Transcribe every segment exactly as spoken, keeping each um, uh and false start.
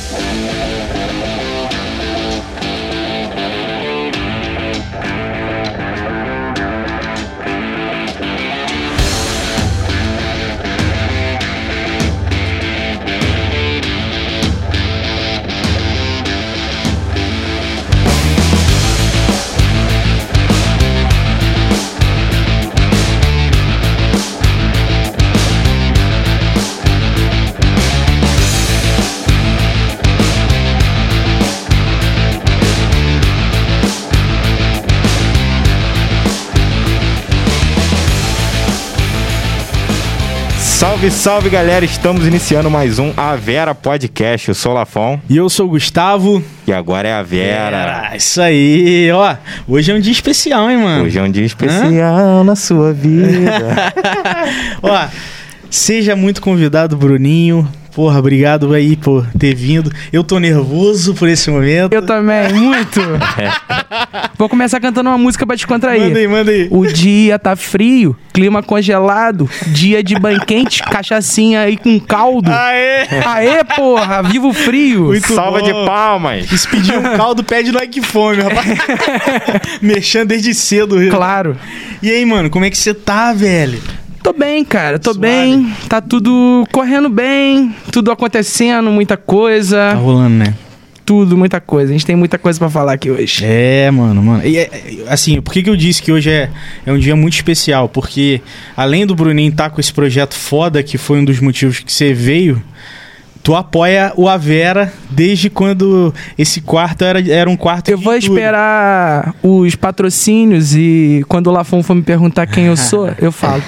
Salve, salve, galera! Estamos iniciando mais um A Vera Podcast. Eu sou o Lafon. E eu sou o Gustavo. E agora é a Vera. Vera. Isso aí, ó. Hoje é um dia especial, hein, mano? Hoje é um dia especial Hã? na sua vida. Ó, seja muito convidado, Bruninho. Porra, obrigado aí por ter vindo. Eu tô nervoso por esse momento. Eu também, muito. Vou começar cantando uma música pra descontrair. Manda aí, manda aí. O dia tá frio, clima congelado, dia de banho quente, cachaçinha aí com caldo. Aê! Aê, porra, viva o frio. Muito Salva bom. de palmas. Se pedir um caldo, pede no Like Fome, rapaz. Mexendo desde cedo. Claro. E aí, mano, como é que você tá, velho? Tô bem, cara, tô Suave. bem. Tá tudo correndo bem, tudo acontecendo, muita coisa. Tá rolando, né? Tudo, muita coisa. A gente tem muita coisa pra falar aqui hoje. É, mano, mano. E, assim, por que, que eu disse que hoje é, é um dia muito especial? Porque, além do Bruninho estar com esse projeto foda, que foi um dos motivos que você veio, tu apoia o A Vera desde quando esse quarto era, era um quarto Eu de vou tudo. esperar os patrocínios e quando o Lafon for me perguntar quem eu sou, eu falo.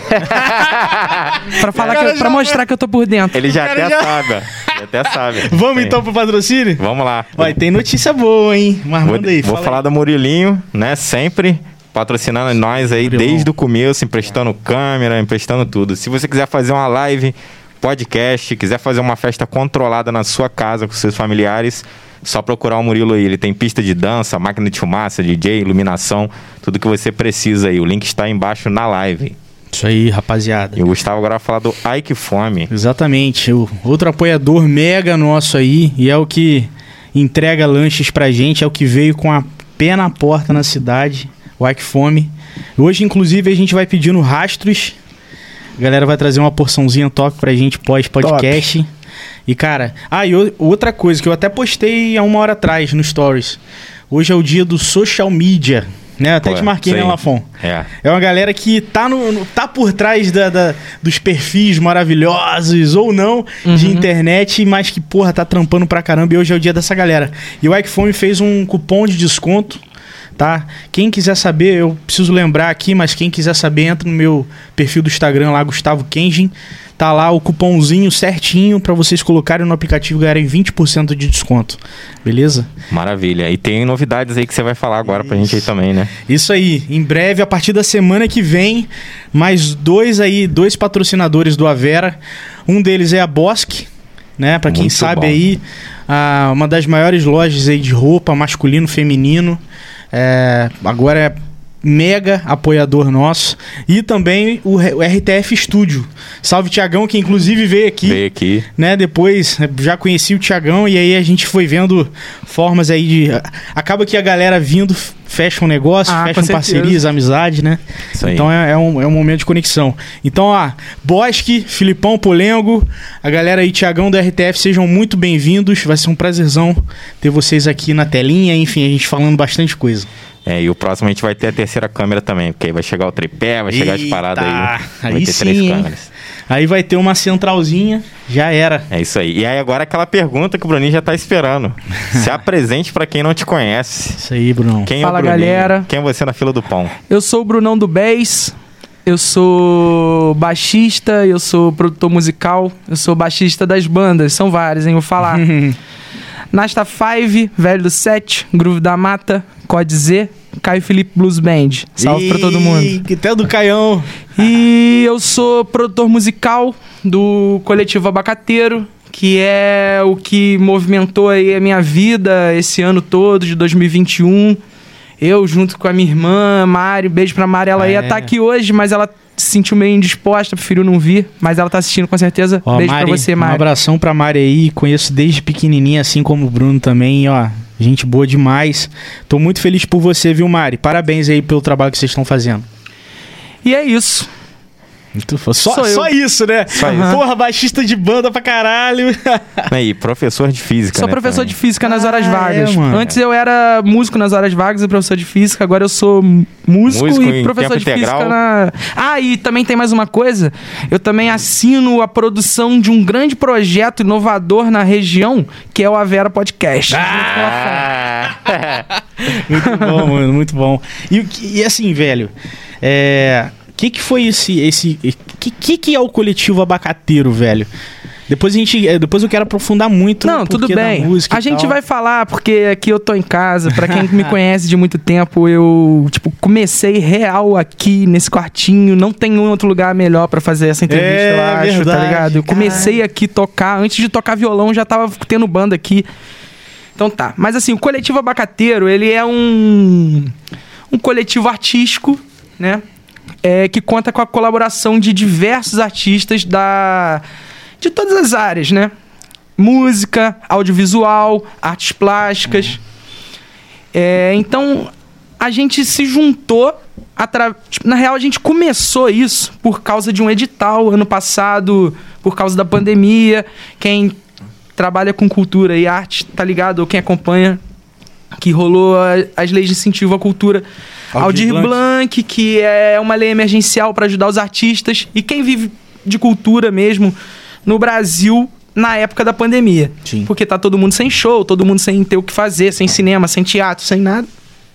pra, falar que eu- pra mostrar que eu tô por dentro. Ele já O cara até já- sabe. Ele até sabe. Vamos Sim. então pro patrocínio? Vamos lá. Olha, tem notícia boa, hein? Mas Vou, manda aí, vou fala falar aí. do Murilinho, né? Sempre patrocinando nós aí Murilão. desde o começo, emprestando câmera, emprestando tudo. Se você quiser fazer uma live, podcast, quiser fazer uma festa controlada na sua casa com seus familiares, só procurar o Murilo aí. Ele tem pista de dança, máquina de fumaça, D J, iluminação, tudo que você precisa aí. O link está aí embaixo na live. Isso aí, rapaziada. E o Gustavo agora vai falar do Ai Que Fome. Exatamente. O outro apoiador mega nosso aí, e é o que entrega lanches pra gente, é o que veio com a pé na porta na cidade, o Ai Que Fome. Hoje, inclusive, a gente vai pedindo rastros. A galera vai trazer uma porçãozinha top pra gente pós-podcast. E, cara... Ah, e o- outra coisa que eu até postei há uma hora atrás no Stories. Hoje é o dia do social media, né? Até Pô, te marquei, isso né, aí. Lafon? É. É uma galera que tá, no, no- tá por trás da, da- dos perfis maravilhosos ou não de internet, mas que, porra, tá trampando pra caramba. E hoje é o dia dessa galera. E o iFome fez um cupom de desconto, tá? Quem quiser saber, eu preciso lembrar aqui, mas quem quiser saber, entra no meu perfil do Instagram lá, Gustavo Kenjin. Tá lá o cupomzinho certinho pra vocês colocarem no aplicativo e ganharem vinte por cento de desconto. Beleza? Maravilha. E tem novidades aí que você vai falar agora pra gente aí também, né? Isso aí, em breve, a partir da semana que vem, mais dois aí, dois patrocinadores do A Vera. Um deles é a Bosque, né? Pra quem Muito sabe bom. aí, a, uma das maiores lojas aí de roupa masculino, feminino. É, agora é mega apoiador nosso. E também o, R- o R T F Studio. Salve, Tiagão, que inclusive veio aqui. Veio aqui. Né, depois já conheci o Tiagão e aí a gente foi vendo formas aí de... Acaba que a galera vindo fecha um negócio, Ah, fecha com um certeza. parcerias, amizade, né? Isso aí. Então é, é um, é um momento de conexão. Então, ó, Bosque, Filipão, Polengo, a galera aí, Tiagão do R T F, sejam muito bem-vindos. Vai ser um prazerzão ter vocês aqui na telinha, enfim, a gente falando bastante coisa. É, e o próximo a gente vai ter a terceira câmera também, porque aí vai chegar o tripé, vai chegar as Eita, paradas aí. Vai aí ter sim, três hein? câmeras. Aí vai ter uma centralzinha, já era. É isso aí. E aí agora aquela pergunta que o Bruninho já tá esperando. Se apresente pra quem não te conhece. Isso aí, Brunão. Quem Fala, é o Bruninho? galera. Quem é você na fila do pão? Eu sou o Brunão do Bass, eu sou baixista, eu sou produtor musical, eu sou baixista das bandas, são várias, hein? Vou falar. Nasta Five, Velho do Sete, Groove da Mata, Code Z, Caio Felipe Blues Band. Salve pra todo mundo. Ih, que até do Caião. E eu sou produtor musical do Coletivo Abacateiro, que é o que movimentou aí a minha vida esse ano todo, de dois mil e vinte e um. Eu, junto com a minha irmã, Mari, beijo pra Mari, ela É. ia estar aqui hoje, mas ela se sentiu meio indisposta, preferiu não vir, mas ela tá assistindo com certeza. Ó, Beijo Mari, pra você, Mari. Um abração pra Mari aí, conheço desde pequenininha, assim como o Bruno também, ó, gente boa demais. Tô muito feliz por você, viu, Mari? Parabéns aí pelo trabalho que vocês estão fazendo. E é isso. Só, só isso, né? Só uhum. isso. Porra, baixista de banda pra caralho. E professor de física, Sou né, professor também. de física nas Ah, horas vagas. é, mano. Antes eu era músico nas horas vagas e professor de física. Agora eu sou músico, Músico e em professor tempo de física integral. na... Ah, e também tem mais uma coisa. Eu também assino a produção de um grande projeto inovador na região, que é o Avera Podcast. Ah! Muito bom, mano, muito bom. E, e assim, velho, é... O que, que foi esse. esse que, que que é o coletivo abacateiro, velho? Depois a gente. Depois eu quero aprofundar muito. Não, no tudo porquê da bem. música A e gente tal. vai falar, porque aqui eu tô em casa. Pra quem me conhece de muito tempo, eu, tipo, comecei real aqui nesse quartinho. Não tem um outro lugar melhor pra fazer essa entrevista, É, eu acho, verdade, tá ligado? Eu comecei aqui tocar. Antes de tocar violão, já tava tendo banda aqui. Então tá. Mas assim, o coletivo abacateiro, ele é um. Um coletivo artístico, né? É, que conta com a colaboração de diversos artistas da, de todas as áreas, né? Música, audiovisual, artes plásticas. É, então, a gente se juntou... Atra... Tipo, na real, a gente começou isso por causa de um edital ano passado, por causa da pandemia. Quem trabalha com cultura e arte, tá ligado? Ou quem acompanha, que rolou a, as leis de incentivo à cultura... Aldir Blanc. Blanc, que é uma lei emergencial para ajudar os artistas e quem vive de cultura mesmo no Brasil na época da pandemia. Sim. Porque tá todo mundo sem show, todo mundo sem ter o que fazer, sem cinema, sem teatro, sem nada.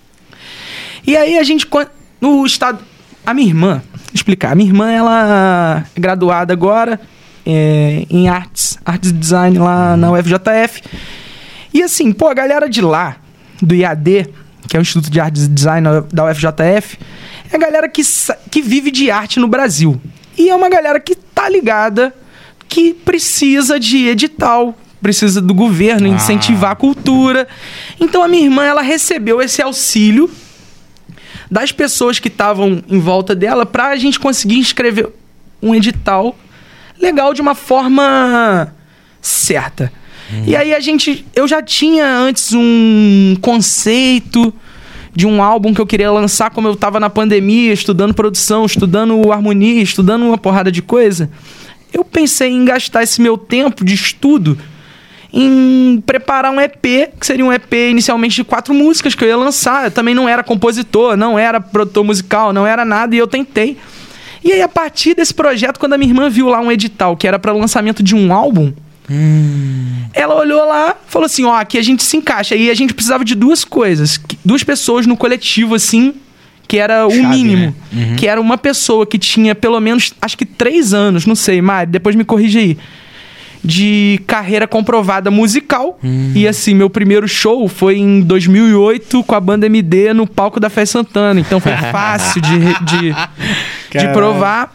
E aí a gente, no estado... A minha irmã, vou explicar, a minha irmã, ela é graduada agora é, em artes, artes e design lá na U F J F. E assim, pô, a galera de lá, do I A D... que é o Instituto de Artes e Design da U F J F, é a galera que, que vive de arte no Brasil. E é uma galera que tá ligada, que precisa de edital, precisa do governo Ah. incentivar a cultura. Então a minha irmã, ela recebeu esse auxílio das pessoas que estavam em volta dela pra gente conseguir escrever um edital legal de uma forma certa. E aí a gente... Eu já tinha antes um conceito de um álbum que eu queria lançar, como eu tava na pandemia, estudando produção, estudando harmonia, estudando uma porrada de coisa. Eu pensei em gastar esse meu tempo de estudo em preparar um E P, que seria um E P inicialmente de quatro músicas que eu ia lançar. Eu também não era compositor, não era produtor musical, não era nada, e eu tentei. E aí, a partir desse projeto, quando a minha irmã viu lá um edital que era para lançamento de um álbum, Hum. ela olhou lá e falou assim, ó, aqui a gente se encaixa. E a gente precisava de duas coisas, duas pessoas no coletivo, assim, que era o Chave, mínimo, né? Uhum. que era uma pessoa que tinha pelo menos, acho que três anos, não sei, Mari, depois me corrige aí, de carreira comprovada musical. Hum. E assim, meu primeiro show foi em dois mil e oito com a banda M D no palco da Fé Santana, então foi fácil de, de, de provar.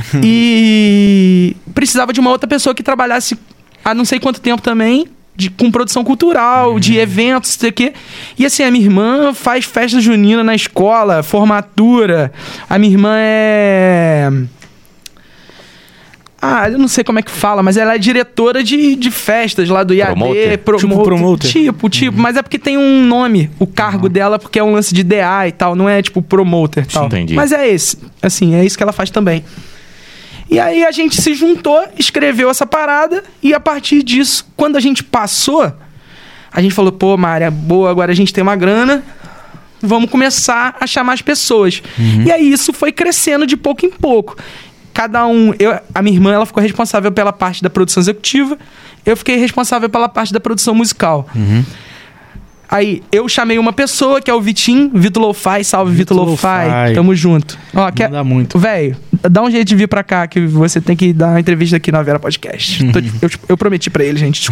E precisava de uma outra pessoa que trabalhasse há não sei quanto tempo também, de, com produção cultural, uhum. de eventos, não sei o quê. E assim, a minha irmã faz festa junina na escola, formatura. A minha irmã é... Ah, eu não sei como é que fala, mas ela é diretora de, de festas lá do I A D. Promoter? Promo... Tipo promoter? Tipo, tipo. Uhum. Mas é porque tem um nome, o cargo uhum. dela, porque é um lance de D A e tal, não é tipo promoter e tal. Entendi. Mas é esse, assim, é isso que ela faz também. E aí a gente se juntou, escreveu essa parada, e a partir disso, quando a gente passou, a gente falou, pô, Mária, boa, agora a gente tem uma grana, vamos começar a chamar as pessoas. Uhum. E aí isso foi crescendo de pouco em pouco. Cada um... Eu, a minha irmã, ela ficou responsável pela parte da produção executiva, eu fiquei responsável pela parte da produção musical. Uhum. Aí, eu chamei uma pessoa, que é o Vitinho, Vitor Lo-Fi, salve Vitor Lo-Fi, tamo junto. Ó, quer... Dá muito. Velho, dá um jeito de vir pra cá, que você tem que dar uma entrevista aqui na Vera Podcast. Uhum. Tô, eu, eu prometi pra ele, gente.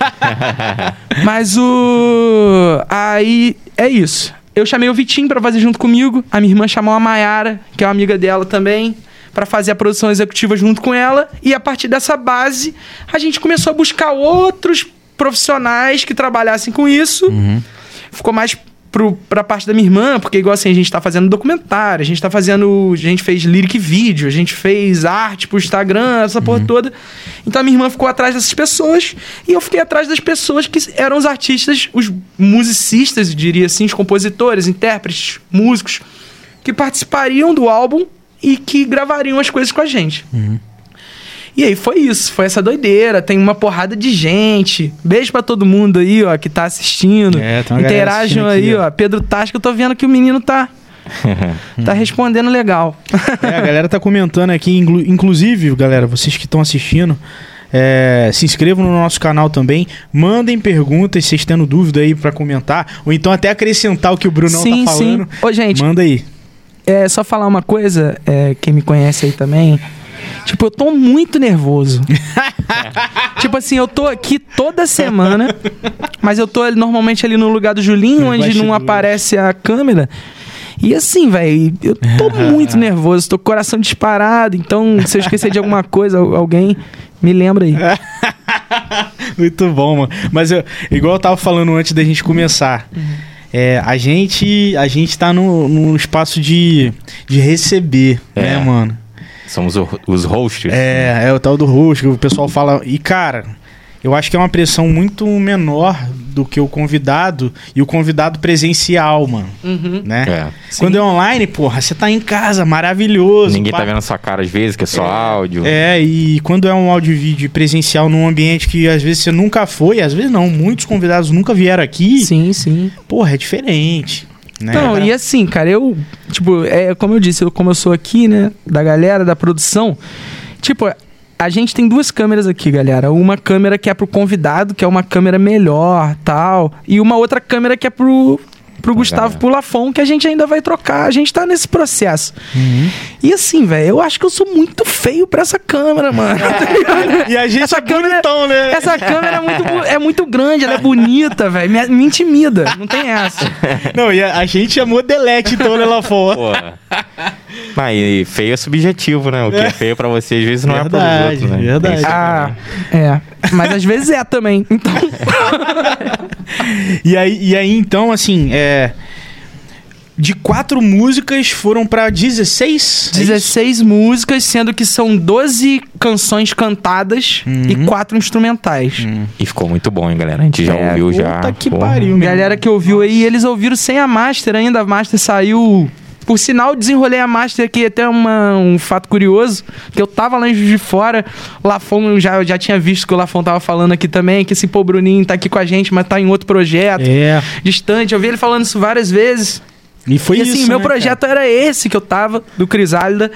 Mas o... Aí, é isso. Eu chamei o Vitinho pra fazer junto comigo, a minha irmã chamou a Mayara, que é uma amiga dela também, pra fazer a produção executiva junto com ela, e a partir dessa base, a gente começou a buscar outros profissionais que trabalhassem com isso. Uhum. Ficou mais pro, pra parte da minha irmã, porque igual assim, a gente tá fazendo documentário, a gente tá fazendo... A gente fez lyric vídeo, a gente fez arte pro Instagram, essa porra toda. Então a minha irmã ficou atrás dessas pessoas e eu fiquei atrás das pessoas que eram os artistas, os musicistas, eu diria assim, os compositores, intérpretes, músicos, que participariam do álbum e que gravariam as coisas com a gente. Uhum. E aí foi isso, foi essa doideira, tem uma porrada de gente. Beijo pra todo mundo aí, ó, que tá assistindo. É, tem uma galera Interajam assistindo aí, aqui, ó. ó. Pedro Tasca, eu tô vendo que o menino tá, tá respondendo legal. É, a galera tá comentando aqui, inclu- inclusive, galera, vocês que estão assistindo, é, se inscrevam no nosso canal também, mandem perguntas, se vocês tendo dúvida aí pra comentar, ou então até acrescentar o que o Brunão Sim, tá falando. sim. Ô, gente, Manda aí. é só falar uma coisa, é, quem me conhece aí também. Tipo, eu tô muito nervoso. Tipo assim, eu tô aqui toda semana, mas eu tô ali, normalmente ali no lugar do Julinho, Nos onde não bastidores. aparece a câmera. E assim, velho, eu tô muito nervoso, tô com o coração disparado. Então, se eu esquecer de alguma coisa, al- alguém me lembra aí. Muito bom, mano. Mas eu, igual eu tava falando antes da gente começar, é, a gente a gente tá no, no espaço de, de receber, É. né, mano? Somos o- os hosts. É, é o tal do host, que o pessoal fala. E, cara, eu acho que é uma pressão muito menor do que o convidado e o convidado presencial, mano. Uhum. Né? É. Quando é online, porra, você tá em casa, maravilhoso. Ninguém pá. tá vendo a sua cara às vezes, que é só áudio. É, e quando é um áudio e vídeo presencial num ambiente que às vezes você nunca foi, às vezes não, muitos convidados nunca vieram aqui, Sim, sim. porra, é diferente. Né? Não, e assim, cara, eu, tipo, é como eu disse, eu, como eu sou aqui, né, da galera, da produção, tipo, a gente tem duas câmeras aqui, galera. Uma câmera que é pro convidado, que é uma câmera melhor, tal, e uma outra câmera que é pro, pro Gustavo galera. Pulafon, que a gente ainda vai trocar, a gente tá nesse processo. Uhum. E assim, velho, eu acho que eu sou muito feio pra essa câmera, mano. E a gente Essa é câmera- bonitão, né? Essa câmera é muito, bu- é muito grande, ela é bonita, velho, me, me intimida, não tem essa. Não, e a, a gente é modelete, então, né, lá fora. Pô. Mas e feio é subjetivo, né? O que é feio pra você às vezes não Verdade, é para os outros, né? verdade. Tem isso Ah, também. é. Mas às vezes é também. Então. E aí, e aí, então, assim, é... De quatro músicas foram pra dezesseis? dezesseis músicas, sendo que são doze canções cantadas e quatro instrumentais. E ficou muito bom, hein, galera? A gente já É, ouviu já. Puta que Pô. pariu, meu. Galera que ouviu aí, eles ouviram sem a master ainda. A master saiu. Por sinal, desenrolei a master aqui, até uma, um fato curioso, que eu tava lá em Juiz de Fora, o Lafon, eu já, eu já tinha visto que o Lafon tava falando aqui também, que esse pô, Bruninho tá aqui com a gente, mas tá em outro projeto, É. distante. Eu vi ele falando isso várias vezes. E foi e isso, assim, meu né, projeto era esse que eu tava, do Crisálida.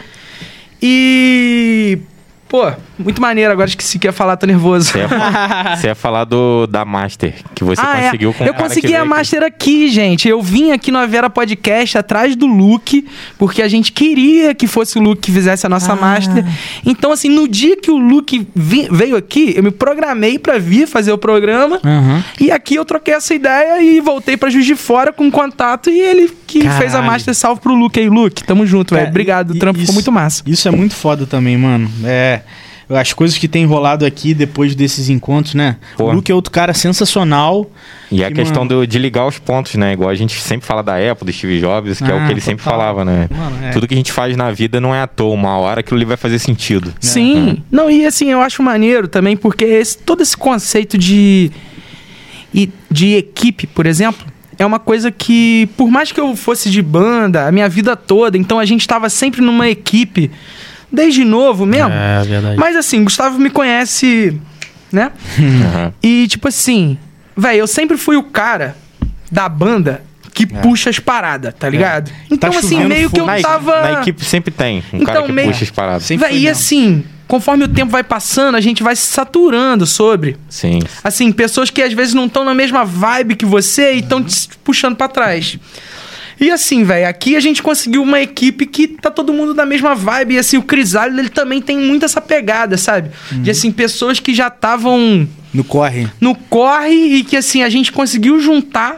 E... Pô, muito maneiro, agora esqueci que ia falar, tô nervoso. Você ia, fa- você ia falar do, da Master, que você Ah, conseguiu é. com o Eu cara consegui que a veio Master aqui, gente. Eu vim aqui no Avera Podcast atrás do Luke, porque a gente queria que fosse o Luke que fizesse a nossa Ah. Master. Então, assim, no dia que o Luke vi- veio aqui, eu me programei pra vir fazer o programa. Aham. E aqui eu troquei essa ideia e voltei pra Juiz de Fora com contato. E ele que Caralho. fez a Master. Salve pro Luke aí, Luke. Tamo junto, velho. Cara, Obrigado, e- o trampo isso- ficou muito massa. Isso é muito foda também, mano. É... As coisas que tem rolado aqui depois desses encontros, né? Pô. O Luke é outro cara sensacional. E a Que, questão mano- do- de ligar os pontos, né? Igual a gente sempre fala da Apple, do Steve Jobs, que é o Ah, que ele sempre total. falava, né? Mano, é. Tudo que a gente faz na vida não é à toa. Uma hora aquilo ali vai fazer sentido. Sim. Não, e assim, eu acho maneiro também, porque esse- todo esse conceito de, e- de equipe, por exemplo, é uma coisa que, por mais que eu fosse de banda a minha vida toda, então a gente tava sempre numa equipe, desde novo mesmo. É, verdade. Mas assim, Gustavo me conhece, né? Aham. E tipo assim, velho, eu sempre fui o cara da banda que puxa as paradas, tá ligado? Então Tá assim, chovendo meio que eu Na, tava... na equipe sempre tem um Então, cara que meio- puxa as paradas. Sempre Véi, foi e mesmo. assim, conforme o tempo vai passando, a gente vai se saturando sobre. Sim. Assim, pessoas que às vezes não estão na mesma vibe que você e estão te puxando pra trás. E assim, velho, aqui a gente conseguiu uma equipe que tá todo mundo na mesma vibe. E assim, o Crisálida, ele também tem muito essa pegada, sabe? De assim, pessoas que já estavam No corre. no corre e que assim, a gente conseguiu juntar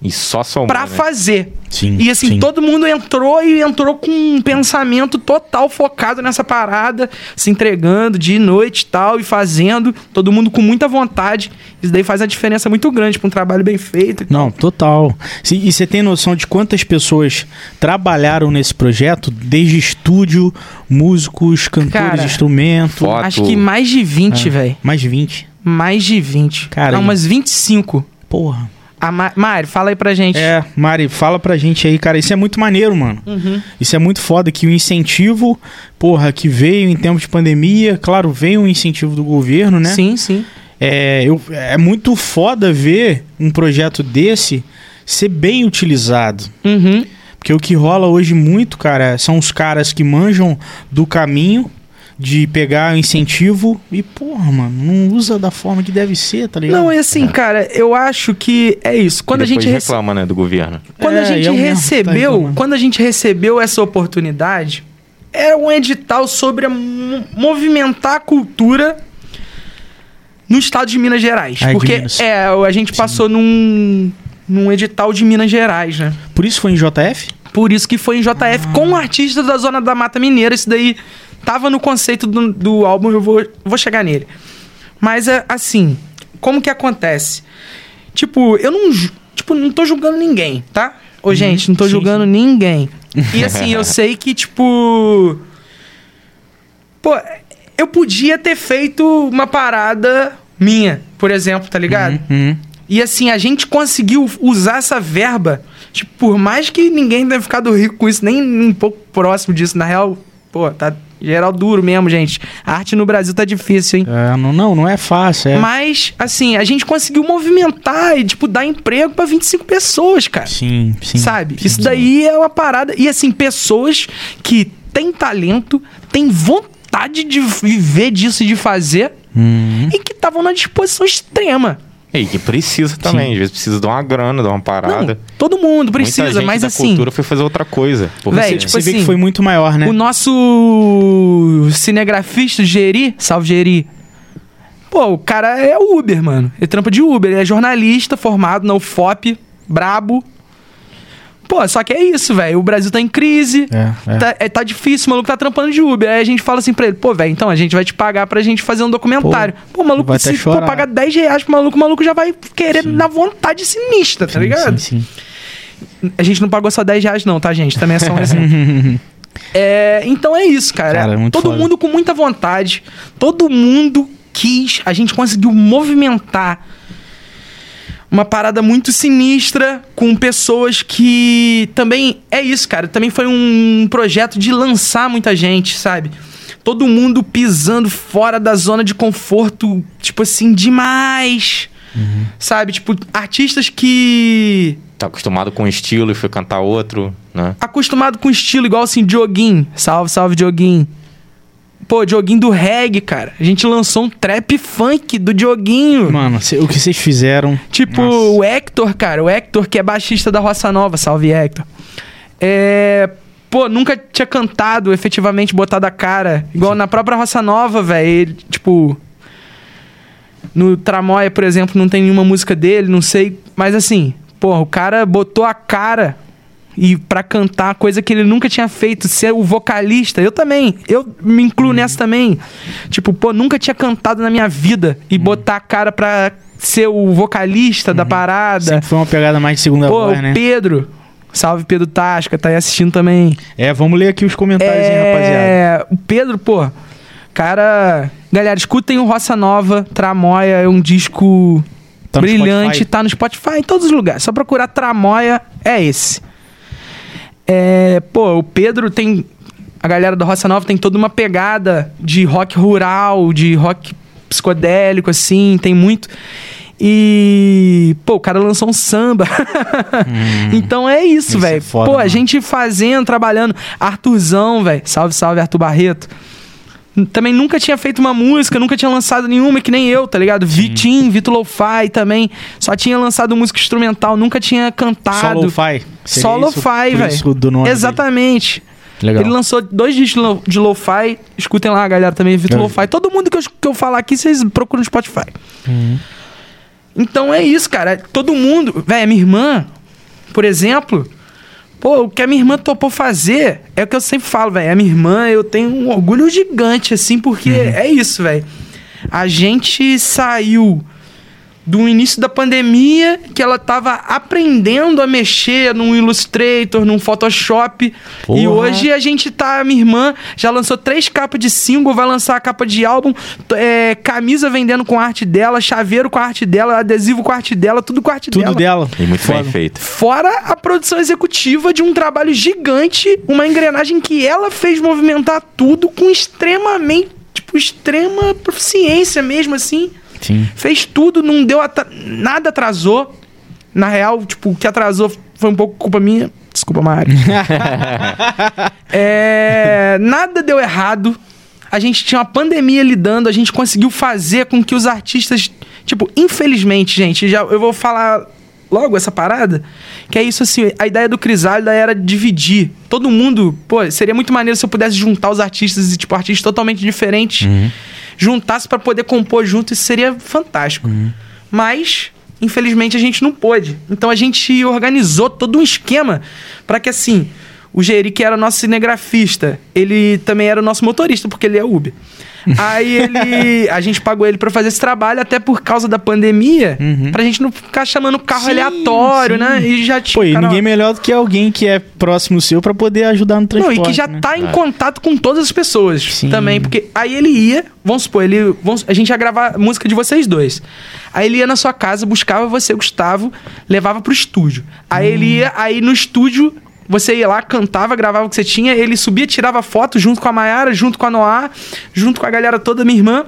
E só somou, pra né? fazer. Sim, E assim, sim. todo mundo entrou e entrou com um pensamento total focado nessa parada, se entregando de noite e tal, e fazendo, todo mundo com muita vontade. Isso daí faz a diferença muito grande pra um trabalho bem feito. Não, total. Se- E você tem noção de quantas pessoas trabalharam nesse projeto? Desde estúdio, músicos, cantores Cara, de instrumento. foto. Acho que mais de vinte, É, velho. Mais de vinte. Mais de vinte. Cara, Não, e- umas vinte e cinco. Porra. A Ma- Mari, fala aí pra gente. É, Mari, fala pra gente aí, cara. Isso é muito maneiro, mano. Uhum. Isso é muito foda, que o incentivo, porra, que veio em tempos de pandemia, claro, veio um incentivo do governo, né? Sim, sim. É, eu, é muito foda ver um projeto desse ser bem utilizado. Uhum. Porque o que rola hoje muito, cara, são os caras que manjam do caminho de pegar o incentivo e, porra, mano, não usa da forma que deve ser, tá ligado? Não, e assim, cara, eu acho que é isso. Quando E a gente depois rece- reclama, né, do governo. Quando É, a gente e é o mesmo que tá recebeu, reclamando. quando a gente recebeu essa oportunidade, era um edital sobre a mo- movimentar a cultura no estado de Minas Gerais. Ah, de porque Minas. é, a gente passou num, num edital de Minas Gerais, né? Por isso foi em J F? Por isso que foi em J F com artistas da Zona da Mata Mineira. Isso daí tava no conceito do, do álbum, eu vou, vou chegar nele. Mas, é, assim, como que acontece? Tipo, eu não, ju- tipo, não tô julgando ninguém, tá? Ô, gente, não tô sim, julgando ninguém. E, assim, eu sei que, tipo... Pô, eu podia ter feito uma parada minha, por exemplo, tá ligado? Uhum. E assim, a gente conseguiu usar essa verba, tipo, por mais que ninguém tenha ficado rico com isso, nem um pouco próximo disso, na real, pô, tá geral duro mesmo, gente. A arte no Brasil tá difícil, hein? É, não, não, não é fácil, é. Mas, assim, a gente conseguiu movimentar e, tipo, dar emprego pra vinte e cinco pessoas, cara. Sim, sim. Sabe? sim, Isso sim. daí é uma parada. E, assim, pessoas que têm talento, têm vontade de viver disso e de fazer, Uhum. e que estavam na disposição extrema. E que precisa também, às vezes precisa de uma grana, de uma parada. Não, todo mundo precisa, Muita gente mas da assim, cultura foi fazer outra coisa. Porque Véi, você- tipo Você vê assim, que foi muito maior, né? o nosso cinegrafista Geri, salve Geri. Pô, o cara é Uber, mano. Ele trampa de Uber, ele é jornalista formado na U F O P, brabo. Pô, só que é isso, velho. O Brasil tá em crise. É, é. Tá, é, tá difícil, o maluco tá trampando de Uber. Aí a gente fala assim pra ele, pô, velho, então a gente vai te pagar pra gente fazer um documentário. Pô, o maluco, vai até se for chorar. pagar dez reais pro maluco, o maluco já vai querer na vontade sinistra, tá Sim, ligado? Sim, sim. A gente não pagou só dez reais não, tá, gente? Também é só um exemplo. É, então é isso, cara. Cara, é muito todo foda. mundo com muita vontade. Todo mundo quis. A gente conseguiu movimentar uma parada muito sinistra com pessoas que também... É isso, cara. Também foi um projeto de lançar muita gente, sabe? Todo mundo pisando fora da zona de conforto, tipo assim, demais. Uhum. Sabe? Tipo, artistas que... tá acostumado com um estilo e foi cantar outro, né? acostumado com estilo igual assim, Dioguinho. Salve, salve, Dioguinho. Pô, Dioguinho do reggae, cara. A gente lançou um trap funk do Dioguinho. Mano, cê- o que vocês fizeram... Tipo, Nossa. o Hector, cara. O Hector, que é baixista da Roça Nova. Salve, Hector. É... Pô, nunca tinha cantado, efetivamente, botado a cara. Igual na própria Roça Nova, velho. Ele, tipo... No Tramóia, por exemplo, não tem nenhuma música dele, não sei. Mas assim, porra, o cara botou a cara e pra cantar coisa que ele nunca tinha feito, ser o vocalista. Eu também, eu me incluo Uhum. nessa também. Tipo, pô, nunca tinha cantado na minha vida e Uhum. botar a cara pra ser o vocalista da parada. Sempre foi uma pegada mais de segunda Pô, voz, o né? Pedro, salve Pedro Tasca, tá aí assistindo também. É, vamos ler aqui os comentários, hein, rapaziada. É, o Pedro, pô, cara... Galera, escutem o Roça Nova, Tramóia, é um disco Tá no brilhante, Spotify. tá no Spotify, em todos os lugares. Só procurar Tramóia, é esse. É, pô, o Pedro tem... A galera da Roça Nova tem toda uma pegada de rock rural, de rock psicodélico, assim, tem muito... E, pô, o cara lançou um samba. Então é isso, Isso é velho. foda, Pô, a mano. gente fazendo, trabalhando. Arthurzão, velho. Salve, salve, Arthur Barreto. Também nunca tinha feito uma música, nunca tinha lançado nenhuma, que nem eu, tá ligado? Vitinho, Vitor Lo-Fi também. Só tinha lançado música instrumental, nunca tinha Só cantado. lo-fi. Seria Só isso? lo-fi, Por isso velho. do nome Exatamente. dele. Legal. Ele lançou dois discos de lo- de lo-fi. Escutem lá, galera, também, Vitor Eu- Lo-Fi. Todo mundo que eu, que eu falar aqui, vocês procuram no Spotify. Uhum. Então é isso, cara. Todo mundo... Véi, a minha irmã... por exemplo, pô, o que a minha irmã topou fazer é o que eu sempre falo, velho. A minha irmã, eu tenho um orgulho gigante, assim, porque uhum. é isso, velho. A gente saiu do início da pandemia, que ela tava aprendendo a mexer num Illustrator, num Photoshop. Porra. E hoje a gente tá... Minha irmã já lançou três capas de single, vai lançar a capa de álbum, é, camisa vendendo com a arte dela, chaveiro com a arte dela, adesivo com a arte dela, tudo com a arte tudo dela. Tudo dela. E muito bem feito. Fora a produção executiva de um trabalho gigante, uma engrenagem que ela fez movimentar tudo com extremamente... Tipo, extrema proficiência mesmo, assim. Sim. Fez tudo, não deu... Atra... Nada atrasou. Na real, tipo, o que atrasou foi um pouco culpa minha. Desculpa, Mário. é... Nada deu errado. A gente tinha uma pandemia lidando, a gente conseguiu fazer com que os artistas... Tipo, infelizmente, gente, já eu vou falar logo essa parada, que é isso assim, a ideia do Crisálida era dividir. Todo mundo... Pô, seria muito maneiro se eu pudesse juntar os artistas e, tipo, artistas totalmente diferentes... Uhum. Juntasse pra poder compor junto, isso seria fantástico. Uhum. Mas, infelizmente, a gente não pôde. Então a gente organizou todo um esquema para que, assim, o Geri, que era nosso cinegrafista, ele também era o nosso motorista, porque ele é Uber. Aí ele... A gente pagou ele pra fazer esse trabalho, até por causa da pandemia, uhum. pra gente não ficar chamando carro sim, sim. aleatório, né? E já tinha... Pô, e ninguém melhor do que alguém que é próximo seu pra poder ajudar no transporte. Não, e que já né? tá em é. contato com todas as pessoas sim. também. Porque aí ele ia... Vamos supor, ele, vamos, a gente ia gravar música de vocês dois. Aí ele ia na sua casa, buscava você, Gustavo, levava pro estúdio. Aí hum. ele ia... Aí no estúdio... Você ia lá, cantava, gravava o que você tinha, ele subia, tirava foto junto com a Mayara, junto com a Noah, junto com a galera toda, minha irmã.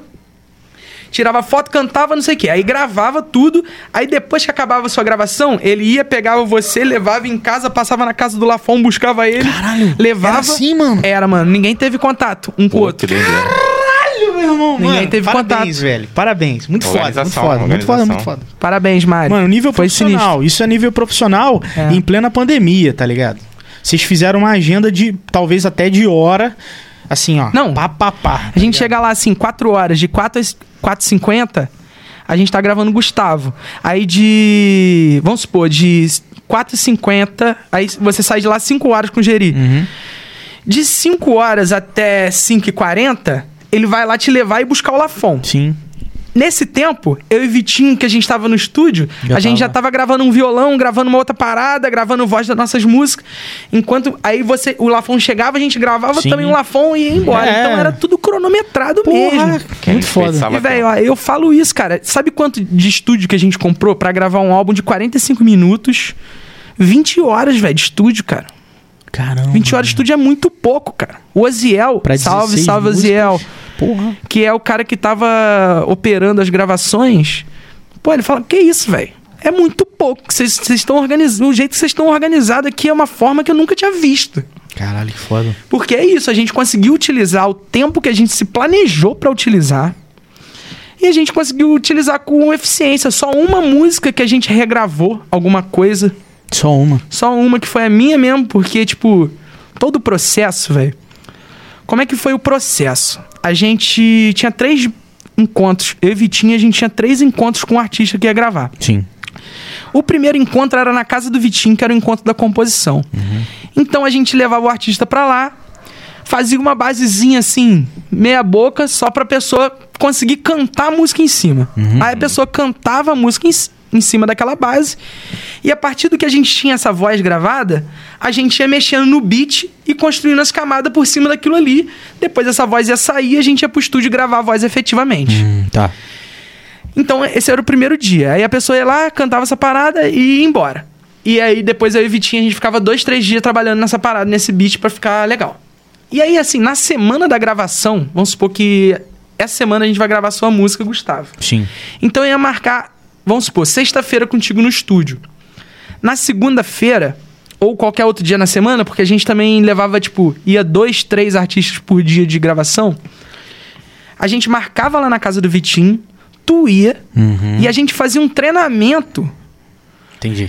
Tirava foto, cantava, não sei o quê. Aí gravava tudo. Aí depois que acabava a sua gravação, ele ia, pegava você, levava em casa, passava na casa do Lafon, buscava ele. Caralho, levava. Era assim, mano? Era, mano. Ninguém teve contato um com o outro. Caralho, meu irmão. Ninguém mano, teve parabéns, contato. velho. Parabéns. Muito foda, muito foda. Organização. Muito foda, muito foda. Parabéns, Mário. Mano, nível Foi profissional. sinistro. Isso é nível profissional É. em plena pandemia, tá ligado? Vocês fizeram uma agenda de, talvez até de hora, assim, ó. Não. Pá, pá, pá. A gente chega lá, assim, quatro horas, de quatro e cinquenta, a gente tá gravando Gustavo. Aí de... Vamos supor, de quatro e cinquenta, aí você sai de lá cinco horas com o Geri. Uhum. De cinco horas até cinco e quarenta, ele vai lá te levar e buscar o Lafon. Sim. Nesse tempo, eu e Vitinho, que a gente tava no estúdio, Já a gente tava. já tava gravando um violão, gravando uma outra parada, gravando voz das nossas músicas. Enquanto aí você, o Lafon chegava, a gente gravava Sim. também o Lafon e ia embora. É. Então era tudo cronometrado Porra, mesmo. muito foda. E, velho, ó, eu falo isso, cara. Sabe quanto de estúdio que a gente comprou pra gravar um álbum de quarenta e cinco minutos? vinte horas, velho, de estúdio, cara. Caramba. vinte horas de estúdio é muito pouco, cara. O Oziel, Pra salve, dezesseis salve, músicas? Oziel. Porra. Que é o cara que tava operando as gravações. Pô, ele fala, que isso, velho? É muito pouco. Vocês estão organizando. O jeito que vocês estão organizados aqui é uma forma que eu nunca tinha visto. Caralho, que foda. Porque é isso, a gente conseguiu utilizar o tempo que a gente se planejou pra utilizar. E a gente conseguiu utilizar com eficiência. Só uma música que a gente regravou, alguma coisa. Só uma. Só uma que foi a minha mesmo, porque, tipo, todo o processo, velho. Como é que foi o processo? A gente tinha três encontros. Eu e Vitinho, a gente tinha três encontros com o artista que ia gravar. Sim. O primeiro encontro era na casa do Vitinho, que era o encontro da composição. Uhum. Então a gente levava o artista pra lá, fazia uma basezinha assim, meia boca, só pra pessoa conseguir cantar a música em cima. Uhum. Aí a pessoa cantava a música em cima. em cima daquela base, e a partir do que a gente tinha essa voz gravada, a gente ia mexendo no beat e construindo as camadas por cima daquilo ali. Depois essa voz ia sair, a gente ia pro estúdio gravar a voz efetivamente. Hum, tá. Então esse era o primeiro dia. Aí a pessoa ia lá, cantava essa parada e ia embora. E aí depois eu e o Vitinho, a gente ficava dois, três dias trabalhando nessa parada, nesse beat pra ficar legal. E aí assim, na semana da gravação, vamos supor que essa semana a gente vai gravar sua música, Gustavo. Sim. Então eu ia marcar, vamos supor, sexta-feira contigo no estúdio. Na segunda-feira, ou qualquer outro dia na semana, porque a gente também levava, tipo, ia dois, três artistas por dia de gravação, a gente marcava lá na casa do Vitinho, tu ia, uhum. e a gente fazia um treinamento. Entendi.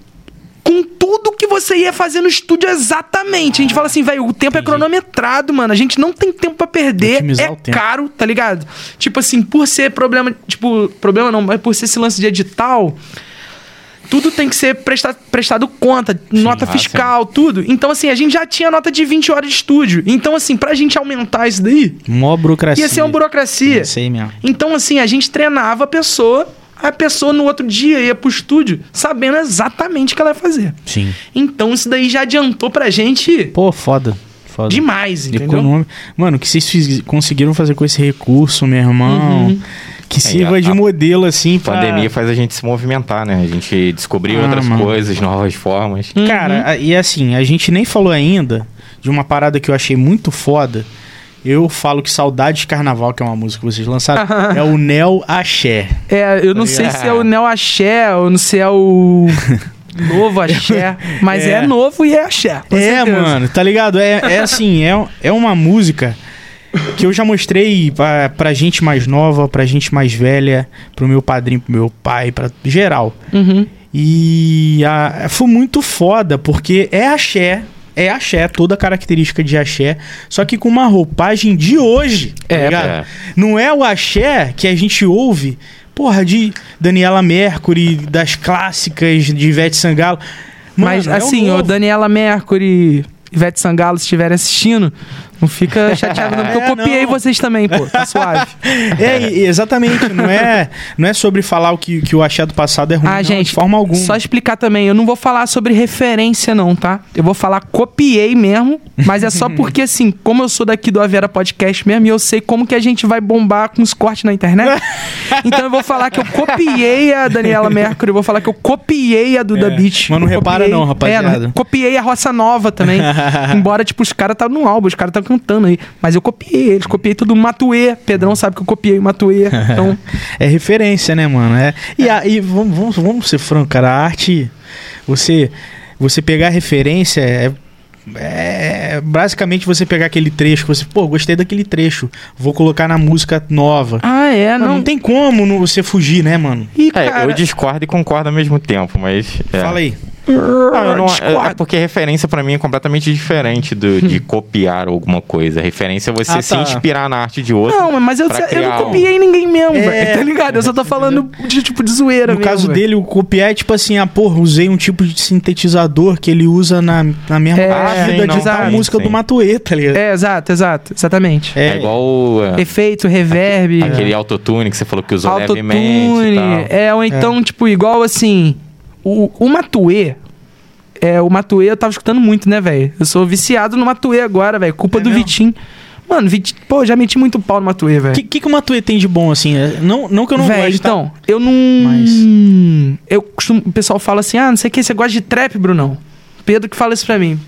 Com tudo que você ia fazer no estúdio exatamente. A gente fala assim, velho, o tempo Entendi. É cronometrado, mano. A gente não tem tempo pra perder. Otimizar é caro, tá ligado? Tipo assim, por ser problema... Tipo, problema não, mas por ser esse lance de edital... tudo tem que ser presta, prestado conta, nota ah, fiscal, tudo. Então, assim, a gente já tinha nota de vinte horas de estúdio. Então, assim, pra gente aumentar isso daí, Mó burocracia. ia ser uma burocracia. Sei mesmo. Então, assim, a gente treinava a pessoa, a pessoa no outro dia ia pro estúdio sabendo exatamente o que ela ia fazer. Sim. Então, isso daí já adiantou pra gente Pô, foda. Foda. demais, entendeu? Econômico. Mano, o que vocês fiz- conseguiram fazer com esse recurso, meu irmão? Uhum. Que sirva a- de a modelo, assim, A pra... pandemia faz a gente se movimentar, né? A gente descobrir Ah, outras mano. coisas, novas formas. Uhum. Cara, a- e assim, a gente nem falou ainda de uma parada que eu achei muito foda. Eu falo que Saudade de Carnaval, que é uma música que vocês lançaram, é o Neo Axé. É, eu não Tá sei ligado? se é o Neo Axé ou não sei se é o novo Axé, mas é, É. novo e é Axé. com É, certeza. mano, tá ligado? É, é assim, é, é uma música que eu já mostrei pra, pra gente mais nova, pra gente mais velha, pro meu padrinho, pro meu pai, pra geral. Uhum. E a- foi muito foda, porque é axé, é axé, toda a característica de axé, só que com uma roupagem de hoje, tá É, ligado? é. Não é o axé que a gente ouve, porra, de Daniela Mercury, das clássicas de Ivete Sangalo. Mano, Mas é o assim, ô novo. Daniela Mercury, Ivete Sangalo, se estiverem assistindo, não fica chateado não, porque eu É, copiei não. vocês também, pô, tá suave. É, e- exatamente, não é, não é sobre falar o que, que o axé do passado é ruim, Ah, não, gente, de forma alguma. só explicar também, eu não vou falar sobre referência não, tá? Eu vou falar copiei mesmo, mas é só porque assim, como eu sou daqui do Avera Podcast mesmo, e eu sei como que a gente vai bombar com os cortes na internet, então eu vou falar que eu copiei a Daniela Mercury, eu vou falar que eu copiei a Duda É, Beat. mas não eu repara copiei- não, rapaziada. É, não- copiei a Roça Nova também, embora, tipo, os caras estavam no álbum, os caras estavam cantando aí, mas eu copiei eles, copiei tudo o Matuê, Pedrão sabe que eu copiei o Matuê, então... É referência, né, mano? É. E, a, e vamos, vamos, vamos ser francos, cara. A arte, você, você pegar referência é, é basicamente você pegar aquele trecho que você, pô, gostei daquele trecho, vou colocar na música nova. Ah, é, Mano, não... não tem como não- você fugir, né, mano? Ih, É, cara... eu discordo e concordo ao mesmo tempo, mas... é. Fala aí. Não, eu não- Discordo. é porque referência pra mim é completamente diferente do, de copiar alguma coisa. Referência é você Ah, se tá. inspirar na arte de outro. Não, mas eu, pra eu não criar um- copiei ninguém mesmo, É. velho. Tá ligado? Eu só tô falando de tipo de zoeira No mesmo, caso velho. dele, o copiar é tipo assim, ah, porra, usei um tipo de sintetizador que ele usa na, na mesma É, partida sim, de não, tal sim, música sim. do Matuê, tá ligado? É, exato, exato. Exatamente. É, igual é, Efeito, reverb, aquele autotune que você falou que usou levemente autotune. e tal. É, ou então, tipo, igual assim. O, o Matuê. É, o Matuê eu tava escutando muito, né, velho? Eu sou viciado no Matuê agora, velho. Culpa É do mesmo? Vitinho. Mano, Vit... pô, já meti muito pau no Matuê, O velho. que, que, que o Matuê tem de bom, assim? É, Não, não que eu não Véi, goste, tá? então, eu não. Mas- Eu costumo. O pessoal fala assim: ah, não sei o que, você gosta de trap, Brunão? Pedro que fala isso pra mim.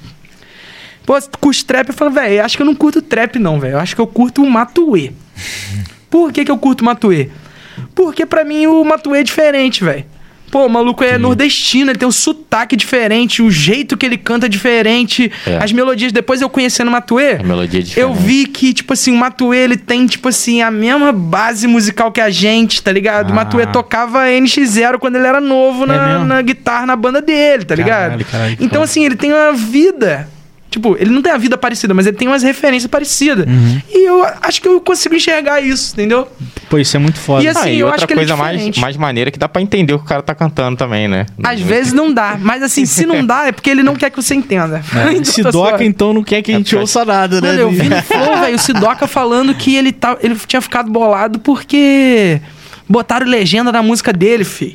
Pô, tu curte trap? Eu falo, velho, acho que eu não curto trap, não, velho. Eu acho que eu curto o Matuê. Por que, que eu curto o Matuê? Porque pra mim o Matuê é diferente, velho. Pô, o maluco é nordestino, ele tem um sotaque diferente, o jeito que ele canta é diferente, É. as melodias. Depois eu conhecendo o Matuê, A melodia é eu diferente. vi que, tipo assim, o Matuê, ele tem, tipo assim, a mesma base musical que a gente, tá ligado? O Ah. Matuê tocava N X zero quando ele era novo na, mesmo? na guitarra, na banda dele, tá ligado? Caralho, caralho, que então, foda. assim, ele tem uma vida... Tipo, ele não tem a vida parecida, mas ele tem umas referências parecidas. Uhum. E eu acho que eu consigo enxergar isso, entendeu? Pô, isso é muito foda. E assim, Ah, e eu outra acho que ele é coisa mais, diferente. mais maneira que dá pra entender o que o cara tá cantando também, né? Às Não- vezes não dá, mas assim, se não dá é porque ele não quer que você entenda. É, Então, se tá doca, suave. então não quer que a gente É porque- ouça nada, né? Mano, eu vi no Flow, velho, o Sidoca falando que ele, tá, ele tinha ficado bolado porque botaram legenda na música dele, fi.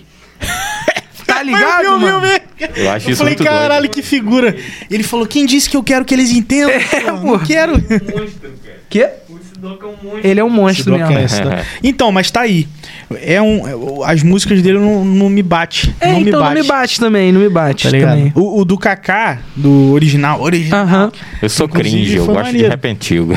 Tá ligado, Viu, viu, mano? viu? Eu acho Eu isso falei, muito caralho, doido. que figura. Ele falou, quem disse que eu quero que eles entendam? Pô, não pô. quero. Quê? Ele é um monstro Sidoca mesmo. é essa. Então, mas tá aí. É um, as músicas dele não, não me bate. É, não então me bate. não me bate também, não me bate Tá ligado? também. O, o do Kaká, do original, original. Aham. Eu sou Inclusive, cringe, eu foi gosto maneiro. de rap antigo.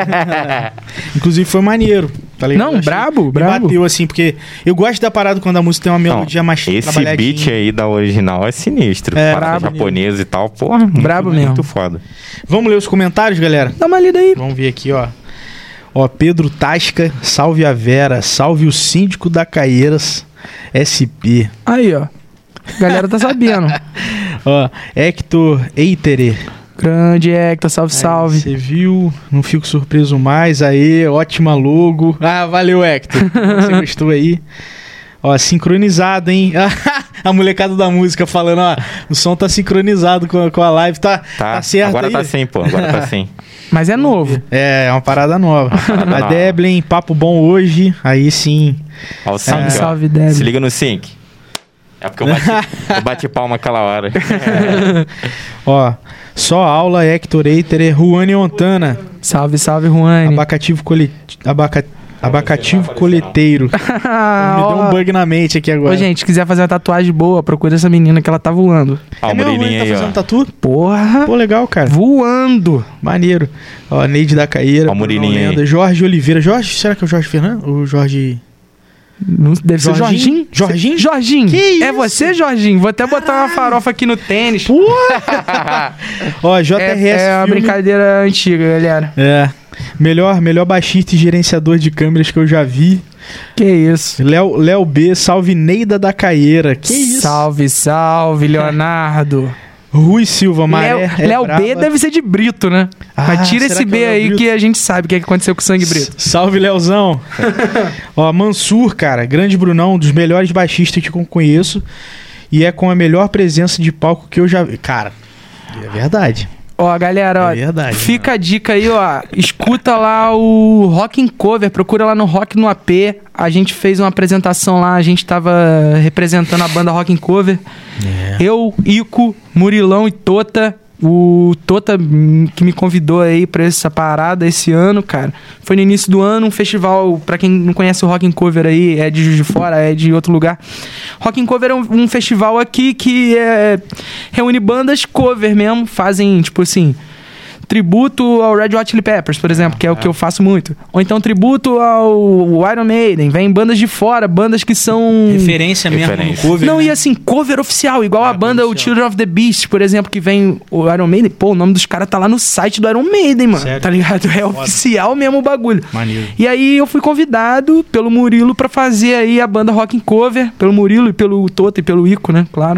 Inclusive foi maneiro, tá ligado? Não, Eu achei- brabo, me brabo. bateu assim, porque eu gosto da parada quando a música tem uma melodia Não, mais esse trabalhadinha. beat aí da original é sinistro. É, Parada brabo japonesa e tal, porra. muito- Brabo mesmo. Muito foda. Vamos ler os comentários, galera? Dá uma lida aí. Vamos ver aqui, ó. Ó, Pedro Tasca, salve a Vera, salve o síndico da Caieiras S P. Aí, ó. A galera tá sabendo. Ó, Hector Eitere. Grande Hector, salve, salve. Você viu? Não fico surpreso mais. Aê, ótima logo. Ah, valeu, Hector. Você gostou aí? Ó, sincronizado, hein? a molecada da música falando, ó, o som tá sincronizado com, com a live, tá, tá, Tá, certo agora aí? tá sim, pô. Agora tá sim. Mas é novo. É, é uma parada nova. parada a nova. Deblin, papo bom hoje, aí sim. Ó, o sync, Salve, ó. salve, Deb. Se liga no sync. É porque eu bati, eu bati palma aquela hora. Ó, só aula, Hector Eiter, Juane Ontana, Salve, salve, Juane. abacativo, cole... Abaca... abacativo coleteiro. Me deu um bug na mente aqui agora. Ô, gente, se quiser fazer uma tatuagem boa, procura essa menina que ela tá voando. Ó, é o meu, Murilinho tá aí, fazendo ó. tatu? Porra, Pô, legal, cara. voando. Maneiro. Ó, Neide da Caeira. Ó, o Murilinho Bruno aí. Lenda, Jorge Oliveira. Jorge, será que é o Jorge Fernando? O Jorge... Não, deve ser Jorginho? Jorginho. Jorginho? Jorginho. Que É isso? você, Jorginho? Vou até botar uma farofa aqui no tênis. Ó, J R S É, é uma Filme. brincadeira antiga, galera. É. Melhor, melhor baixista e gerenciador de câmeras que eu já vi. Que isso. Léo, Léo B, salve Neida da Caeira. Que isso? Salve, salve, Leonardo. Rui Silva, Maré. Léo é Léo braba. B deve ser de Brito, né? Ah, Mas tira será esse que B é o Léo aí Brito? que a gente sabe o que, é que aconteceu com o sangue Brito. Salve, Leozão. Ó, Mansur, cara, grande Brunão, um dos melhores baixistas que eu conheço. E é com a melhor presença de palco que eu já vi. Cara, é verdade. Ó, galera, ó, É verdade, fica a dica aí, ó. Escuta lá o Rock in Cover, procura lá no Rock no A P. A gente fez uma apresentação lá, a gente tava representando a banda Rock in Cover. É. Eu, Ico, Murilão e Tota. O Tota hum, que me convidou aí pra essa parada esse ano, cara. Foi no início do ano, um festival, pra quem não conhece o Rock in Cover aí, é de Juiz de Fora, é de outro lugar. Rock in Cover é um, um festival aqui que é, reúne bandas cover mesmo, fazem, tipo assim, tributo ao Red Hot Chili Peppers, por exemplo, que é o que eu faço muito. Ou então tributo ao Iron Maiden. Vem bandas de fora, bandas que são... Referência mesmo Referência. no cover. Não, né? e assim, cover oficial, igual Ah, a banda o oficial. Children of the Beast, por exemplo, que vem o Iron Maiden. Pô, o nome dos caras tá lá no site do Iron Maiden, mano. Sério? Tá ligado? É oficial mesmo o bagulho. Maneiro. E aí eu fui convidado pelo Murilo pra fazer aí a banda Rock in Cover, pelo Murilo e pelo Toto e pelo Ico, né? Claro.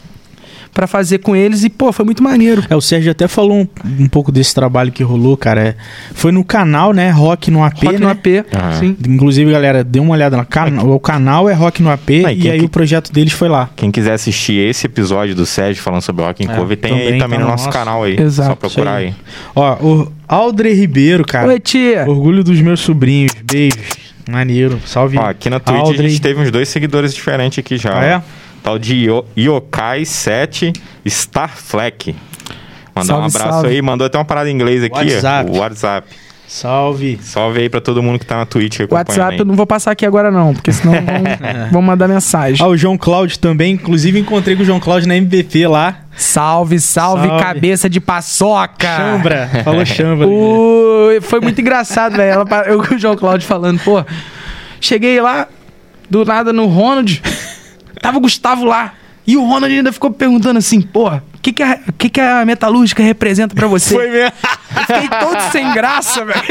Pra fazer com eles e, pô, foi muito maneiro. É, o Sérgio até falou um, um pouco desse trabalho que rolou, cara. É, foi no canal, né? Rock no A P, Rock né? no A P, Aham. sim. Inclusive, galera, dê uma olhada no canal. O canal é Rock no A P Ah, e e quem aí que- o projeto deles foi lá. Quem quiser assistir esse episódio do Sérgio falando sobre Rock in É, Cover, tem também aí também tá no no nosso nosso. canal aí. Exato, Só procurar isso aí. Ó, o Aldre Ribeiro, cara. Oi, tia. Orgulho dos meus sobrinhos. Beijos. Maneiro. Salve. Ó, aqui na Twitch a Aldre. gente teve uns dois seguidores diferentes aqui já. Ah, é? ó. Tal de Io- Yokai sete Starfleck. Mandar um Salve, abraço salve. aí. Mandou até uma parada em inglês aqui. ó. WhatsApp. O WhatsApp. Salve. Salve aí pra todo mundo que tá na Twitch O acompanhando WhatsApp aí. eu não vou passar aqui agora não, porque senão vão, vão mandar mensagem. Ah, o João Cláudio também. Inclusive, encontrei com o João Cláudio na M V P lá. Salve, salve, Salve. cabeça de paçoca. Chambra. Falou chambra. O... Foi muito engraçado, velho. Ela pa- Eu com o João Cláudio falando, pô. Cheguei lá, do nada no Ronald, tava o Gustavo lá. E o Ronald ainda ficou perguntando assim, pô, o que, que, a- o que, que a metalúrgica representa pra você? Foi mesmo. Eu fiquei todo sem graça, velho.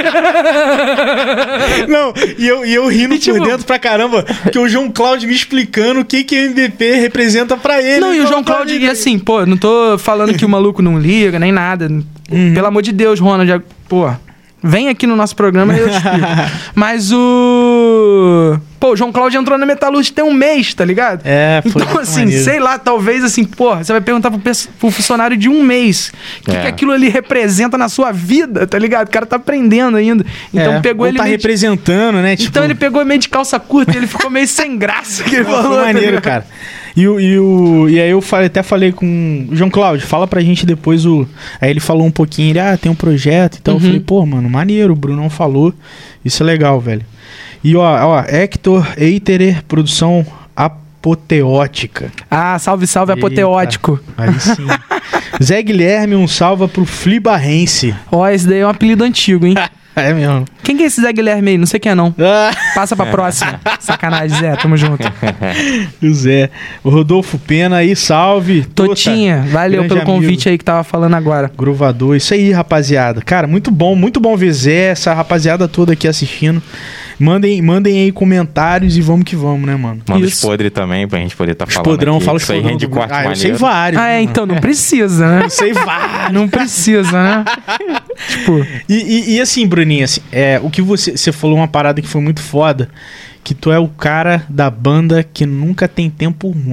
Não, e eu, e eu rindo E, tipo- por dentro pra caramba, porque o João Cláudio me explicando o que, que o M V P representa pra ele. Não, e o Ele João falou pra Cláudio, mim, e assim, pô, não tô falando que o maluco não liga, nem nada. Uhum. Pelo amor de Deus, Ronald, já- pô, vem aqui no nosso programa e eu te explico. Mas o... Pô, o João Cláudio entrou na Metalúrgica tem um mês, tá ligado? É, foi Então, muito assim, maneiro. sei lá, talvez assim, porra, você vai perguntar pro, pes- pro funcionário de um mês o que, É. que aquilo ali representa na sua vida, tá ligado? O cara tá aprendendo ainda. Então É, pegou ou ele tá meio de... representando, né? Tipo, Então ele pegou meio de calça curta e ele ficou meio sem graça. Que ele Pô, falou, foi tá maneiro, ligado? cara. E, o, e, o, e aí eu falei, até falei com o João Cláudio, fala pra gente depois o... Aí ele falou um pouquinho, ele, ah, tem um projeto e tal. Uhum. Eu falei, pô, mano, maneiro, o Brunão falou. Isso é legal, velho. E ó, ó Hector Eiterer, produção apoteótica. Ah, salve, salve, Eita. apoteótico. Aí sim. Zé Guilherme, um salva pro Flibarrense. Ó, esse daí é um apelido antigo, hein? É mesmo. Quem que é esse Zé Guilherme aí? Não sei quem é, não. Ah, Passa pra próxima. Sacanagem, Zé. Tamo junto. o Zé. O Rodolfo Pena aí, salve. Tota, Totinha, valeu grande pelo convite aí que tava falando agora. Gruvador, isso aí, rapaziada. Cara, muito bom, muito bom ver Zé, essa rapaziada toda aqui assistindo. Mandem, mandem aí comentários e vamos que vamos, né, mano? Manda os Isso. podres também, pra gente poder estar Os falando podrão, aqui. fala os Isso aí podrão. rende do- corte Ah, eu maneiro. sei vários. Ah, é, né, então, não precisa, né? mano? Eu sei vários. Não precisa, né? Tipo, E, e, e assim, Bruninho, assim, é, o que você, você falou uma parada que foi muito foda, que tu é o cara da banda que nunca tem tempo ruim.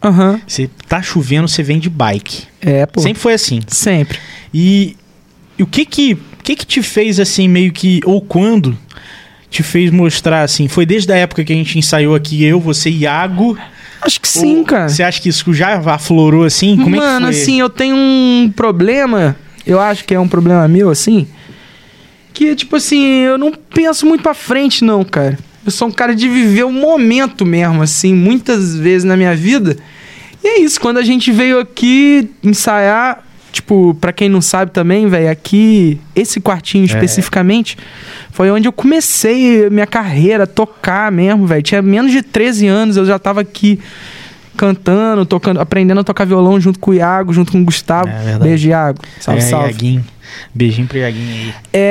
Aham. Você tá chovendo, você vem de bike. É, pô. Sempre foi assim. Sempre. E, e o que que, o que que te fez assim, meio que... Ou quando te fez mostrar assim? Foi desde a época que a gente ensaiou aqui, eu, você e Iago? Acho que sim, Ou cara. Você acha que isso já aflorou assim? Como Mano, é que foi? assim, eu tenho um problema, eu acho que é um problema meu, assim, que, tipo assim, eu não penso muito pra frente, não, cara. Eu sou um cara de viver o momento mesmo, assim, muitas vezes na minha vida. E é isso, quando a gente veio aqui ensaiar, tipo, pra quem não sabe também, velho, aqui, esse quartinho especificamente, foi onde eu comecei minha carreira, a tocar mesmo, velho. Tinha menos de treze anos, eu já tava aqui cantando, tocando, aprendendo a tocar violão junto com o Iago, junto com o Gustavo. É verdade. Beijo, Iago. Salve, é, salve. Iaguinho. Beijinho pro Iaguinho aí.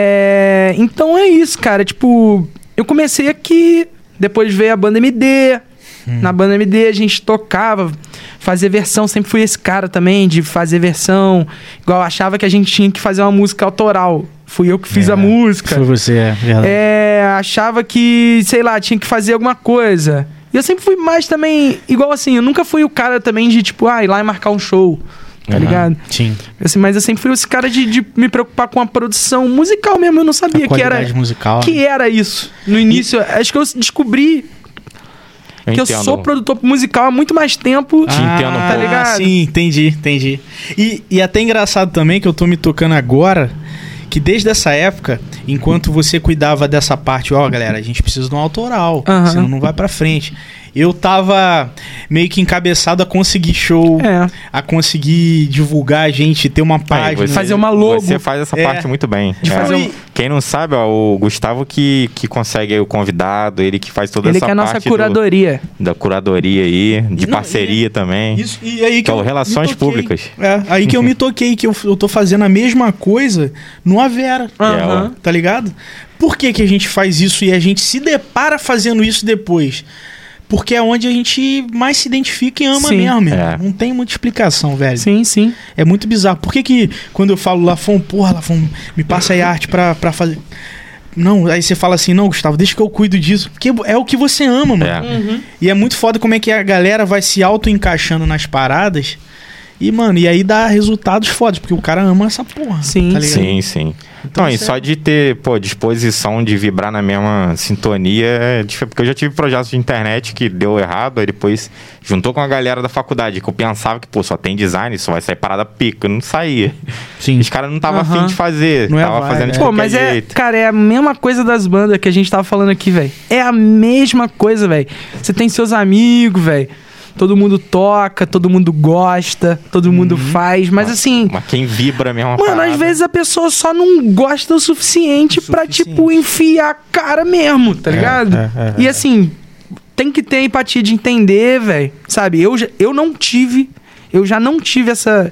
É, então é isso, cara. Tipo, eu comecei aqui, depois veio a banda M D. Hum. Na banda M D a gente tocava, fazia versão. Sempre fui esse cara também de fazer versão. Igual eu achava que a gente tinha que fazer uma música autoral. Fui eu que fiz é, a música. Foi você, é verdade. É, achava que, sei lá, tinha que fazer alguma coisa. E eu sempre fui mais também, igual assim, eu nunca fui o cara também de tipo, ah, ir lá e marcar um show. Tá Uhum. ligado? Sim. Assim, mas eu sempre fui esse cara de, de me preocupar com a produção musical mesmo. Eu não sabia A que era, qualidade musical. que era isso. No início, acho que eu descobri Eu que eu entendo. sou produtor musical há muito mais tempo. Te entendo um tá pouco. ligado? Sim, entendi, entendi. E, e até engraçado também que eu tô me tocando agora, que desde essa época, enquanto você cuidava dessa parte, ó, galera, a gente precisa de um autoral, Aham. senão não vai pra frente. Eu tava meio que encabeçado a conseguir show, É. a conseguir divulgar a gente, ter uma Aí, página. você- Fazer uma logo. Você faz essa É. parte muito bem. De É. fazer um- Quem não sabe, ó, o Gustavo que, que consegue aí o convidado, ele que faz toda Ele essa que é a nossa parte do- curadoria. da curadoria aí, de Não, parceria também. Isso, e aí que Que é o eu Relações me toquei. Públicas. É, aí que eu me toquei, que eu, eu tô fazendo a mesma coisa no Avera. Aham. Tá ligado? Por que que a gente faz isso e a gente se depara fazendo isso depois? Porque é onde a gente mais se identifica e ama Sim. mesmo, irmão. É. Não tem muita explicação, velho. Sim, sim. É muito bizarro. Por que que quando eu falo Lafon, porra, Lafon, me passa aí arte pra, pra fazer... Não, aí você fala assim, não, Gustavo, deixa que eu cuido disso. Porque é o que você ama, mano. É. Uhum. E é muito foda como é que a galera vai se auto-encaixando nas paradas. E, mano, e aí dá resultados fodas, porque o cara ama essa porra. Sim, tá ligado? Sim, sim. Então, e isso só é- de ter, pô, disposição de vibrar na mesma sintonia, é difícil, porque eu já tive projetos de internet que deu errado, aí depois juntou com a galera da faculdade, que eu pensava que, pô, só tem design, só vai sair parada pica, não saía. Sim. Os caras não estavam Aham. afim de fazer, Não é tava vibe, fazendo de é. Pô, qualquer mas é, jeito. cara, é a mesma coisa das bandas que a gente tava falando aqui, velho. É a mesma coisa, velho. Você tem seus amigos, velho. Todo mundo toca, todo mundo gosta, todo mundo faz, mas assim, Mas quem vibra mesmo uma mano, parada. às vezes a pessoa só não gosta o suficiente, O pra, suficiente. tipo, enfiar a cara mesmo, tá ligado? é, é, e é. assim, tem que ter a empatia de entender, velho. Sabe, eu, já- eu não tive, eu já não tive essa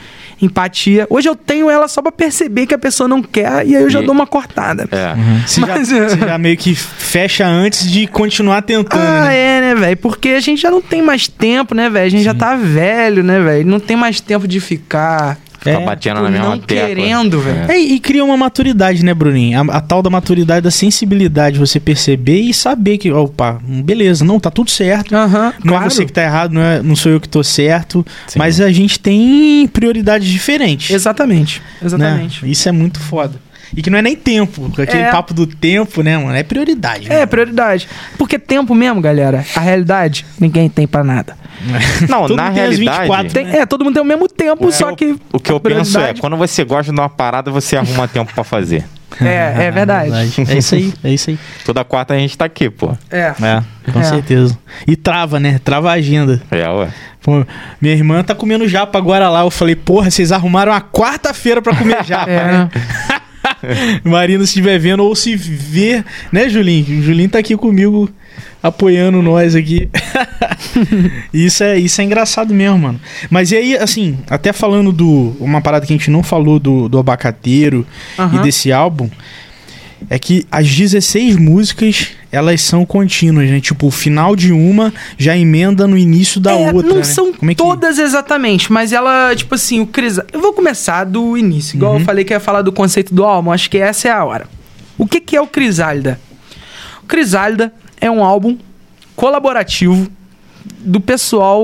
empatia. Hoje eu tenho ela só pra perceber que a pessoa não quer e aí eu já E- dou uma cortada. É. Você, Mas- já, você já meio que fecha antes de continuar tentando, Ah, né? é, né, velho? Porque a gente já não tem mais tempo, né, velho? A gente já tá velho, né, velho? Não tem mais tempo de ficar Ficar É, batendo tipo, na mesma não tecla. querendo, velho. É, e cria uma maturidade, né, Bruninho? A, a tal da maturidade, da sensibilidade, você perceber e saber que, opa, beleza, não, tá tudo certo. Aham, Não claro. é você que tá errado, não, é, não sou eu que tô certo. Sim. Mas a gente tem prioridades diferentes. Exatamente, exatamente. Né? Isso é muito foda. E que não é nem tempo. Aquele É. papo do tempo, né, mano? É prioridade. É, né? prioridade. Porque tempo mesmo, galera, a realidade, ninguém tem pra nada. Não, Todo na mundo tem as vinte e realidade, quatro, Tem- é, todo mundo tem o mesmo tempo, só que... o que eu a penso é, prioridade- quando você gosta de uma parada, você arruma tempo pra fazer. É, é verdade. É isso aí, é isso aí. Toda quarta a gente tá aqui, pô. É. É, com É. certeza. E trava, né? Trava a agenda. É, ué. Pô, minha irmã tá comendo japa agora lá. Eu falei, porra, vocês arrumaram a quarta-feira pra comer japa, É. né? Marina, se estiver vendo ou se ver, né, Julinho? O Julinho tá aqui comigo, apoiando nós aqui. isso, é, isso é engraçado mesmo, mano. Mas e aí, assim, até falando do... Uma parada que a gente não falou do, do Abacateiro e Aham. desse álbum, é que as dezesseis músicas, elas são contínuas, né? Tipo, o final de uma já emenda no início da É, outra, não né? são Como é que... todas exatamente, mas ela, tipo assim, o Cris... Eu vou começar do início, igual Uhum. eu falei que ia falar do conceito do álbum, acho que essa é a hora. O que, que é o Crisálida? O Crisálida é um álbum colaborativo do pessoal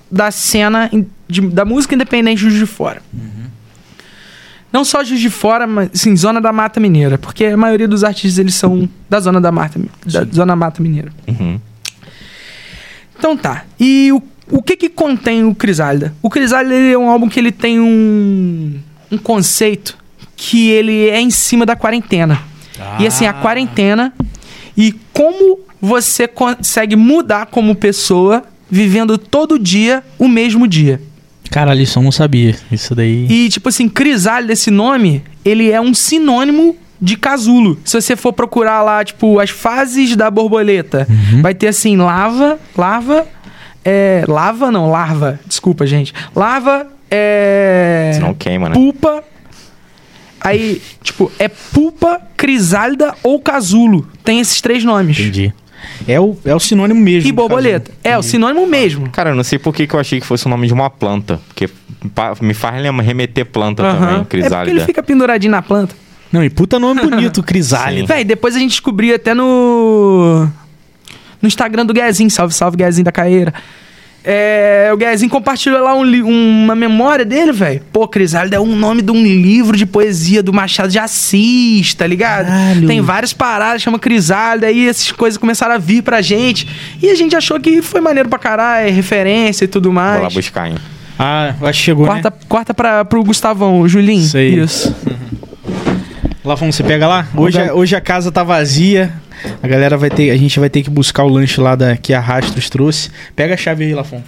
da cena in- de- da música independente de Juiz de Fora. Não só Juiz de Fora, mas sim, Zona da Mata Mineira. Porque a maioria dos artistas, eles são da Zona da Mata, da Zona Mata Mineira. Uhum. Então tá. E o, o que que contém o Crisálida? O Crisálida, ele é um álbum que ele tem um, um conceito que ele é em cima da quarentena. Ah. E assim, a quarentena e como você consegue mudar como pessoa vivendo todo dia o mesmo dia. Caralho, isso eu não sabia. Isso daí... E tipo assim, Crisálida, esse nome, ele é um sinônimo de casulo. Se você for procurar lá, tipo, as fases da borboleta, Uhum. vai ter assim, lava, lava, é... Lava não, larva, desculpa, gente. Lava, é... Senão queima, né? Pupa. Aí, tipo, é pupa, crisálida ou casulo. Tem esses três nomes. Entendi. É o, é o sinônimo mesmo. E borboleta. É, o sinônimo mesmo. Cara, eu não sei por que, que eu achei que fosse o nome de uma planta. Porque pa- me faz lembra- remeter planta Aham. também, É porque crisálida. ele fica penduradinho na planta. Não, e puta nome bonito, Crisálida. Véi, depois a gente descobriu até no... No Instagram do Guezinho. Salve, salve, Guezinho da Caeira. É, o Guezinho compartilhou lá um li- uma memória dele, velho. Pô, Crisálida é um nome de um livro de poesia do Machado de Assis, tá ligado? Caralho. Tem várias paradas, chama Crisálida, aí essas coisas começaram a vir pra gente. E a gente achou que foi maneiro pra caralho, referência e tudo mais. Vou lá buscar, hein? Ah, eu acho que chegou, Corta, né? corta pra, pro Gustavão, o Julinho. Isso aí. Isso. Lafon, você pega lá? Hoje, a- hoje a casa tá vazia. A galera vai ter... A gente vai ter que buscar o lanche lá da, que a Rastros trouxe. Pega a chave aí, Lafon.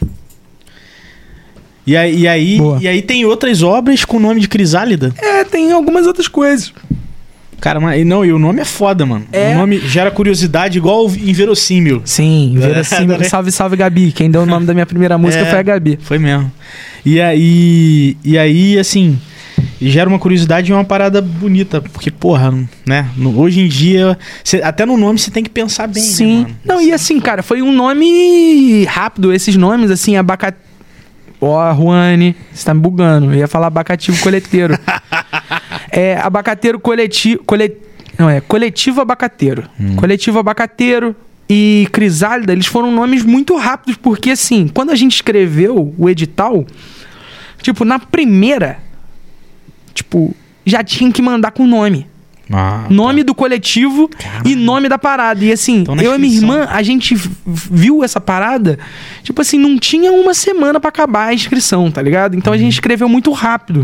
E aí, e, aí, Boa. e aí tem outras obras com o nome de Crisálida. É, tem algumas outras coisas. Cara, mas, não, e o nome é foda, mano. É. O nome gera curiosidade igual o inverossímil. Sim, verossímil. né? Salve, salve, Gabi. Quem deu o nome da minha primeira música É. foi a Gabi. Foi mesmo. E aí, e aí assim, gera uma curiosidade e uma parada bonita. Porque, porra, né? no- hoje em dia, cê- até no nome você tem que pensar bem, Sim. né, mano? Não, e assim, cara, foi um nome rápido. Esses nomes, assim, abacate... Ó, Juane, você tá me bugando. Eu ia falar abacativo coleteiro. É, abacateiro coletivo... Colet... Não, é coletivo abacateiro. Coletivo abacateiro e Crisálida, eles foram nomes muito rápidos. Porque, assim, quando a gente escreveu o edital, tipo, na primeira, tipo, já tinha que mandar com nome. Ah, Nome do coletivo e nome da parada. E assim, Então, na eu e minha inscrição. irmã, a gente v- viu essa parada, tipo assim, não tinha uma semana pra acabar a inscrição, tá ligado? Então a Uhum. gente escreveu muito rápido.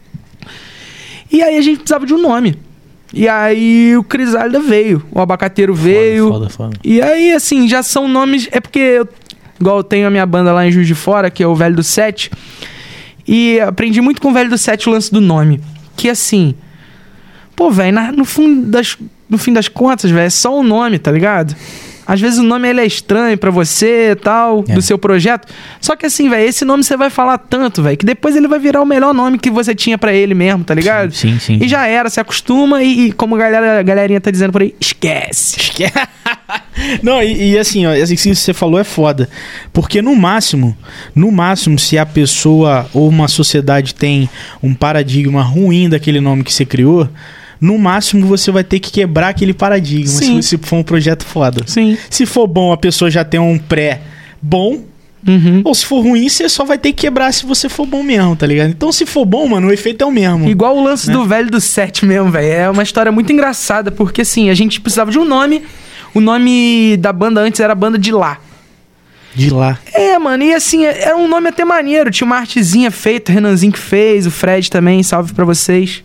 E aí a gente precisava de um nome. E aí o Crisálida veio, o Abacateiro veio. Foda, foda. E aí, assim, já são nomes. É porque, eu, igual eu tenho a minha banda lá em Juiz de Fora, que é o Velho do Sete. E aprendi muito com o Velho do Sete o lance do nome. Que assim. Pô, velho, no, fundo das- no fim das contas, velho, é só o nome, tá ligado? Às vezes o nome ele é estranho pra você e tal, É. do seu projeto. Só que assim, velho, esse nome você vai falar tanto, velho, que depois ele vai virar o melhor nome que você tinha pra ele mesmo, tá ligado? Sim, sim. E já era, se acostuma e, e como a, galera, a galerinha tá dizendo por aí, esquece. Não, e, e assim, ó, assim, isso que você falou é foda. Porque no máximo, no máximo, se a pessoa ou uma sociedade tem um paradigma ruim daquele nome que você criou, no máximo você vai ter que quebrar aquele paradigma Sim. se, se for um projeto foda. Sim. Se for bom, a pessoa já tem um pré-bom. Uhum. Ou se for ruim, você só vai ter que quebrar se você for bom mesmo, tá ligado? Então, se for bom, mano, o efeito é o mesmo. Igual o lance do Velho do Sete mesmo, velho. É uma história muito engraçada, porque assim, a gente precisava de um nome. O nome da banda antes era Banda de Lá. De lá. É, mano, e assim, era um nome até maneiro. Tinha uma artezinha feita, o Renanzinho que fez, o Fred também, salve pra vocês.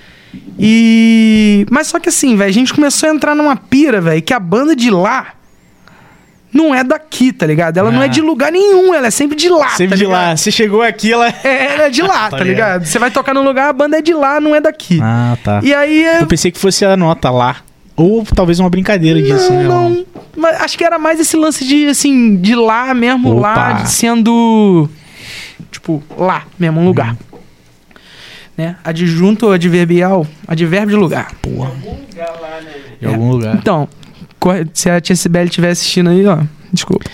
E... Mas só que assim, velho, a gente começou a entrar numa pira, velho, que a Banda de Lá não é daqui, tá ligado? Ela não Ah. é de lugar nenhum, ela é sempre de lá, Sempre tá de ligado? lá. Você chegou aqui, ela... É, ela é de lá, Tá tá, ligado. ligado? Você vai tocar num lugar, a banda é de lá, não é daqui. Ah, tá. E aí... é- Eu pensei que fosse a nota lá. Ou talvez uma brincadeira disso, né? Não, não. Mas acho que era mais esse lance de, assim, de lá mesmo, Opa. lá, de sendo... Tipo, lá mesmo, um lugar. Né? Adjunto ou adverbial, advérbio de lugar. Porra. Em É. algum lugar. Então, co- se a Tia Sibeli estiver assistindo aí, ó, desculpa.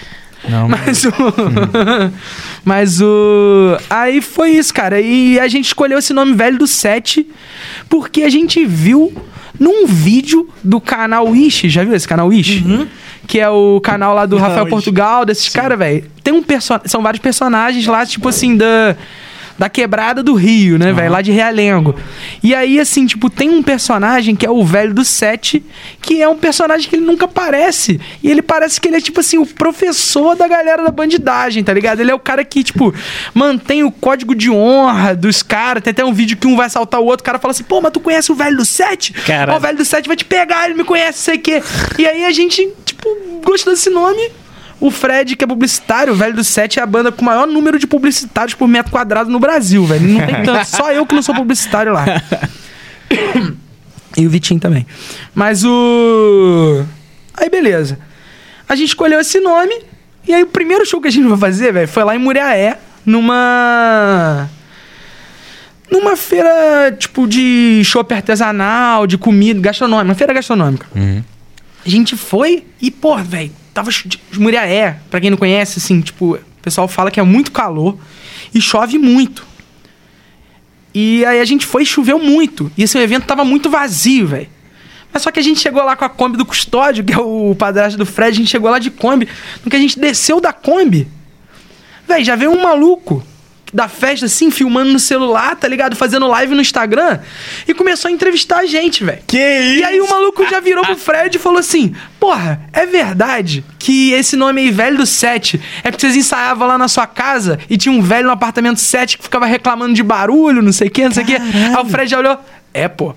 Não. Mas o... Mas o... Aí foi isso, cara. E a gente escolheu esse nome Velho do Sete porque a gente viu num vídeo do canal Ishi. Já viu esse canal Ishi? Uhum. Que é o canal lá do Não, Rafael Ishi. Portugal, desses caras, velho. Tem um person... São vários personagens lá, tipo assim, da... Da quebrada do Rio, né, velho? Lá de Realengo. E aí, assim, tipo, tem um personagem que é o Velho do Sete, que é um personagem que ele nunca aparece. E ele parece que ele é, tipo assim, o professor da galera da bandidagem, tá ligado? Ele é o cara que, tipo, mantém o código de honra dos caras. Tem até um vídeo que um vai assaltar o outro, o cara fala assim, pô, mas tu conhece o Velho do Sete? Caralho. Ó, o Velho do Sete vai te pegar, ele me conhece, sei o quê. E aí a gente, tipo, gostou desse nome. O Fred, que é publicitário, o Velho do Sete é a banda com o maior número de publicitários por metro quadrado no Brasil, velho. Não tem tanto. Só eu que não sou publicitário lá. E o Vitinho também. Mas o... Aí, beleza. A gente escolheu esse nome. E aí, o primeiro show que a gente vai fazer, velho, foi lá em Muriaé, numa... Numa feira, tipo, de chopp artesanal, de comida, gastronômica. Uma feira gastronômica. Uhum. A gente foi e, pô, velho, tava de Muriaé, pra quem não conhece, assim, tipo, o pessoal fala que é muito calor e chove muito. E aí a gente foi e choveu muito. E esse evento tava muito vazio, velho. Mas só que a gente chegou lá com a Kombi do Custódio, que é o padrasto do Fred, a gente chegou lá de Kombi. No que a gente desceu da Kombi, velho, já veio um maluco da festa, assim, filmando no celular, tá ligado? Fazendo live no Instagram. E começou a entrevistar a gente, velho. Que isso? E aí o maluco já virou pro Fred e falou assim, porra, é verdade que esse nome aí, Velho do Sete, é porque vocês ensaiavam lá na sua casa e tinha um velho no apartamento sete que ficava reclamando de barulho, não sei o que, não sei o que. Aí o Fred já olhou, é, pô.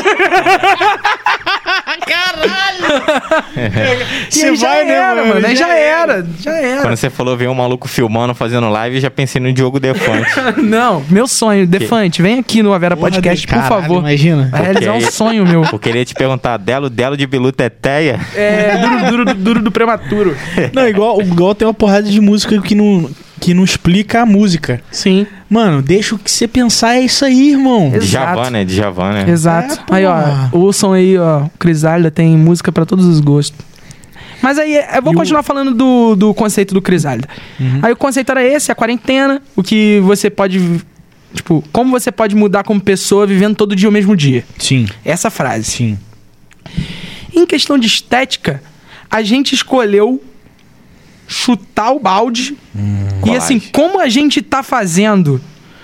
E Você aí já vai, né, era, mano? mano. Aí Já já era, já era. Quando você falou, veio um maluco filmando, fazendo live, eu já pensei no Diogo Defante. Não, meu sonho, Defante, vem aqui no Avera Porra, Podcast, por caralho, favor. imagina. Vai realizar um Porque aí- sonho meu. Eu queria te perguntar, Delo, Delo de Bilu Teteia? É, duro, duro, duro do prematuro. Não, igual, igual tem uma porrada de música que não, que não explica a música. Sim, Mano, deixa o que você pensar é isso aí, irmão. Exato. Djavan, né? Djavan, né? exato. É, pô. aí, ó, ouçam aí, ó, o Crisálida tem música pra todos os gostos. Mas aí, eu vou E o- continuar falando do, do conceito do Crisálida. Uhum. Aí o conceito era esse, a quarentena, o que você pode, tipo, como você pode mudar como pessoa vivendo todo dia o mesmo dia. Sim, Essa frase. sim. Em questão de estética, a gente escolheu chutar o balde. E colagem. assim, como a gente tá fazendo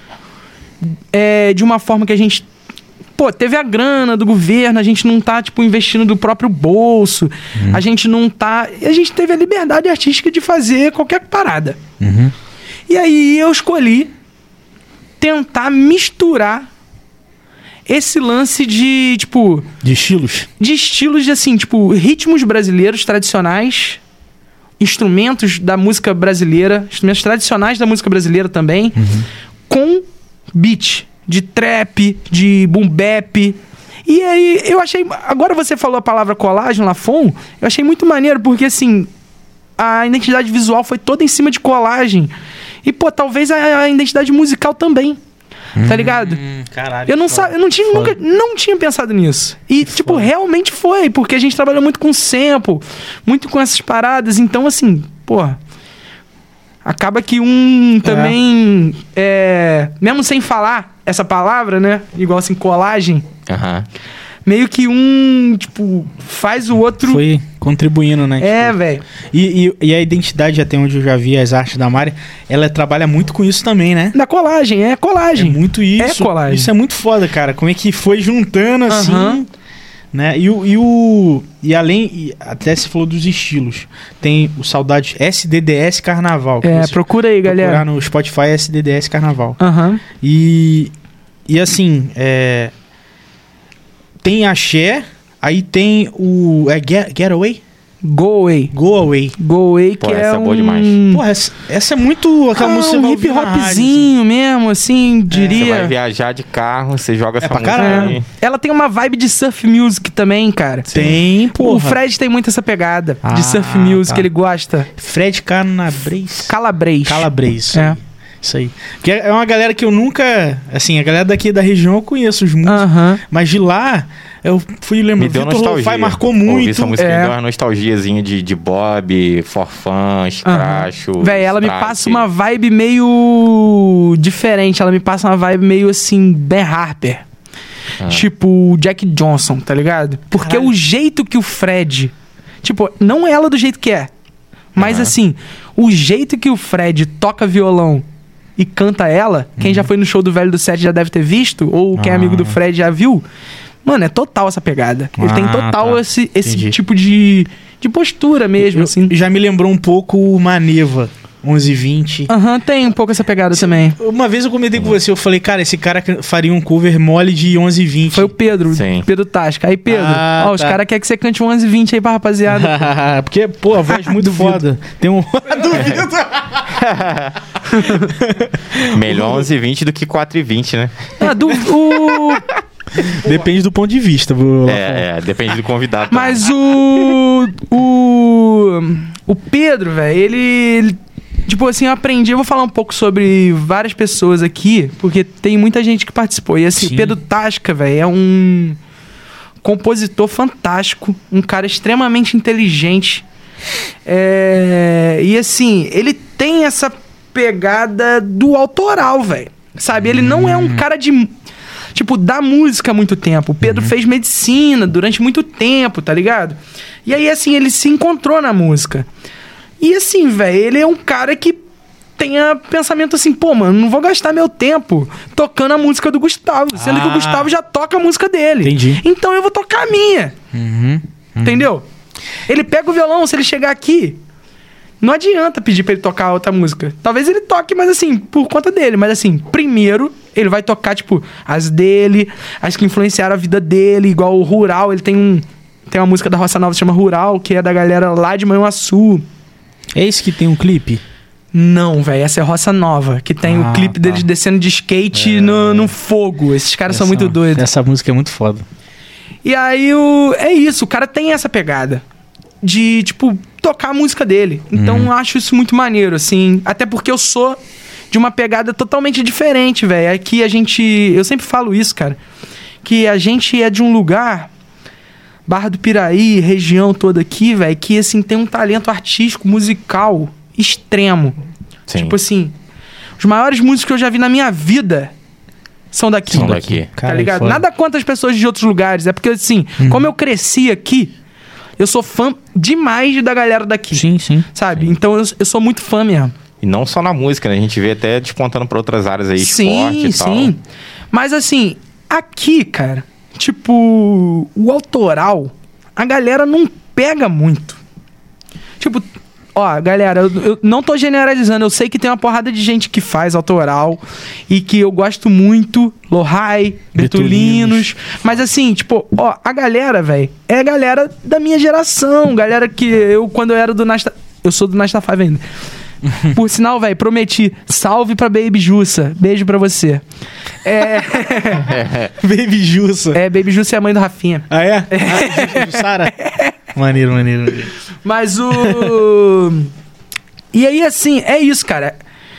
é, de uma forma que a gente... Pô, teve a grana do governo, a gente não tá, tipo, investindo do próprio bolso. A gente não tá... A gente teve a liberdade artística de fazer qualquer parada. Uhum. E aí eu escolhi tentar misturar esse lance de, tipo... De estilos? de estilos de, assim, tipo, ritmos brasileiros tradicionais, instrumentos da música brasileira, instrumentos tradicionais da música brasileira também, com beat, de trap, de boom bap. E aí, eu achei... Agora você falou a palavra colagem, Lafon, eu achei muito maneiro, porque, assim, a identidade visual foi toda em cima de colagem. E, pô, talvez a, a identidade musical também, tá ligado? Hum, caralho. Eu não, sa eu não tinha, nunca, não tinha pensado nisso. E, tipo, realmente foi, porque a gente trabalhou muito com sample, muito com essas paradas. Então, assim, porra, acaba que um também, é, mesmo sem falar essa palavra, né? Igual assim, colagem, Aham. meio que um, tipo, faz o outro... Foi contribuindo, né? É, Tipo, velho. e, e, e a identidade, até onde eu já vi as artes da Mari, ela trabalha muito com isso também, né? Da colagem, é É colagem. muito isso. É colagem. Isso é muito foda, cara. Como é que foi juntando assim, Aham. né? E o, e o e além, e até se falou dos estilos. Tem o Saudade S D D S Carnaval. que É, você procura aí, procurar galera. no Spotify S D D S Carnaval. Aham. E e assim, é, tem axé, aí tem o é Get, Getaway, Go Away. Go Away. Go Away, Pô, que essa é é um... boa demais. Porra, essa, essa é muito aquela Ah, música que você um vai hip ouvir na rádio, assim. hopzinho mesmo, assim, Você diria. vai viajar de carro, você joga essa pra música caralho. aí. Ela tem uma vibe de surf music também, cara. Tem, porra. O Fred tem muito essa pegada Ah, de surf music, tá. ele gosta. Fred Calabrese. Calabrês. Calabrese, isso É. aí. Isso aí. Porque é uma galera que eu nunca... Assim, a galera daqui da região eu conheço os músicos. Aham. Mas de lá, Eu fui lembrar. Me deu Vitor nostalgia. Lo-Fi marcou Ouvi muito. essa música É. me deu uma nostalgiazinha de, de Bob, Forfã, Scratcho. Véi, ela me Strike. passa uma vibe meio diferente. Ela me passa uma vibe meio assim, Ben Harper. Ah. Tipo Jack Johnson, tá ligado? Porque Caralho. o jeito que o Fred... Tipo, não ela do jeito que é. Mas Aham. assim, o jeito que o Fred toca violão e canta ela, quem já foi no show do Velho do Sete já deve ter visto, ou quem é amigo do Fred já viu. Mano, é total essa pegada. Ele tem Ah, total tá. esse, esse Entendi. tipo de, de postura mesmo, Eu- assim. Já me lembrou um pouco o Maneva, onze e vinte. Aham, tem um pouco essa pegada também. Uma vez eu comentei com você, eu falei, cara, esse cara faria um cover mole de onze e vinte. Foi o Pedro, Sim. Pedro Tasca. Aí, Pedro, Ah, ó, os tá. caras querem que você cante um onze e vinte aí pra rapaziada. Porque, pô, a voz muito foda. Tem um... Duvido. Melhor onze e vinte do que quatro e vinte, né? Ah, do, o, Depende do ponto de vista. Vou lá falar. É, é, depende do convidado. mas o. O. O Pedro, velho, ele, ele. Tipo assim, eu aprendi. Eu vou falar um pouco sobre várias pessoas aqui, porque tem muita gente que participou. E assim, Sim. Pedro Tasca, velho, é um compositor fantástico, um cara extremamente inteligente. É, e assim, ele tem essa pegada do autoral, velho. Sabe? Ele não é um cara de. Tipo, da música há muito tempo. O Pedro fez medicina durante muito tempo, tá ligado? E aí, assim, ele se encontrou na música. E assim, velho, ele é um cara que tenha pensamento assim, pô, mano, não vou gastar meu tempo tocando a música do Gustavo, sendo que o Ah. Gustavo já toca a música dele. Entendi. Então eu vou tocar a minha. Uhum. Entendeu? Ele pega o violão, se ele chegar aqui, não adianta pedir pra ele tocar outra música. Talvez ele toque, mas assim, por conta dele. Mas assim, primeiro, ele vai tocar, tipo, as dele, as que influenciaram a vida dele, igual o Rural. Ele tem um. Tem uma música da Roça Nova que se chama Rural, que é da galera lá de Manhuaçu. É esse que tem um clipe? Não, velho, essa é Roça Nova, que tem Ah, o clipe tá. deles descendo de skate no, no fogo. Esses caras são muito doidos. Essa música é muito foda. E aí, o... é isso, o cara tem essa pegada de, tipo, tocar a música dele. Então, eu acho isso muito maneiro, assim. Até porque eu sou de uma pegada totalmente diferente, velho. Aqui a gente... Eu sempre falo isso, cara. Que a gente é de um lugar... Barra do Piraí, região toda aqui, velho, que, assim, tem um talento artístico, musical extremo. Sim. Tipo assim, os maiores músicos que eu já vi na minha vida são daqui. São daqui. Tá Cara, ligado? foda. Nada contra as pessoas de outros lugares. É porque, assim, como eu cresci aqui, eu sou fã demais da galera daqui. Sim, sim. Sabe? Então eu, eu sou muito fã mesmo. E não só na música, né? A gente vê até despontando pra outras áreas aí, esporte Sim, e tal. sim. Mas assim, aqui, cara, tipo, o autoral, a galera não pega muito. Tipo, ó, galera, eu, eu não tô generalizando, eu sei que tem uma porrada de gente que faz autoral e que eu gosto muito, Lohai, Bertolinos, mas assim, tipo, ó, a galera, velho, é a galera da minha geração, galera que eu, quando eu era do Nasta... Eu sou do Nasta Five ainda. Por sinal, velho, prometi, salve pra Baby Jussa, beijo pra você. É, Baby Jussa. é Baby Jussa é a mãe do Rafinha. Ah, é? Ah, Jussara? Maneiro, maneiro, maneiro. Mas o. E aí, assim, é isso, cara.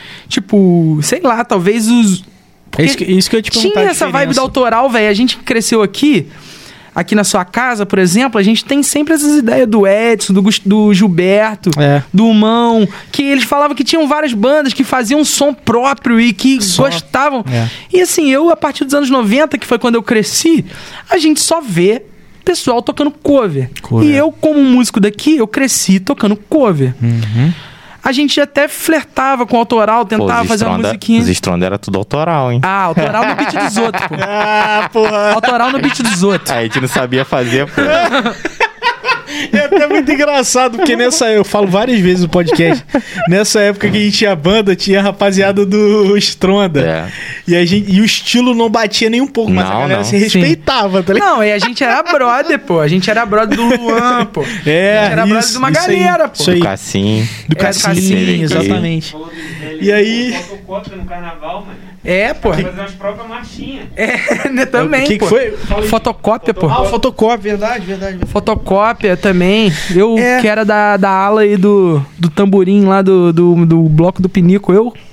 Tipo, sei lá, talvez os. É isso que, isso que eu ia te perguntar. Tinha a essa vibe diferença. do autoral, velho. A gente que cresceu aqui, aqui na sua casa, por exemplo, a gente tem sempre essas ideias do Edson, do, Gus- do Gilberto, É. do Mão, que eles falavam que tinham várias bandas que faziam um som próprio e que Só. gostavam. É. E assim, eu, a partir dos anos noventa, que foi quando eu cresci, a gente só vê pessoal tocando cover. Cover. E eu, como músico daqui, eu cresci tocando cover. Uhum. A gente até flertava com o autoral, Pô, tentava os fazer uma Stronda- musiquinha. Os Stronda era tudo autoral, hein? Ah, autoral no beat dos outros, pô. Ah, porra. Autoral no beat dos outros. A gente não sabia fazer, pô. É até muito engraçado, porque nessa... Eu falo várias vezes no podcast. Nessa época que a gente tinha banda, tinha a rapaziada do Stronda. É. E, a gente, e o estilo não batia nem um pouco, mas a Não, galera não. se Sim. respeitava, tá ligado? Não, e a gente era brother, pô. A gente era brother do Luan, pô. É, a gente era brother isso, de uma isso aí, galera, pô. isso aí. Do Cassim. Do É, do Cassim, Cassim, exatamente. Falou dos velhos, E aí- fotocópia no carnaval, mano. É, pô. Fazer umas próprias marchinhas. É, né, também, O que, que pô. foi? Fotocópia, pô. Ah, o fotocópia, verdade, verdade. verdade. Fotocópia também. Eu, É. que era da, da ala aí do, do tamborim lá do, do, do bloco do Pinico, eu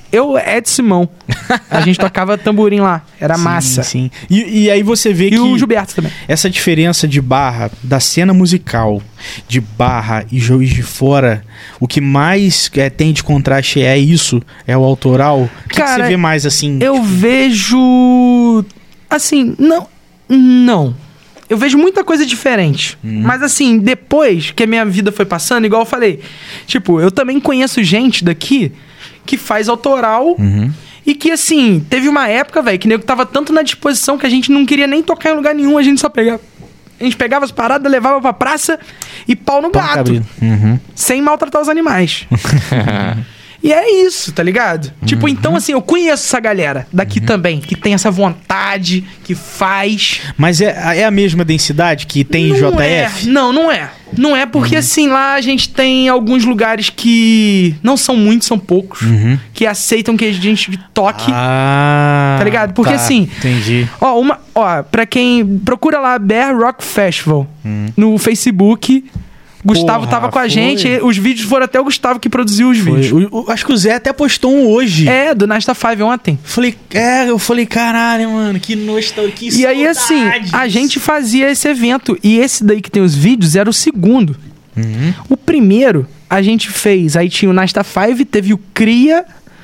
Eu, Ed Simão. A gente tocava tamborim lá. Era Sim, massa. Sim. E, e aí você vê E que o Gilberto também. essa diferença de Barra, da cena musical, de Barra e Juiz de Fora, o que mais é, tem de contraste é isso? É o autoral? O que, que Cara, você vê mais assim? Eu vejo... Assim, não... Não. Eu vejo muita coisa diferente. Uhum. Mas assim, depois que a minha vida foi passando, igual eu falei, tipo, eu também conheço gente daqui que faz autoral Uhum. e que, assim, teve uma época, velho, que nego tava tanto na disposição que a gente não queria nem tocar em lugar nenhum, a gente só pegava... A gente pegava as paradas, levava pra praça e pau no Pão gato. cabrito. Uhum. Sem maltratar os animais. E é isso, tá ligado? Tipo, então assim, eu conheço essa galera daqui também, que tem essa vontade, que faz. Mas é, é a mesma densidade que tem em Não J F? é. Não, não é. Não é porque assim, lá a gente tem alguns lugares que não são muitos, são poucos, Uhum. que aceitam que a gente toque. Ah, Tá ligado? Porque assim- Entendi. Ó, uma, ó, pra quem procura lá Bear Rock Festival no Facebook, Gustavo Porra, tava com a foi. gente, os vídeos foram até o Gustavo que produziu os Foi. vídeos. O- o- acho que o Zé até postou um hoje. É, do Nasta Five ontem. Falei, é, eu falei, caralho, mano, que nostalgia, que E aí, assim, saudades. a gente fazia esse evento. E esse daí que tem os vídeos era o segundo. Uhum. O primeiro, a gente fez. Aí tinha o Nasta Five, teve o Cria,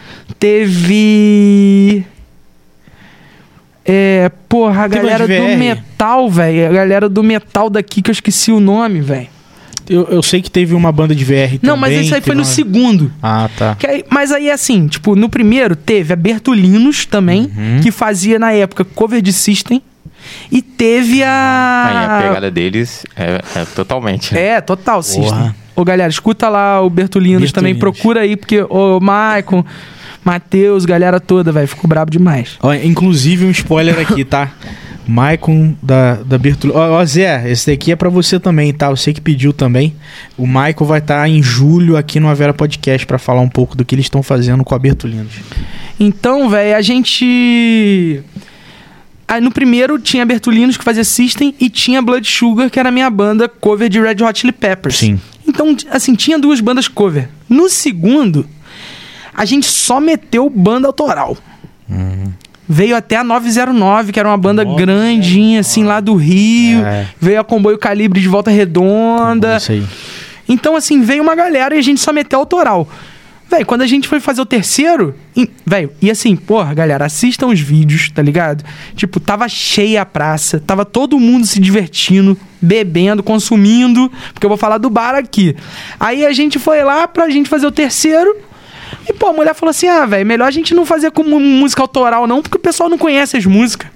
teve. É, porra, a Tem galera mais de V R? do metal, velho. A galera do metal daqui que eu esqueci o nome, velho. Eu, eu sei que teve uma banda de V R Não, também. mas isso aí foi teve no uma- segundo. Ah, tá. Que aí- mas aí, assim, tipo, no primeiro teve a Bertolinos também, Uhum. que fazia na época cover de System. E teve a. Aí a pegada deles é, é totalmente. né? É, total, System. Porra. Ô, galera, escuta lá o Bertolinos, também, Bertolinos. procura aí, porque o Maicon, Matheus, galera toda, velho, ficou brabo demais. Ó, inclusive um spoiler aqui, tá? Maicon da, da Bertolini. Ó, ó, Zé, esse daqui é pra você também, tá? Você que pediu também. O Maicon vai estar em julho aqui no Avera Podcast pra falar um pouco do que eles estão fazendo com a Bertolinos. Então, velho, a gente... Aí no primeiro tinha Bertolinos, que fazia System, e tinha Blood Sugar, que era a minha banda cover de Red Hot Chili Peppers. Sim. Então, assim, tinha duas bandas cover. No segundo, a gente só meteu banda autoral. Veio até a nove zero nove, que era uma banda nove zero nove. grandinha, assim, lá do Rio. É. Veio a Comboio Calibre de Volta Redonda. Isso aí. Então, assim, veio uma galera e a gente só meteu autoral. Véi, quando a gente foi fazer o terceiro... em- Véi, e assim, porra, galera, assistam os vídeos, tá ligado? Tipo, tava cheia a praça, tava todo mundo se divertindo, bebendo, consumindo, porque eu vou falar do bar aqui. Aí a gente foi lá pra gente fazer o terceiro... E, pô, a mulher falou assim, ah, velho, melhor a gente não fazer como música autoral não, porque o pessoal não conhece as músicas.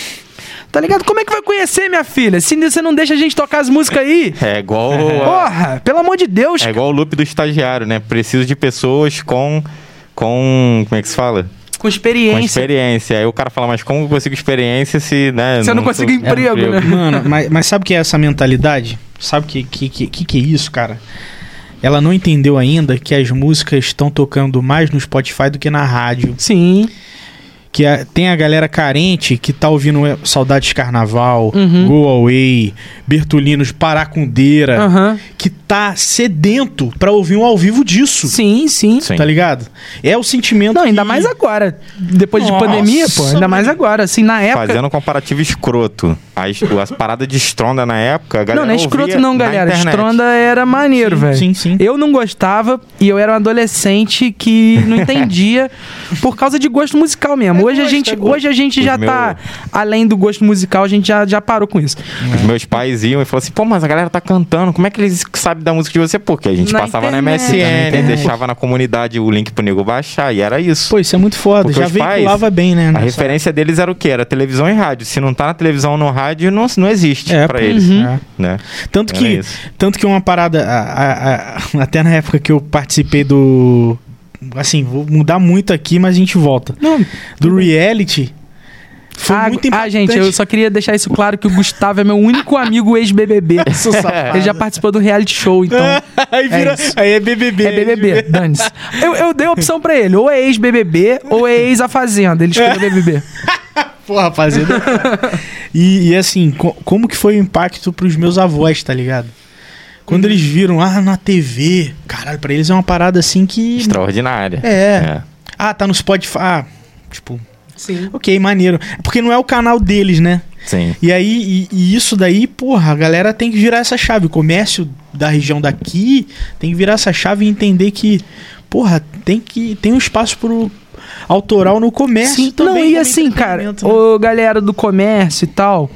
Tá ligado? Como é que vai conhecer, minha filha? Se você não deixa a gente tocar as músicas aí... É igual. Porra, pelo amor de Deus. É igual o loop do estagiário, né? Preciso de pessoas com. com. Como é que se fala? Com experiência. Com experiência. Aí o cara fala, mas como eu consigo experiência se, né? Você não consegue tô- emprego, né? Mano, mas, mas sabe o que é essa mentalidade? Sabe o que, que, que, que, que é isso, cara? Ela não entendeu ainda que as músicas estão tocando mais no Spotify do que na rádio. Sim. Que a- tem a galera carente que tá ouvindo é, Saudades de Carnaval, Uhum. Go Away, Bertolinos, Paracundeira, Aham. que tá sedento pra ouvir um ao vivo disso. Sim, sim. Sim. Tá ligado? É o sentimento. Não, ainda que- mais agora. Depois Nossa, de pandemia, pô. Ainda mais mano. agora. Assim, na época... Fazendo um comparativo escroto. As, as paradas de estronda na época, a galera Não, não é escroto ouvia não, na galera. internet. Stronda era maneiro, Sim, velho. sim, sim. Eu não gostava e eu era um adolescente que não entendia por causa de gosto musical mesmo. É hoje, a gosto, gente, é gosto. hoje a gente Os já meu- tá... Além do gosto musical, a gente já, já parou com isso. Os meus pais iam e falavam assim, pô, mas a galera tá cantando, como é que eles sabem da música de você? Porque a gente Na passava internet. na M S Na N, internet. deixava na comunidade o link pro nego baixar, e era isso. Pô, isso é muito foda. Porque Já os pais, veiculava bem, né? A nessa- referência deles era o quê? Era televisão e rádio. Se não tá na televisão ou no rádio, não, não existe É, pra pô. eles. Uhum. É. Né? Tanto Era que, isso. tanto que uma parada, a- a- a- até na época que eu participei do... Assim, vou mudar muito aqui, mas a gente volta. Não, Do reality, foi ah, muito ah, importante. gente, eu só queria deixar isso claro que o Gustavo é meu único amigo ex-B B B. Ele já participou do reality show, então... aí, vira, é isso. aí é B B B. É B B B, dane-se. Eu, eu dei a opção pra ele, ou é ex-B B B, ou é ex-A Fazenda. Ele escolheu B B B. Porra, rapaziada. e, e assim, co- como que foi o impacto pros meus avós, tá ligado? Quando eles viram, ah, na T V, caralho, pra eles é uma parada assim que... Extraordinária. É. Ah, tá no Spotify. Ah, tipo... Sim. Ok, maneiro. Porque não é o canal deles, né? Sim. E aí, e, e isso daí, porra, a galera tem que virar essa chave. O comércio da região daqui tem que virar essa chave e entender que, porra, tem que tem um espaço pro autoral no comércio Sim, também. não, e como assim, cara, entretenimento, né? ô galera do comércio e tal,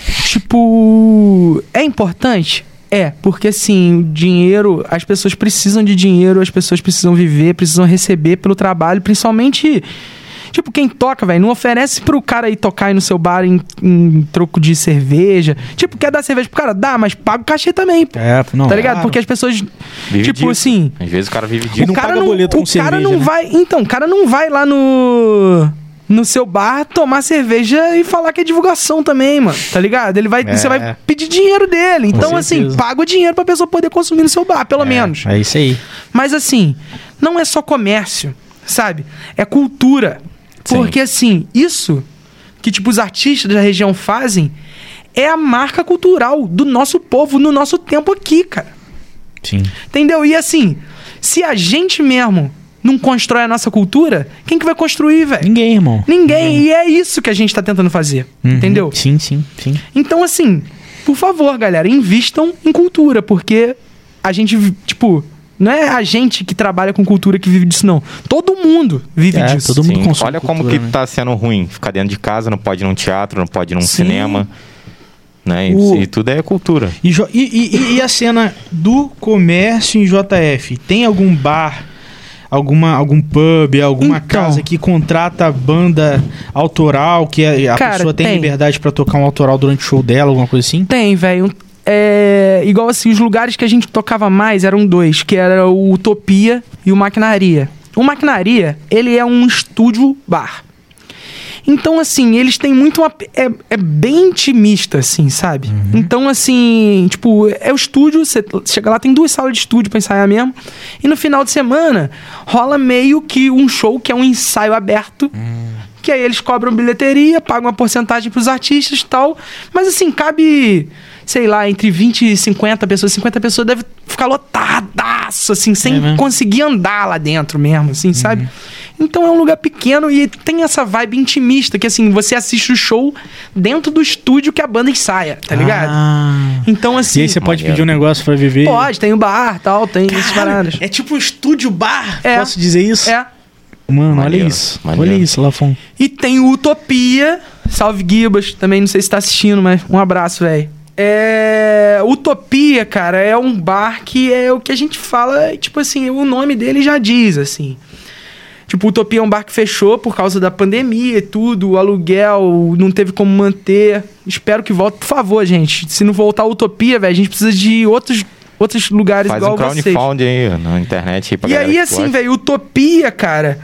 tipo, é importante? É, porque assim, o dinheiro, as pessoas precisam de dinheiro, as pessoas precisam viver, precisam receber pelo trabalho, principalmente... Tipo, quem toca, velho, não oferece pro cara ir tocar aí no seu bar em, em troco de cerveja. Tipo, quer dar cerveja pro cara? Dá, mas paga o cachê também, pô. É, não, tá ligado? claro. Porque as pessoas, Vive tipo disso. assim... Às vezes o cara vive E disso. não o cara paga não, boleto com o cara cerveja, não né? vai... Então, o cara não vai lá no... No seu bar tomar cerveja e falar que é divulgação também, mano. Tá ligado? Ele vai, É. você vai pedir dinheiro dele. Então, assim, certeza. paga o dinheiro pra pessoa poder consumir no seu bar, pelo menos. É isso aí. Mas assim, não é só comércio, sabe? É cultura. Sim. Porque assim, isso que tipo os artistas da região fazem é a marca cultural do nosso povo no nosso tempo aqui, cara. Sim. Entendeu? E assim, se a gente mesmo não constrói a nossa cultura, quem que vai construir, velho? Ninguém, irmão. Ninguém. E é isso que a gente tá tentando fazer. Uhum. Entendeu? Sim, sim, sim. Então, assim, por favor, galera, invistam em cultura, porque a gente, tipo, não é a gente que trabalha com cultura que vive disso, não. Todo mundo vive É, disso. todo mundo Sim. consome Olha como cultura, que né? tá sendo ruim. Ficar dentro de casa, não pode ir num teatro, não pode ir num Sim. cinema. Né? E, O- e tudo é cultura. E, jo- e- e- e a cena do comércio em J F? Tem algum bar, alguma, algum pub, alguma Então. casa que contrata banda autoral, que a, a Cara, pessoa tem, tem. liberdade pra tocar um autoral durante o show dela, alguma coisa assim? Tem, velho. É, igual assim, os lugares que a gente tocava mais eram dois, que era o Utopia e o Maquinaria. O Maquinaria, ele é um estúdio bar. Então, assim, eles têm muito uma... É, é bem intimista, assim, sabe? Então, assim, tipo, é o estúdio, você chega lá, tem duas salas de estúdio pra ensaiar mesmo. E no final de semana, rola meio que um show, que é um ensaio aberto. Que aí eles cobram bilheteria, pagam uma porcentagem pros artistas e tal. Mas, assim, cabe... sei lá, entre vinte e cinquenta pessoas, cinquenta pessoas deve ficar lotadaço, assim, sem É mesmo? conseguir andar lá dentro mesmo, assim, sabe? Então é um lugar pequeno e tem essa vibe intimista, que assim, você assiste o show dentro do estúdio que a banda ensaia, tá ligado? Ah. Então, assim, E aí você pode maneiro. pedir um negócio pra viver? pode, tem o bar tal, tem essas paradas. É tipo um estúdio bar, É. posso dizer isso? É. Mano, Maneiro, olha isso. maneiro. Olha isso, Lafon. E tem o Utopia, salve Gibas, também não sei se tá assistindo, mas um abraço, velho. É... Utopia, cara, é um bar que é o que a gente fala, tipo assim, o nome dele já diz, assim. Tipo, Utopia é um bar que fechou por causa da pandemia e tudo, o aluguel não teve como manter. Espero que volte, por favor, gente. Se não voltar a Utopia, velho, a gente precisa de outros, outros lugares Faz igual um vocês. crowdfunding aí na internet aí pra E galera aí, que assim, gosta. velho, Utopia, cara,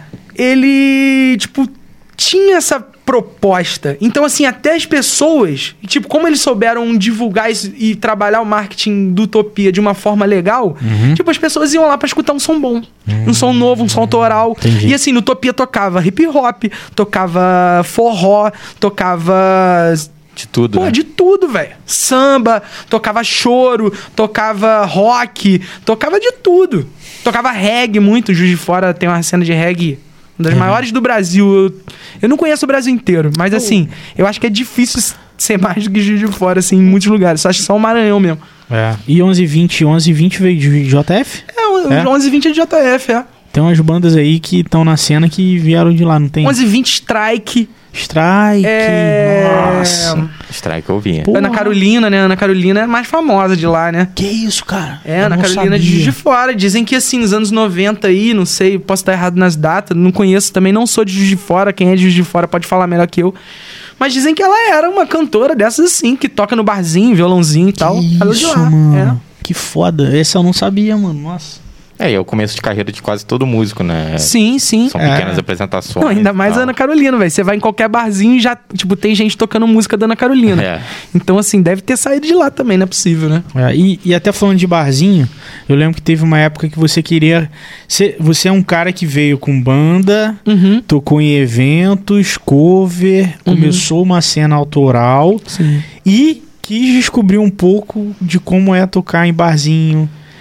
ele, tipo, tinha essa proposta. Então, assim, até as pessoas, tipo, como eles souberam divulgar isso e trabalhar o marketing do Utopia de uma forma legal, tipo, as pessoas iam lá pra escutar um som bom. Um som novo, um som autoral. Entendi. E assim, no Utopia tocava hip hop, tocava forró, tocava... De tudo, Pô, né? de tudo, velho. Samba, tocava choro, tocava rock, tocava de tudo. Tocava reggae muito. Juiz de Fora tem uma cena de reggae, uma das maiores do Brasil. Eu, eu não conheço o Brasil inteiro, mas assim, eu acho que é difícil ser mais do que Juiz de Fora, assim, em muitos lugares. Só acho que só o Maranhão mesmo. É. E onze e vinte, onze e vinte veio de J F? É, o É? onze e vinte é de J F, é. Tem umas bandas aí que estão na cena que vieram de lá, não tem? onze e vinte Strike. Strike, É... nossa. Strike eu vinha. Pô. Ana Carolina, né? Ana Carolina é mais famosa de lá, né? Que isso, cara? É, Eu Ana não Carolina de sabia. Juiz de Fora. Dizem que assim, nos anos noventa aí, não sei, posso estar errado nas datas, não conheço também, não sou de Juiz de Fora. Quem é de Juiz de Fora pode falar melhor que eu. Mas dizem que ela era uma cantora dessas assim, que toca no barzinho, violãozinho e tal. Que Ela é de isso, lá. mano. Que foda. Esse eu não sabia, mano. Nossa. É, e é o começo de carreira de quase todo músico, né? É. Sim, sim. São É. pequenas apresentações. Não, ainda mais e a tal. Ana Carolina, velho. Você vai em qualquer barzinho e já, tipo, tem gente tocando música da Ana Carolina. É. Então, assim, deve ter saído de lá também, não é possível, né? É, e, e até falando de barzinho, eu lembro que teve uma época que você queria... Você, você é um cara que veio com banda, Uhum. tocou em eventos, cover, Uhum. começou uma cena autoral Sim. e quis descobrir um pouco de como é tocar em barzinho.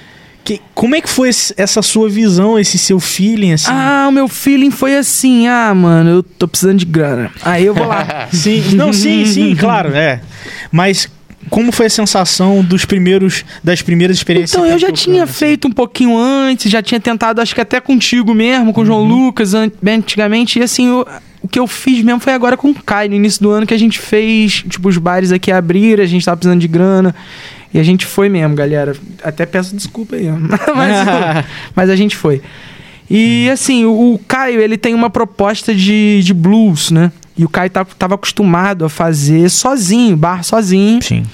Que, como é que foi esse- essa sua visão, esse seu feeling, assim? Ah, o meu feeling foi assim, ah, mano, eu tô precisando de grana. Aí eu vou lá. Sim, não, sim, sim, claro, é. Mas como foi a sensação dos primeiros, das primeiras experiências? Então, que eu você já tocando, tinha assim? feito um pouquinho antes, já tinha tentado, acho que até contigo mesmo, com o João Lucas, an- bem antigamente. E assim, o, o que eu fiz mesmo foi agora com o Kai, no início do ano, que a gente fez, tipo, os bares aqui abriram, a gente tava precisando de grana. E a gente foi mesmo, galera. Até peço desculpa aí, ó. mas, mas a gente foi. E assim, o, o Caio, ele tem uma proposta de, de blues, né? E o Caio tá, tava acostumado a fazer sozinho, bar sozinho. Sim.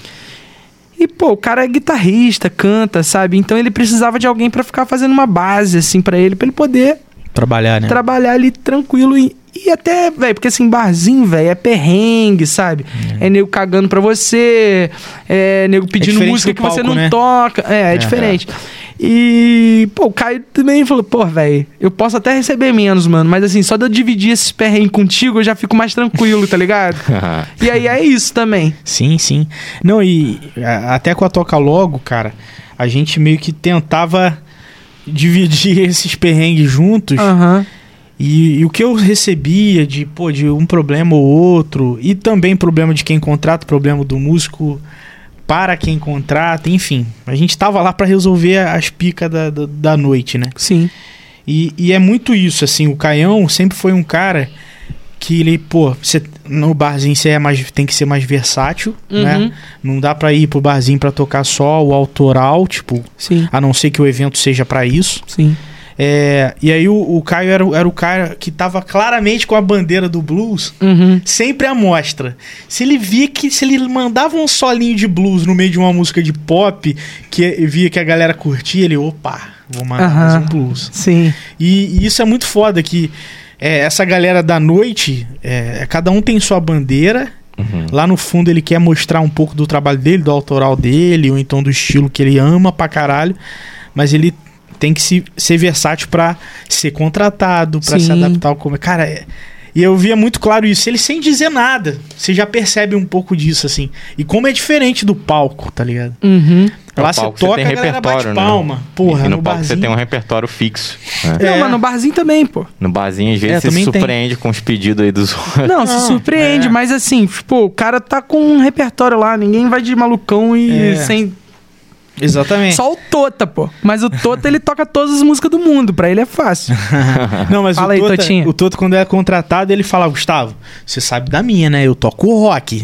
E, pô, o cara é guitarrista, canta, sabe? Então ele precisava de alguém pra ficar fazendo uma base, assim, pra ele, pra ele poder Trabalhar, né? trabalhar ali tranquilo e, e até, velho, porque assim, barzinho, velho, é perrengue, sabe? É. é nego cagando pra você, é nego pedindo diferente música do que você palco, não né? toca. É, é, diferente. E, pô, o Caio também falou, pô, velho, eu posso até receber menos, mano, mas assim, só de eu dividir esses perrengues contigo, eu já fico mais tranquilo, tá ligado? E aí é isso também. Sim, sim. Não, e a- até com a Toca Logo, cara, a gente meio que tentava dividir esses perrengues juntos. Aham. E, e o que eu recebia de, pô, de um problema ou outro, e também problema de quem contrata, problema do músico para quem contrata, enfim. A gente tava lá pra resolver as picas da, da, da noite, né? Sim. E, e é muito isso, assim, o Caião sempre foi um cara que ele, pô, você, no barzinho você é mais, tem que ser mais versátil, Uhum. né? Não dá pra ir pro barzinho pra tocar só o autoral, tipo, Sim. a não ser que o evento seja pra isso. Sim. É, e aí o, o Caio era, o- era o cara que tava claramente com a bandeira do blues, Uhum. sempre à mostra. Se ele via que, se ele mandava um solinho de blues no meio de uma música de pop, que via que a galera curtia, ele, opa, vou mandar Aham. mais um blues. Sim. E, e isso é muito foda, que é, essa galera da noite, é, cada um tem sua bandeira. Uhum. Lá no fundo ele quer mostrar um pouco do trabalho dele, do autoral dele, ou então do estilo que ele ama pra caralho. Mas ele tem que se, ser versátil pra ser contratado, pra Sim. se adaptar ao como. Cara, é, e eu via muito claro isso. Ele sem dizer nada, você já percebe um pouco disso, assim. E como é diferente do palco, tá ligado? Uhum. No Lá você palco toca, tem a galera bate repertório, né? palma. Porra, e no, no palco você barzinho... tem um repertório fixo. né? É. Não, mas no barzinho também, pô. No barzinho, às vezes, É, você também se tem. surpreende com os pedidos aí dos outros. Não, Não, se surpreende, é. mas assim, pô, o cara tá com um repertório lá, ninguém vai de malucão e É. sem. Exatamente. Só o Tota, pô. Mas o Tota, ele toca todas as músicas do mundo, pra ele é fácil. Não, mas Fala o aí, Tota, Totinho. o Toto, quando é contratado, ele fala, Gustavo, você sabe da minha, né? Eu toco rock.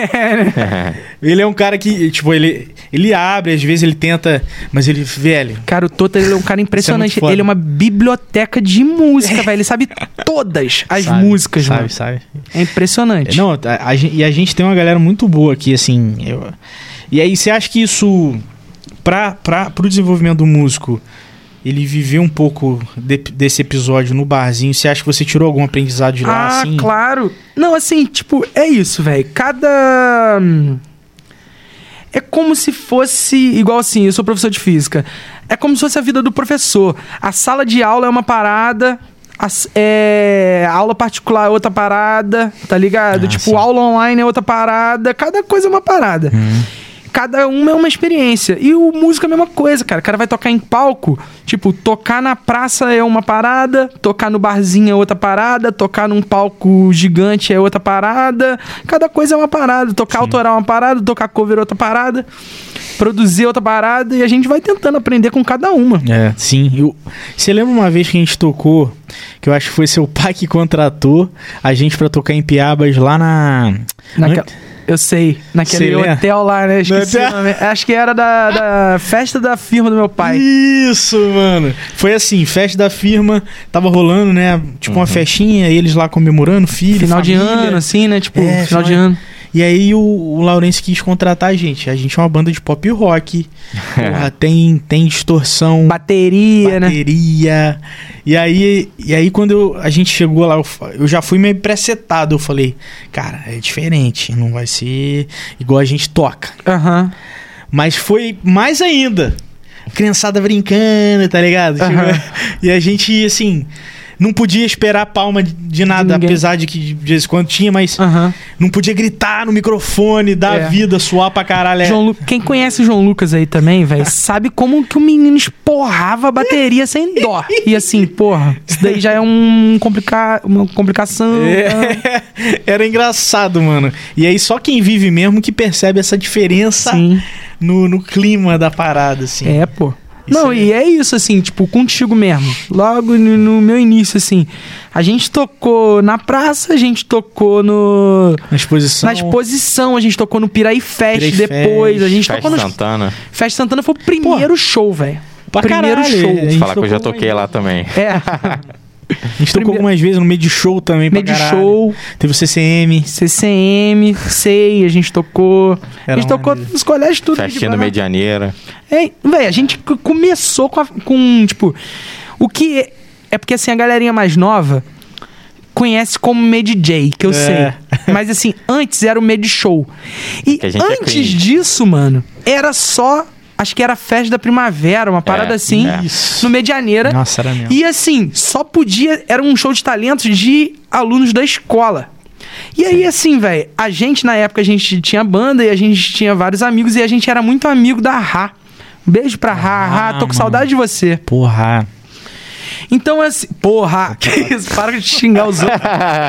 Ele é um cara que, tipo, ele, ele abre, às vezes ele tenta, mas ele, velho... Cara, o Tota, ele é um cara impressionante. foda. Ele é uma biblioteca de música, velho. Ele sabe todas as sabe, músicas, sabe, mano. sabe. É impressionante. Não, a, a gen- e a gente tem uma galera muito boa aqui, assim... eu- e aí, você acha que isso, pra, pra, pro desenvolvimento do músico, ele viveu um pouco de- desse episódio no barzinho, você acha que você tirou algum aprendizado de lá, Ah, assim? claro. Não, assim, tipo, é isso, velho. Cada. hum, É como se fosse. Igual assim, eu sou professor de física. É como se fosse a vida do professor. A sala de aula é uma parada. A, s- é, a aula particular é outra parada, tá ligado? Ah, tipo, sim. aula online é outra parada. Cada coisa é uma parada. Cada uma é uma experiência. E o músico é a mesma coisa, cara. O cara vai tocar em palco. Tipo, tocar na praça é uma parada, tocar no barzinho é outra parada, tocar num palco gigante é outra parada. Cada coisa é uma parada. Tocar autoral é uma parada, tocar cover é outra parada, produzir é outra parada. E a gente vai tentando aprender com cada uma. É, sim. Eu, você lembra uma vez que a gente tocou, que eu acho que foi seu pai que contratou a gente pra tocar em Piabas lá na... Naquela- Eu sei, naquele Você lembra? hotel lá, né? Esqueci No o hotel? nome. Acho que era da, da festa da firma do meu pai. Isso, mano. Foi assim, festa da firma, tava rolando, né? Tipo uma festinha, eles lá comemorando, filho, Final de família. ano, assim, né? Tipo, É, final de final- ano. E aí o, o Laurence quis contratar a gente. A gente é uma banda de pop rock. Porra, tem, tem distorção, Bateria, né? bateria. E aí, e aí quando eu- a gente chegou lá, eu, fa- eu já fui meio presetado. Eu falei, cara, é diferente. Não vai ser igual a gente toca. Aham. Mas foi mais ainda. Criançada brincando, tá ligado? Aham. E a gente, assim... não podia esperar palma de, de nada, ninguém. apesar de que de vez em quando tinha, mas Aham. não podia gritar no microfone, dar É. vida, suar pra caralho. é. João Lu- Quem conhece o João Lucas aí também, velho, sabe como que o menino esporrava a bateria sem dó. E assim, porra, isso daí já é um complica... uma complicação. É, era engraçado, mano. E aí só quem vive mesmo que percebe essa diferença Sim. no, no clima da parada, assim. É, pô. Isso Não, é- e é isso, assim, tipo, contigo mesmo. Logo no, no meu início, assim, a gente tocou na praça, a gente tocou no... Na exposição. Na exposição, a gente tocou no Piraí Fest Piraí depois, Fest, a gente Festa tocou no... Santana. Festa Santana foi o primeiro show, velho. Pra Primeiro caralho, show. a gente Falar que eu já tocou toquei lá também. É, A gente tocou Primeiro- algumas vezes no meio de show também, pra meio de caralho. show, Teve o C C M. C C M, sei, a gente tocou. Era a gente tocou maneiro. nos colégios tudo. Festinha do Medianeira. É, velho, a gente c- começou com, a- com, tipo, o que é, é porque assim, a galerinha mais nova conhece como Medi J, que eu É. sei. Mas assim, antes era o Medi Show. E Que a gente é antes cringe. disso, mano, era só, acho que era Festa da Primavera, uma parada É, assim, é. Isso. no Medianeira. Nossa, era mesmo. E assim, só podia. Era um show de talentos de alunos da escola. E aí, assim, velho, a gente, na época, a gente tinha banda e a gente tinha vários amigos e a gente era muito amigo da Rá. Um beijo pra Rá. Rá, tô com mano. saudade de você. Porra. Então, assim, porra, que isso, para de xingar os outros.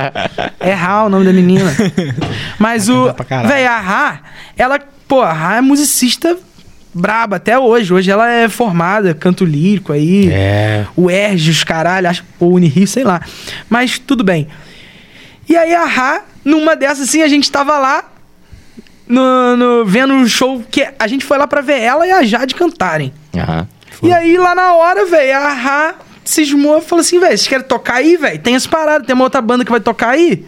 É Rá o nome da menina. Mas o. Dá pra caralho. Velho, a Rá, ela, pô, a Rá é musicista braba até hoje. Hoje ela é formada, canto lírico aí. É. O Erge, os caralho, acho, ou Unirio, sei lá. Mas tudo bem. E aí a Rá, numa dessas assim, a gente tava lá no, no- vendo o show que a gente foi lá pra ver ela e a Jade cantarem. Aham. E aí lá na hora, velho, a Rá cismou e falou assim, velho, vocês querem tocar aí, velho? Tem as paradas, tem uma outra banda que vai tocar aí.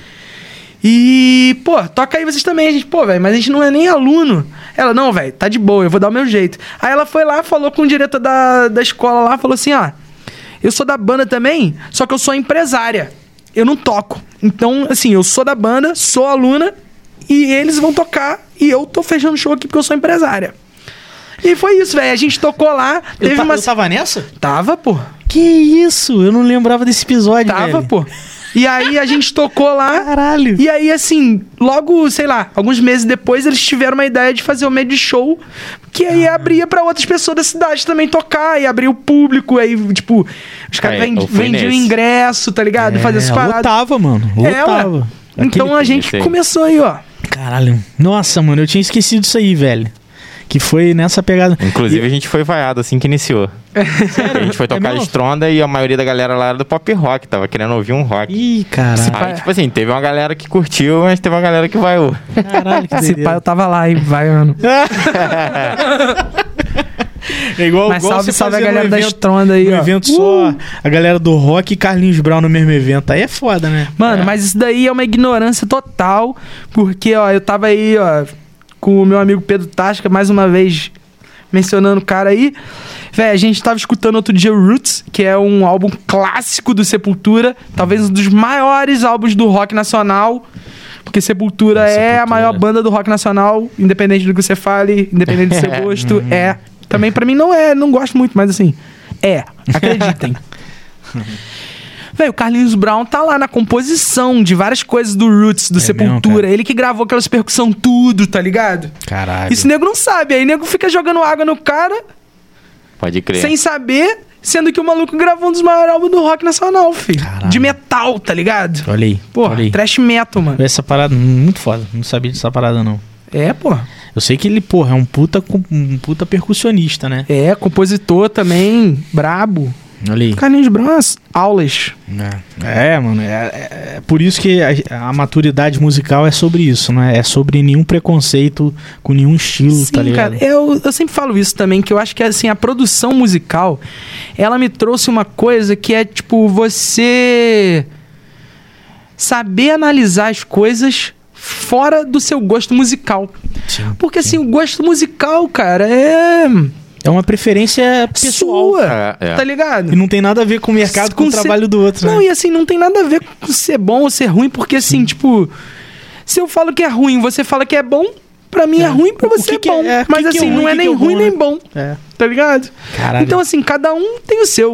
E, pô, toca aí vocês também. A gente, pô, velho, mas a gente não é nem aluno. Ela, não, velho, tá de boa, eu vou dar o meu jeito. Aí ela foi lá, falou com o diretor da, da escola lá, falou assim, ó, eu sou da banda também, só que eu sou empresária. Eu não toco. Então, assim, eu sou da banda, sou aluna, e eles vão tocar, e eu tô fechando show aqui porque eu sou empresária. E foi isso, velho. A gente tocou lá, Eu, teve ta- uma... eu tava nessa? Tava, pô. Que isso? Eu não lembrava desse episódio, Tava, velho. pô. E aí a gente tocou lá. Caralho. E aí, assim, logo, sei lá, alguns meses depois, eles tiveram uma ideia de fazer o Medi Show, que aí abria pra outras pessoas da cidade também tocar, e abria o público, aí, tipo, os caras É, vend- eu fui vendiam nesse. ingresso, tá ligado? Fazer essas paradas. lotava, mano. É, Lotava. ué. Aquele- Então a gente esse aí. começou aí, ó. Caralho. Nossa, mano, eu tinha esquecido disso aí, velho. Que foi nessa pegada. Inclusive, a gente foi vaiado assim que iniciou. A gente foi tocar mesmo? Stronda e a maioria da galera lá era do pop rock, tava querendo ouvir um rock. Ih, caralho. Aí, tipo assim, teve uma galera que curtiu, mas teve uma galera que vaiou. Caralho, que Esse doideira. pai eu tava lá e vaiando. É igual, Mas igual salve, você salve a fazer galera num da evento, Stronda aí, num ó. evento Uh! só a galera do rock e Carlinhos Brown no mesmo evento. Aí é foda, né? Mano, mas isso daí é uma ignorância total, porque, ó, eu tava aí, ó, com o meu amigo Pedro Tasca, mais uma vez mencionando o cara aí. Véi, a gente tava escutando outro dia o Roots, que é um álbum clássico do Sepultura, talvez um dos maiores álbuns do rock nacional, porque Sepultura é, a Sepultura. maior banda do rock nacional, independente do que você fale, independente do seu gosto, é. Também pra mim não é, não gosto muito, mas assim, é, acreditem. Velho, o Carlinhos Brown tá lá na composição de várias coisas do Roots, do É Sepultura. mesmo, Ele que gravou aquelas percussão tudo, tá ligado? Caralho. Isso o nego não sabe. Aí o nego fica jogando água no cara Pode crer. sem saber, sendo que o maluco gravou um dos maiores álbuns do rock nacional, filho. Caralho. De metal, tá ligado? Olha aí. Porra, olha aí. trash metal, mano. Essa parada, muito foda. Não sabia dessa parada, não. É, porra. Eu sei que ele, porra, é um puta, com- um puta percussionista, né? É, compositor também, brabo. Olha aí. Carlinhos Brown, as aulas. É, mano, é, é- é por isso que a, a maturidade musical é sobre isso, né? É sobre nenhum preconceito com nenhum estilo, Sim, tá ligado? cara, eu, eu sempre falo isso também, que eu acho que assim, a produção musical, ela me trouxe uma coisa que é, tipo, você saber analisar as coisas fora do seu gosto musical. Sim, Porque assim, o gosto musical, cara, é é uma preferência pessoal. sua, É, é. tá ligado? E não tem nada a ver com o mercado, com, Com o ser- trabalho do outro, Não, né? e assim, não tem nada a ver com ser bom ou ser ruim, porque assim, tipo, se eu falo que é ruim, você fala que é bom, pra mim é, É. ruim, pra O você que é que é- bom. é, o Mas que que é assim, ruim, não o é que nem que é ruim bom, nem né? bom, É. tá ligado? Caralho. Então assim, cada um tem o seu.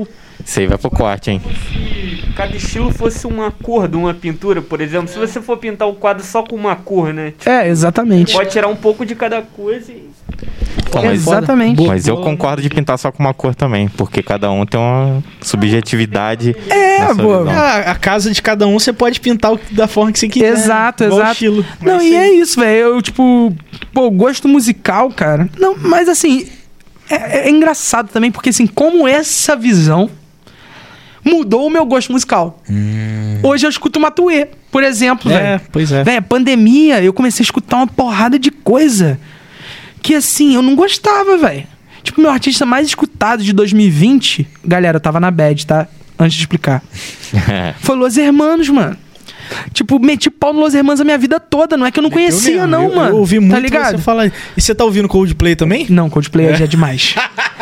Isso aí vai pro corte, hein? Se cada estilo fosse uma cor de uma pintura, por exemplo, se você for pintar o quadro só com uma cor, né? Tipo, É, exatamente. pode tirar um pouco de cada coisa e... Pô, mas, Exatamente. mas eu concordo de pintar só com uma cor também, porque cada um tem uma subjetividade. É, na sua pô. visão. A, a casa de cada um você pode pintar o- da forma que você quiser. Exato, Igual o exato. estilo. Não, Mas e isso é aí- isso, velho. Eu, tipo, pô, gosto musical, cara. Não, mas assim, é, é engraçado também, porque assim, como essa visão mudou o meu gosto musical. Hoje eu escuto Matuê, por exemplo, É, velho. pois é. Velho, pandemia, eu comecei a escutar uma porrada de coisa que, assim, eu não gostava, velho. Tipo, meu artista mais escutado de dois mil e vinte, galera, eu tava na bad, tá? Antes de explicar. Foi Los Hermanos, mano. Tipo, meti pau no Los Hermanos a minha vida toda. Não é que eu não Meteu conhecia, mesmo. não, eu, mano. Eu ouvi muito tá ligado? você falar. E você tá ouvindo Coldplay também? Não, Coldplay é. já é demais.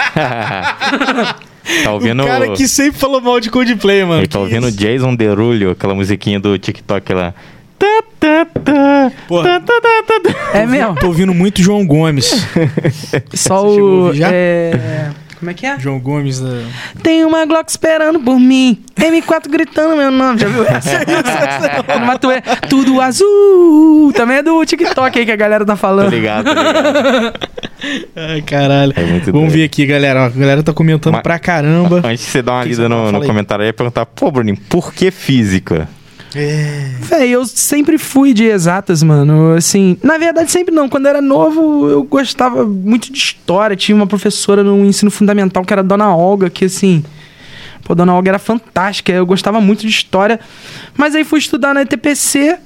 Tá ouvindo. O cara que sempre falou mal de Coldplay, mano. Ele tá Que ouvindo isso? Jason Derulo, aquela musiquinha do TikTok lá. Tá, tá, tá, Porra. tá, tá, tá, tá. É mesmo. Tô ouvindo muito João Gomes. Só Você chegou a o... ouvir já? É... Como é que é? João Gomes da... Tem uma Glock esperando por mim. M quatro gritando meu nome. Já viu essa? No Matuê, tudo azul. Também é do TikTok aí que a galera tá Tá falando. ligado, tá ligado. Ai, caralho. É muito Vamos doido. ver aqui, galera. Ó, a galera tá comentando Mas- pra caramba. Antes de você dar uma Que que lida você no, fala? no Fala aí. comentário aí, ia perguntar, pô, Bruninho, por que física? É. Véi, eu sempre fui de exatas, mano. Assim, na verdade, sempre não. Quando eu era novo, eu gostava muito de história. Tinha uma professora no ensino fundamental que era a Dona Olga, que assim. Pô, a Dona Olga era fantástica. Eu gostava muito de história. Mas aí fui estudar na E T P C.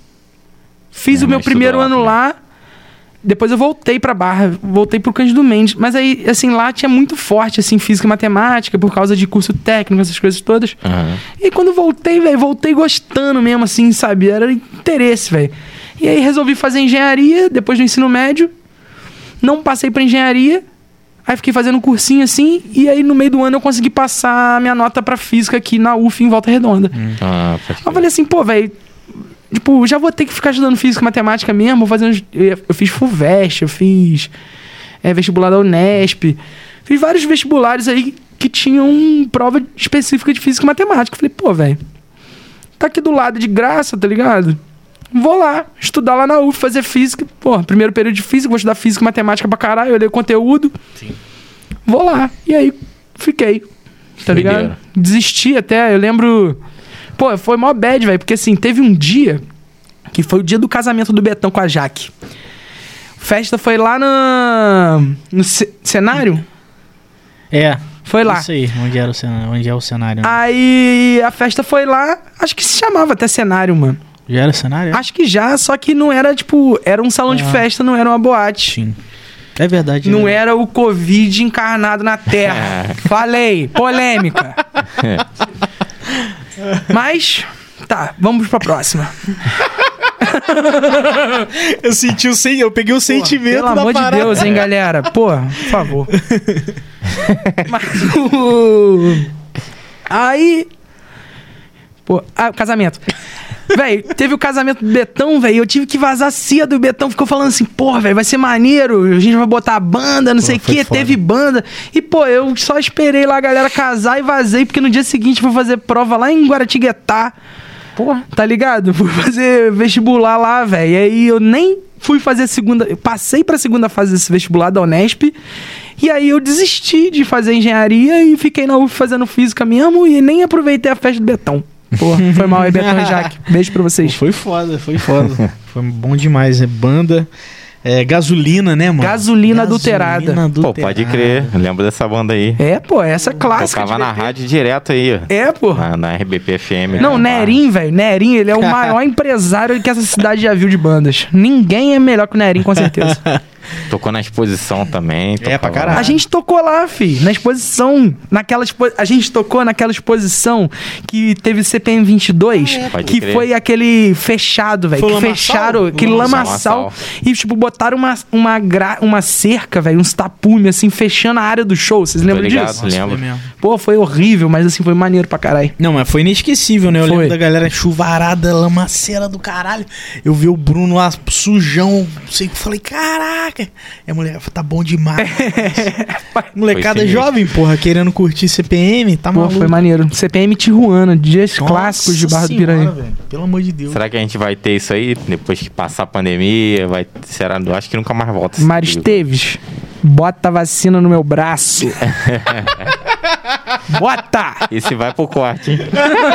Fiz Minha o meu mãe primeiro estudou lá ano também. lá. Depois eu voltei pra Barra, voltei pro Cândido Mendes. Mas aí, assim, lá tinha muito forte, assim, física e matemática, por causa de curso técnico, essas coisas todas. Aham. E quando voltei, velho, voltei gostando mesmo, assim, sabe? Era interesse, velho. E aí resolvi fazer engenharia, depois do ensino médio. Não passei pra engenharia. Aí fiquei fazendo um cursinho assim. E aí no meio do ano eu consegui passar a minha nota pra física aqui na U F em Volta Redonda. Ah, pode Aí eu crer. falei assim, pô, velho. Tipo, já vou ter que ficar estudando física e matemática mesmo. Vou fazer uns... Eu eu fiz FUVEST, eu fiz é, vestibular da Unesp. Fiz vários vestibulares aí que tinham prova específica de física e matemática. Eu falei, pô, velho, tá aqui do lado de graça, tá ligado? Vou lá, estudar lá na U F, fazer física. Pô, primeiro período de física, vou estudar física e matemática pra caralho. Eu olhei o conteúdo. Sim. Vou lá. E aí, fiquei. Tá Doideira. ligado? Desisti até. Eu lembro... Pô, foi mó bad, velho. Porque assim, teve um dia que foi o dia do casamento do Betão com a Jaque. Festa foi lá na... no ce- cenário? É. Foi lá. Isso aí, onde, era o cenário, onde é o cenário. né? Aí a festa foi lá, acho que se chamava até cenário, mano. Já era o cenário? é? Acho que já, só que não era tipo, era um salão de Ah. festa, não era uma boate. Sim. É verdade. Não né? era o Covid encarnado na Terra. Falei, polêmica. Mas, tá, vamos pra próxima. Eu senti o sen... Eu peguei o sentimento Pelo da amor de parada. Deus, hein, galera. Pô, por favor. Mas o... Aí... Pô, ah, o casamento. Véi, teve o casamento do Betão, velho. Eu tive que vazar cedo. O Betão ficou falando assim: pô, velho, vai ser maneiro. A gente vai botar a banda, não sei o foi quê. foda. Teve banda. E, pô, eu só esperei lá a galera casar e vazei, porque no dia seguinte eu fui fazer prova lá em Guaratinguetá. Porra. Tá ligado? Fui fazer vestibular lá, velho. E aí eu nem fui fazer a segunda. Eu passei pra segunda fase desse vestibular da Unesp. E aí eu desisti de fazer engenharia e fiquei na U F fazendo física mesmo e nem aproveitei a festa do Betão. Pô, foi mal aí, Betão e Jaque. Beijo pra Pô, vocês. foi foda, foi foda. Foi bom demais. É banda. É gasolina, né, mano? Gasolina adulterada. Pô, pode crer. Eu lembro dessa banda aí. É, pô, essa é clássica. Tocava de na B P. rádio direto aí, ó. É, pô. Na, na R B P F M. Não, né? Nerim, velho. Nerim, ele é o maior empresário que essa cidade já viu de bandas. Ninguém é melhor que o Nerim, com certeza. Tocou na exposição também. É, tocava pra caralho. lá. A gente tocou lá, fi, na exposição. Naquela expo... A gente tocou naquela exposição que teve C P M vinte e dois, Pode que crer. foi aquele fechado, velho. Foi Que lamaçal? fecharam, aquele Lamaçal. lamaçal. E, tipo, botaram uma, uma, gra... uma cerca, velho, uns tapumes, assim, fechando a área do show. Vocês lembram ligado. disso? Nossa, lembro. foi mesmo. Pô, foi horrível, mas assim, foi maneiro pra caralho. Não, mas foi inesquecível, né? Eu Foi. lembro da galera chuvarada, lamaceira do caralho. Eu vi o Bruno lá sujão, não sei o que. Falei, caraca, caraca. E a mulher, tá bom demais. Molecada Foi jovem, porra, querendo curtir C P M, tá Pô, maluco. foi maneiro. C P M Tijuana, dias Nossa clássicos de Barra do senhora, Piraí. velho. Pelo amor de Deus. Será que a gente vai ter isso aí depois que passar a pandemia? Vai, será? Eu acho que nunca mais volta. esse Mário perigo. Esteves, bota a vacina no meu braço. Bota! Esse vai pro corte, hein?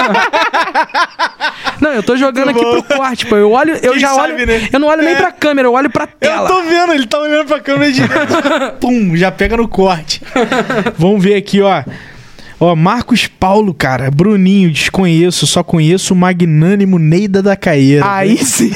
Não, eu tô jogando Muito aqui bom. pro corte, pô. Eu olho, eu Quem já sabe, olho. né? Eu não olho nem É. pra câmera, eu olho pra Eu tela. tô vendo, ele tá olhando pra câmera direto. Pum, já pega no corte. Vamos ver aqui, ó. Ó, Marcos Paulo, cara. Bruninho, desconheço, só conheço o magnânimo Neida da Caeira. Aí sim.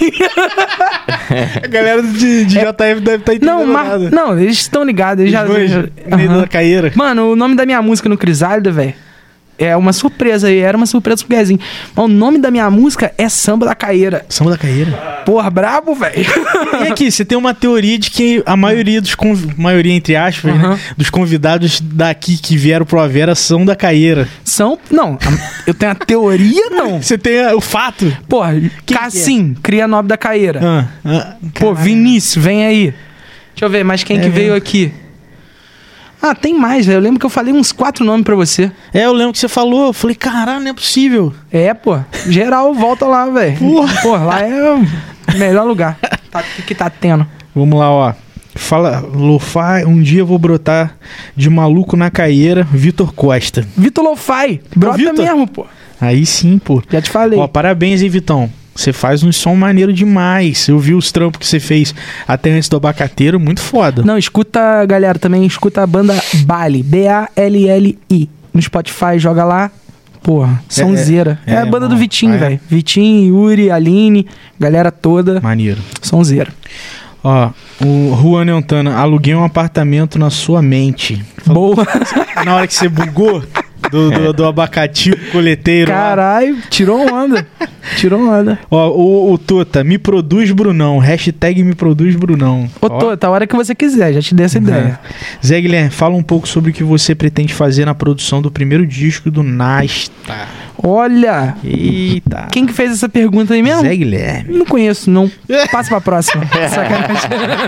A galera de, de J F deve estar entendendo Não, Mar... nada. não, eles estão ligados. Eles já... Os dois, já- Neida Aham. da Caeira. Mano, o nome da minha música no Crisálida, velho, é uma surpresa aí. Era uma surpresa pro Guezinho. Mas o nome da minha música é Samba da Caeira. Samba da Caeira. Porra, brabo, velho. E aqui, você tem uma teoria de que a maioria dos conv... maioria entre aspas, Aham. né, dos convidados daqui que vieram pro Avera são da Caeira. São... Não, a- eu tenho a teoria, não. Você tem a- o fato? Porra, que Cassim, cria nome da Caeira. Ah, ah, Pô, caralho. Vinícius, vem aí. Deixa eu ver, mas quem É que veio mesmo. aqui? Ah, tem mais, velho. Eu lembro que eu falei uns quatro nomes pra você. É, eu lembro que você falou, eu falei, caralho, não é possível. É, pô. Geral, volta lá, velho. Porra. Pô, lá é o melhor lugar tá, que, que tá tendo. Vamos lá, ó. Fala, Lo-Fi, um dia eu vou brotar de maluco na Caeira, Vitor Costa. Vitor Lo-Fi. Brota Vitor? mesmo, pô. Aí sim, pô. Já te falei. Ó, parabéns, hein, Vitão. Você faz um som maneiro demais. Eu vi os trampos que você fez até antes do Abacateiro, muito foda. Não, escuta, galera, também escuta a banda Bali. B A L L I. No Spotify, joga lá. Porra, sonzeira. É, é, a banda bom. do Vitinho, Ah, é? velho. Vitinho, Yuri, Aline, galera toda. Maneiro. Sonzeira. Ó, o Juan Antana, aluguei um apartamento na sua mente. Boa. Na hora que você bugou do, do, do abacate coleteiro lá. Caralho, tirou onda. Tirou onda. Ó, o, o Tota, me produz Brunão. Hashtag me produz Brunão. Ô, Ó. Tota, a hora que você quiser, já te dei essa ideia. Zé Guilherme, fala um pouco sobre o que você pretende fazer na produção do primeiro disco do Nasta. Olha, Eita. quem que fez essa pergunta aí mesmo? Zé Guilherme. Não conheço, não. Passa pra próxima. Sacanagem.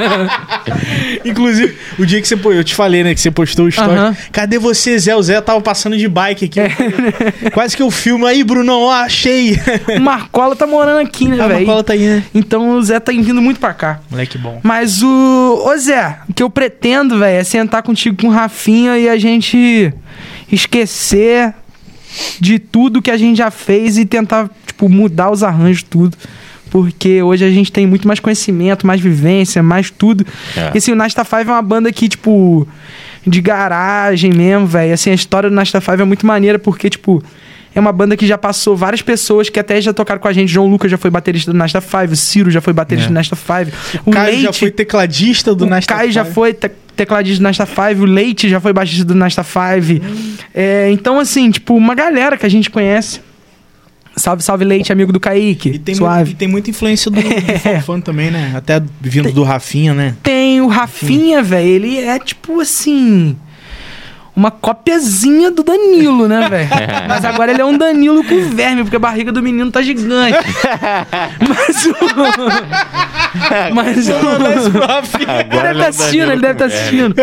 Inclusive, o dia que você... Eu te falei, né? Que você postou o story. Aham. Cadê você, Zé? O Zé tava passando de bike aqui. Quase que eu filmo. Aí, Brunão, ó, achei. O Marcola tá morando aqui, né, A velho? Marcola tá aí, né? Então o Zé tá vindo muito pra cá. Moleque bom. Mas o... Ô, Zé, o que eu pretendo, velho, é sentar contigo com o Rafinha e a gente esquecer de tudo que a gente já fez e tentar, tipo, mudar os arranjos, tudo. Porque hoje a gente tem muito mais conhecimento, mais vivência, mais tudo. É. E assim, o Nasta Five é uma banda que, tipo, de garagem mesmo, velho. Assim, a história do Nasta Five é muito maneira porque, tipo, é uma banda que já passou várias pessoas que até já tocaram com a gente. João Lucas já foi baterista do Nasta Five, o Ciro já foi baterista É. do Nasta Five. O, O Caio Leite, já foi tecladista do o Nasta Caio já Five. foi te tecladista do Nasta Five, o Leite já foi baixista do Nasta Five. É, então, assim, tipo, uma galera que a gente conhece. Salve, salve, Leite, amigo do Kaique. E tem, Suave. mu- e tem muita influência do, do Forfã também, né? Até vindo do Rafinha, né? Tem o Rafinha, velho. Ele é tipo assim. Uma copiazinha do Danilo, né, velho? Mas agora ele é um Danilo com verme, porque a barriga do menino tá gigante. Mas o. Mas o. Ele Agora deve ele é estar o assistindo, Danilo ele deve estar com assistindo.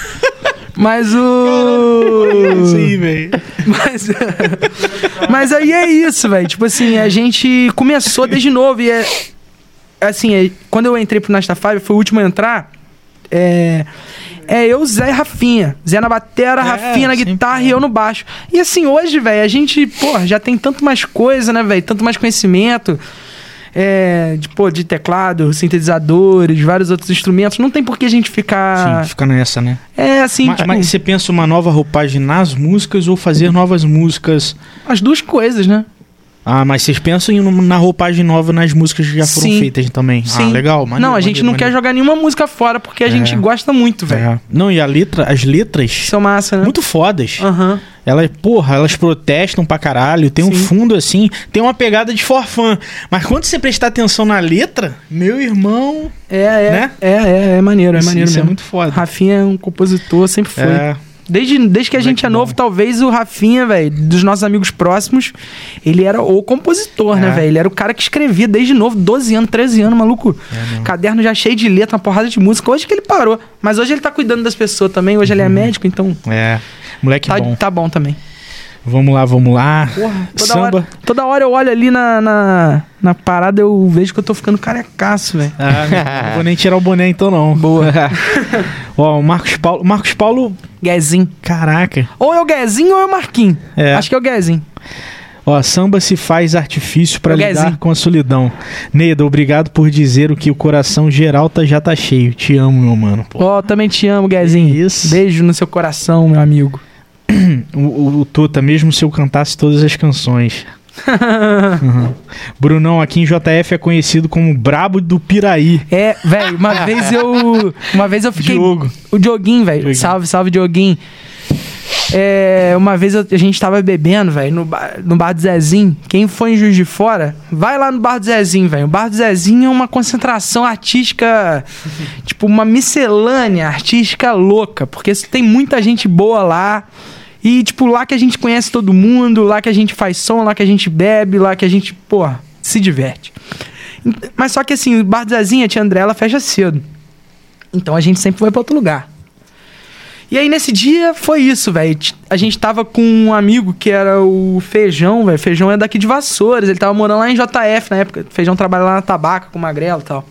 Mas o. Isso aí, velho. Mas, mas aí é isso, velho. Tipo assim, a gente começou desde novo e é. Assim, é, quando eu entrei pro Nasta Five, foi o último a entrar. É. É eu, Zé e Rafinha. Zé na batera, É, Rafinha na sempre guitarra é. e eu no baixo. E assim, hoje, velho, a gente, porra, já tem tanto mais coisa, né, velho? Tanto mais conhecimento. É, de, pô, de teclado, sintetizadores, vários outros instrumentos. Não tem por que a gente ficar. Sim, fica nessa, né? É assim, mas, tipo, mas você pensa uma nova roupagem nas músicas ou fazer novas músicas? as duas coisas, né? Ah, mas vocês pensam em uma- na roupagem nova nas músicas que já foram Sim. feitas também? Sim. Ah, legal. Maneiro, não, a gente maneiro, não quer maneiro. jogar nenhuma música fora porque a É. gente gosta muito, velho. É. Não, e a letra, as letras, Isso é massa, né? muito fodas. Aham. Elas, porra, elas protestam pra caralho. Tem um Sim. fundo assim, tem uma pegada de forfã. Mas quando você prestar atenção na letra, meu irmão. É, é, Né? é, é, é maneiro, é isso maneiro isso mesmo. é muito foda. Rafinha é um compositor, sempre foi. É. Desde, desde que a gente é novo, talvez o Rafinha, velho, dos nossos amigos próximos, ele era o compositor, é. né, velho? Ele era o cara que escrevia desde novo, doze anos, treze anos, maluco. É caderno já cheio de letra, uma porrada de música. Hoje que ele parou. Mas hoje ele tá cuidando das pessoas também. Hoje uhum. ele é médico, então... É, moleque tá, bom. Tá bom também. Vamos lá, vamos lá. Porra, toda Samba. Hora, toda hora eu olho ali na, na, na parada, eu vejo que eu tô ficando carecaço, velho. Ah, não vou nem tirar o boné então, não. Boa. Ó, o Marcos Paulo... Marcos Paulo... Guezinho. Caraca. Ou é o Guezinho ou é o Marquinhos. É. Acho que é o Guezinho. Ó, samba se faz artifício pra É o lidar Guezinho. com a solidão. Neida, obrigado por dizer o que o coração geral tá, já tá cheio. Te amo, meu mano. Ó, oh, também te amo, Guezinho. Isso. Beijo no seu coração, meu amigo. O, o, o Tota, mesmo se eu cantasse todas as canções. Uhum. Brunão, aqui em J F é conhecido como Brabo do Piraí. É, velho, uma vez eu. Uma vez eu fiquei. Diogo. O Dioguinho, velho. Salve, salve, Dioguinho. É, uma vez eu- a gente tava bebendo, velho, no, bar- no bar do Zezinho. Quem foi em Juiz de Fora, vai lá no bar do Zezinho, velho. O bar do Zezinho é uma concentração artística, tipo, uma miscelânea artística louca. Porque tem muita gente boa lá. E, tipo, lá que a gente conhece todo mundo, lá que a gente faz som, lá que a gente bebe, lá que a gente, porra, se diverte. Mas só que assim, o bar do Zezinho, a tia André, ela fecha cedo. Então a gente sempre vai pra outro lugar. E aí nesse dia foi isso, velho. A gente tava com um amigo que era o Feijão, velho. Feijão é daqui de Vassouras. Ele tava morando lá em J F na época. Feijão trabalha lá na Tabaca com o Magrelo e tal.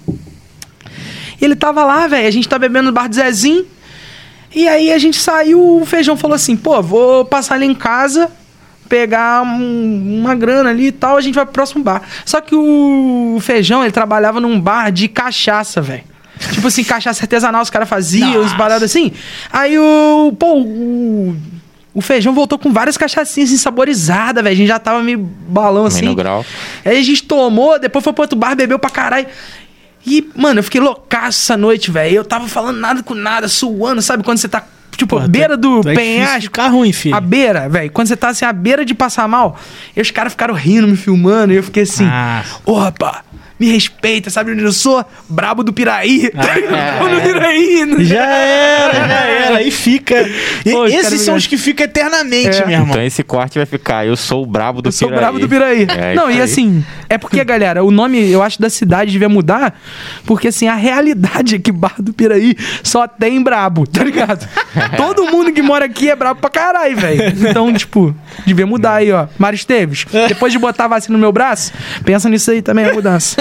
E ele tava lá, velho. A gente tá bebendo no bar do Zezinho. E aí a gente saiu, o Feijão falou assim, pô, vou passar ali em casa, pegar um- uma grana ali e tal, a gente vai pro próximo bar. Só que o Feijão, ele trabalhava num bar de cachaça, velho. Tipo assim, cachaça artesanal, os caras faziam, uns barados assim. Aí o, pô, o, o Feijão voltou com várias cachaçinhas insaborizadas, velho. A gente já tava meio balão assim. Meio no grau. Aí a gente tomou, depois foi pro outro bar, bebeu pra caralho. E, mano, eu fiquei loucaço essa noite, velho. Eu tava falando nada com nada, suando, sabe? Quando você tá, tipo, Porra, beira tu- do tu é difícil penhasco. ficar ruim, filho. A beira, velho. Quando você tá assim, à beira de passar mal, e os caras ficaram rindo, me filmando, e eu fiquei assim, Ah. ô, rapaz, me respeita, sabe onde eu sou? Brabo do Piraí. Ah, Brabo do Piraí. né? Já era, já era. E fica. E Pô, os esses caras são me- os que ficam eternamente, É. meu irmão. Então esse corte vai ficar, eu sou o brabo do Eu sou Piraí. brabo do Piraí. É não, isso e aí. assim, é porque, galera, o nome, eu acho, da cidade devia mudar, porque, assim, a realidade é que Barra do Piraí só tem brabo, tá ligado? Todo mundo que mora aqui é brabo pra caralho, velho. Então, tipo, devia mudar aí, ó. Mário Esteves, depois de botar a vacina no meu braço, pensa nisso aí também, a mudança.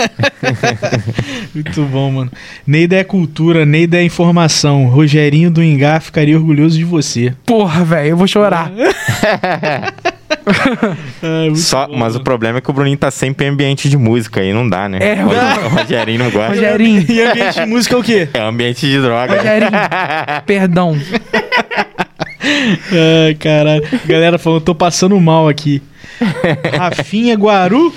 Muito bom, mano. Neida é cultura, Neida é informação. Rogerinho do Ingá ficaria orgulhoso de você. Porra, velho, eu vou chorar. Ai, muito Só, bom, mas o mano. problema é que o Bruninho tá sempre em ambiente de música, aí não dá, né? É, o, o Rogerinho não gosta. Rogerinho, E ambiente de música é o quê? É ambiente de droga. Rogerinho, perdão. Ai, caralho. Galera falando, tô passando mal aqui. Rafinha Guaru.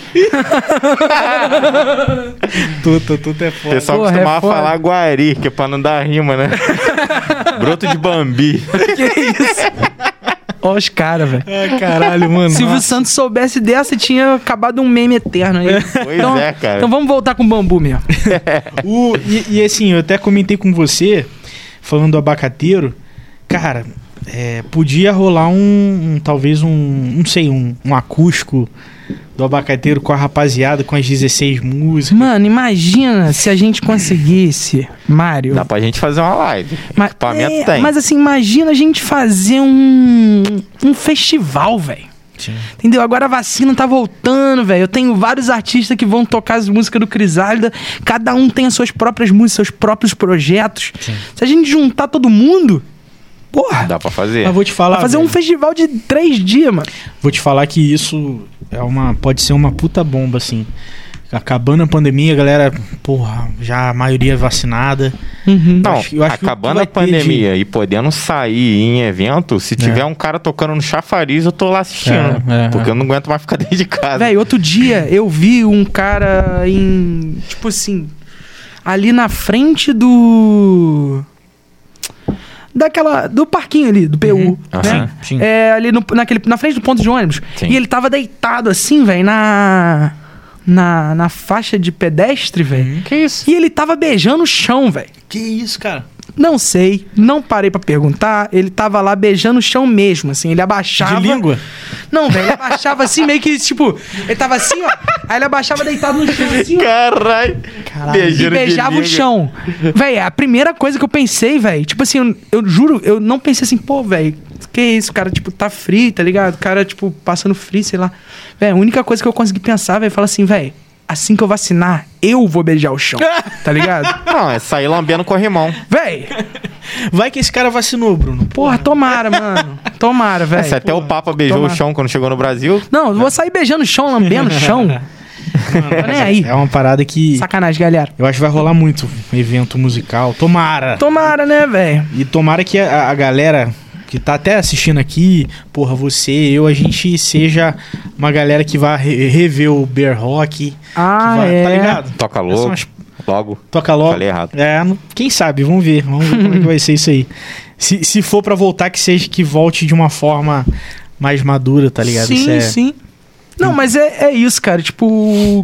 Tuta, tuta é O foda. pessoal Porra, costumava é foda. falar guari, que é pra não dar rima, né? Broto de Bambi. Que isso? Ó os caras, velho. Ai, caralho, mano. Se o Nossa. Santos soubesse dessa, tinha acabado um meme eterno aí. Pois então, é, cara. Então vamos voltar com o bambu mesmo. O, e, e assim, eu até comentei com você, falando do abacateiro, cara, é, podia rolar um, um, talvez um, não sei, um, um acústico do abacateiro com a rapaziada, com as dezesseis músicas. Mano, imagina se a gente conseguisse, Mário. Dá pra gente fazer uma live. Ma- Equipamento é, tem. Mas assim, imagina a gente fazer um, um festival, velho. Sim. Entendeu? Agora a vacina tá voltando, velho. Eu tenho vários artistas que vão tocar as músicas do Crisálida. Cada um tem as suas próprias músicas, seus próprios projetos. Sim. Se a gente juntar todo mundo, porra, Dá pra fazer. Mas vou te falar, vai fazer um velho, festival de três dias, mano. vou te falar que isso é uma, pode ser uma puta bomba, assim. Acabando a pandemia, a galera, porra, já a maioria vacinada. Uhum. Não, acho- eu acho que o que acabando vai a ter pandemia e podendo sair em evento, se tiver um cara tocando no chafariz, eu tô lá assistindo. É, é, porque é. eu não aguento mais ficar dentro de casa. Véi, outro dia eu vi um cara em. Tipo assim. Ali na frente do. Daquela. Do parquinho ali, do P U. Uhum. Né? Aham. Sim. É, ali no, naquele, na frente do ponto de ônibus. Sim. E ele tava deitado assim, velho, na. Na, na faixa de pedestre, velho. Que isso? E ele tava beijando o chão, velho. Que isso, cara? Não sei, não parei pra perguntar. Ele tava lá beijando o chão mesmo, assim. Ele abaixava... De língua? Não, velho, ele abaixava assim, meio que, tipo... Ele tava assim, ó. Aí ele abaixava deitado no chão, assim, ó. Caralho. E beijava o chão. Véi, a primeira coisa que eu pensei, velho... Tipo assim, eu, eu juro, eu não pensei assim... Pô, velho, que isso? O cara, tipo, tá frio, tá ligado? O cara, tipo, passando frio, sei lá. Véi, a única coisa que eu consegui pensar, velho... Falar assim, velho... Assim que eu vacinar, eu vou beijar o chão. Tá ligado? Não, é sair lambendo corrimão. Véi... Vai que esse cara vacinou, Bruno. Porra, tomara, mano. Tomara, velho. Se até o Papa beijou tomara. o chão quando chegou no Brasil. Não, eu vou sair beijando o chão, lambendo o chão. Tô nem aí. É uma parada que... Sacanagem, galera. Eu acho que vai rolar muito evento musical. Tomara. Tomara, né, velho? E tomara que a, a galera que tá até assistindo aqui, porra, você, eu, a gente seja uma galera que vai re rever o Bear Rock. Ah, que vai, é. Tá ligado? Toca logo. Umas... Logo. Toca logo. Falei errado. É, não, quem sabe, vamos ver. Vamos ver como é que vai ser isso aí. Se, se for pra voltar, que seja que volte de uma forma mais madura, tá ligado? Sim, isso é... sim. Não, mas é, é isso, cara. Tipo...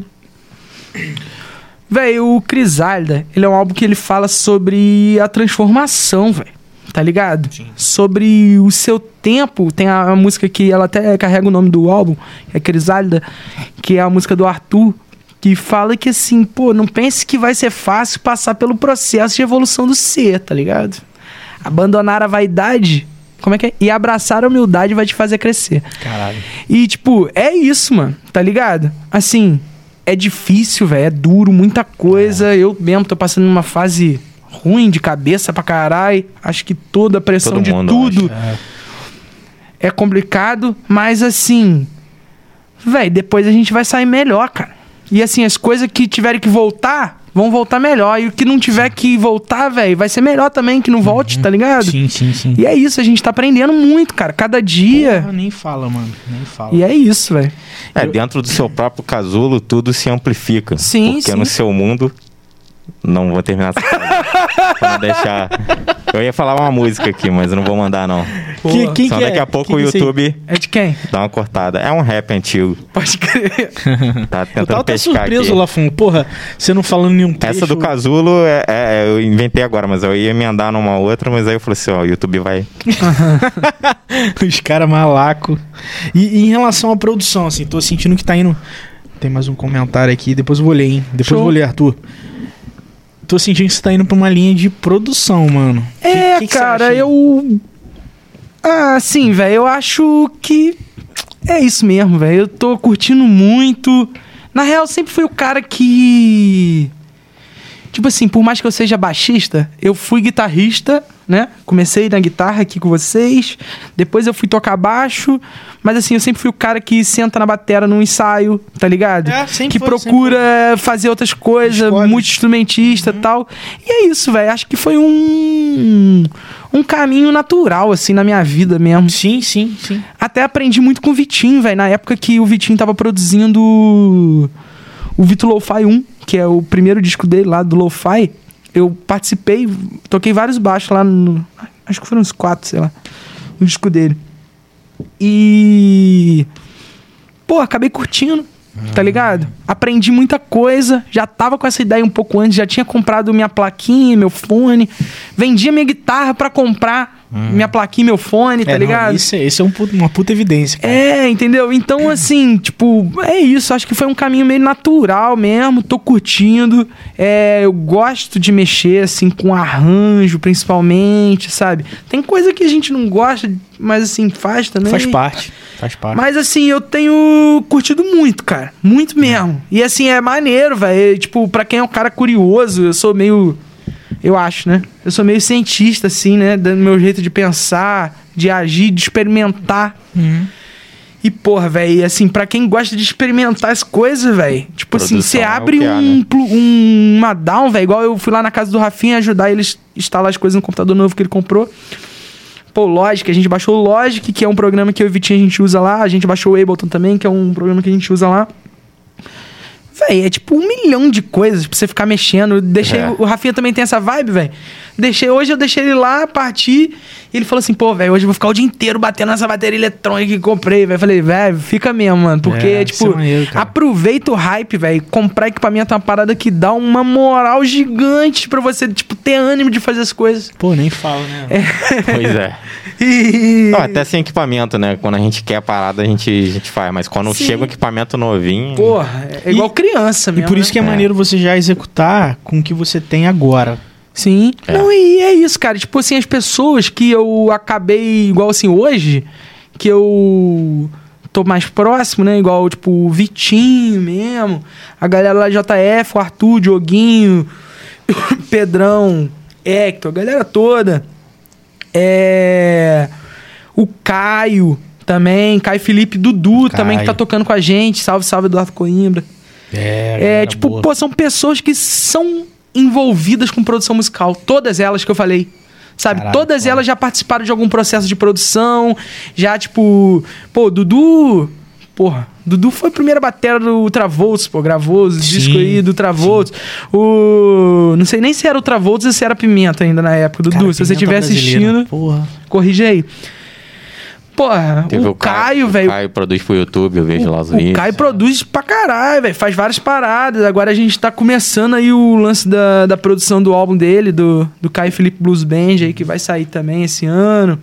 Velho, o Crisálida, ele é um álbum que ele fala sobre a transformação, velho. Tá ligado? Sim. Sobre o seu tempo. Tem a, a música que ela até carrega o nome do álbum, é Crisálida, que é a música do Arthur, que fala que assim, pô, não pense que vai ser fácil passar pelo processo de evolução do ser, tá ligado? Abandonar a vaidade, como é que é? E abraçar a humildade vai te fazer crescer. Caralho. E, tipo, é isso, mano, tá ligado? Assim, é difícil, velho, é duro, muita coisa. É. Eu mesmo tô passando numa fase ruim de cabeça pra caralho. Acho que toda a pressão Todo de mundo, tudo é. é complicado, mas assim, velho, depois a gente vai sair melhor, cara. E assim, as coisas que tiverem que voltar, vão voltar melhor. E o que não tiver que voltar, velho, vai ser melhor também que não volte, uhum. tá ligado? Sim, sim, sim. E é isso, a gente tá aprendendo muito, cara. Cada dia... Porra, nem fala, mano. Nem fala. E é isso, velho. É, dentro do seu próprio casulo, tudo se amplifica. Sim, porque sim. no seu mundo... Não vou terminar essa frase. Pra não deixar... Eu ia falar uma música aqui, mas eu não vou mandar, não. Que, quem Só que daqui é? a pouco quem o YouTube... É de quem? Dá uma cortada. É um rap antigo. Pode crer. Tá tentando eu tava até pescar surpreso, aqui. Lafon. Porra, você não falando nenhum trecho... Essa do casulo, é, é, eu inventei agora, mas eu ia emendar numa outra, mas aí eu falei assim, ó, o YouTube vai... Os caras malaco. E, e em relação à produção, assim, tô sentindo que tá indo... Tem mais um comentário aqui, depois eu vou ler, hein? Depois Show. eu vou ler, Arthur. Tô sentindo que você tá indo pra uma linha de produção, mano. É, que, que que cara, eu... Ah, sim, velho, eu acho que... É isso mesmo, velho. Eu tô curtindo muito. Na real, eu sempre fui o cara que... Tipo assim, por mais que eu seja baixista, eu fui guitarrista, né? Comecei na guitarra aqui com vocês. Depois eu fui tocar baixo. Mas assim, eu sempre fui o cara que senta na batera num ensaio, tá ligado? É, sempre que foi, procura fazer outras coisas, Escolhe. muito instrumentista e uhum. tal. E é isso, velho. Acho que foi um... Um caminho natural, assim, na minha vida mesmo. Sim, sim, sim. Até aprendi muito com o Vitinho, velho. Na época que o Vitinho tava produzindo o Vito Lo-Fi um, que é o primeiro disco dele lá do Lo-Fi, eu participei, toquei vários baixos lá no... Acho que foram uns quatro, sei lá, no disco dele. E... Pô, acabei curtindo, ah. tá ligado? Aprendi muita coisa, já tava com essa ideia um pouco antes, já tinha comprado minha plaquinha, meu fone, vendia minha guitarra pra comprar hum. minha plaquinha, meu fone, tá é, ligado? Não, isso, é, isso é um puto, uma puta evidência, cara. É, entendeu? Então, assim, tipo, é isso. Acho que foi um caminho meio natural mesmo. Tô curtindo. É, eu gosto de mexer, assim, com arranjo, principalmente, sabe? Tem coisa que a gente não gosta, mas, assim, faz também. Faz parte. Faz parte. Mas, assim, eu tenho curtido muito, cara. Muito mesmo. E, assim, é maneiro, velho. Tipo, pra quem é um cara curioso, eu sou meio... Eu acho, né? Eu sou meio cientista, assim, né? Do meu jeito de pensar, de agir, de experimentar. Uhum. E, porra, velho, assim, pra quem gosta de experimentar as coisas, velho, tipo Produção assim, você é abre o que há, um, né? um, uma down, velho, igual eu fui lá na casa do Rafinha ajudar ele a instalar as coisas no computador novo que ele comprou. Pô, Logic, a gente baixou o Logic, que é um programa que eu e o Vitinho a gente usa lá. A gente baixou o Ableton também, que é um programa que a gente usa lá. Véi, é tipo um milhão de coisas pra você ficar mexendo. Deixei, é. O Rafinha também tem essa vibe, velho. Deixei, hoje eu deixei ele lá, parti. E ele falou assim, pô, velho, hoje eu vou ficar o dia inteiro batendo nessa bateria eletrônica que comprei, velho. Falei, velho, fica mesmo, mano. Porque, É, tipo, isso é maneiro, cara. aproveita o hype, velho. Comprar equipamento é uma parada que dá uma moral gigante pra você, tipo, ter ânimo de fazer as coisas. Pô, nem falo, né? Pois é. E... Não, até sem equipamento, né? Quando a gente quer a parada, a gente, a gente faz. Mas quando Sim. chega um equipamento novinho... Porra, é igual E- criança E mesmo. por isso que é, É. maneiro você já executar com o que você tem agora. Sim. É. Não, e é isso, cara. Tipo assim, as pessoas que eu acabei, igual assim, hoje, que eu tô mais próximo, né? Igual, tipo, o Vitinho mesmo, a galera lá J F, o Arthur, o Dioguinho, Pedrão, Hector, a galera toda. É... O Caio também, Caio Felipe, Dudu também, que tá Caio. tocando com a gente. Salve, salve, Eduardo Coimbra. É, É, tipo, pô, são pessoas que são envolvidas com produção musical. Todas elas que eu falei. Sabe? Caralho, Todas foda. elas já participaram de algum processo de produção. Já, tipo... Pô, Dudu... Porra, Dudu foi a primeira batera do Ultravolts, pô. Gravou os Sim, discos aí do Ultravolts. O... Não sei nem se era Ultravolts ou se era Pimenta ainda na época. Dudu, se você estiver assistindo, Porra. corrige aí. Porra, Teve o Caio, velho. O Caio produz pro YouTube, eu vejo lá os O vídeos. Caio produz pra caralho, velho. Faz várias paradas. Agora a gente tá começando aí o lance da, da produção do álbum dele, do, do Caio Felipe Blues Band, aí, que vai sair também esse ano.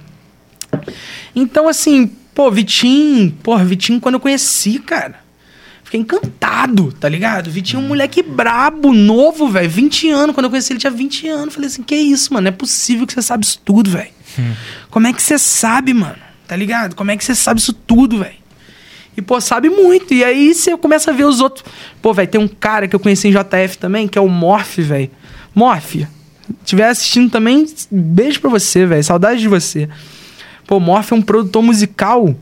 Então, assim, pô, Vitinho, porra, Vitinho, quando eu conheci, cara, fiquei encantado, tá ligado? Vitinho é um moleque brabo, novo, velho. vinte anos. Quando eu conheci ele, tinha vinte anos. Falei assim, que isso, mano? Não é possível que você sabe isso tudo, velho. Como é que você sabe, mano? Tá ligado? Como é que você sabe isso tudo, velho? E, pô, sabe muito. E aí você começa a ver os outros. Pô, velho, tem um cara que eu conheci em J F também, que é o Morph, velho. Morph, se estiver assistindo também, beijo pra você, velho. Saudade de você. Pô, Morph é um produtor musical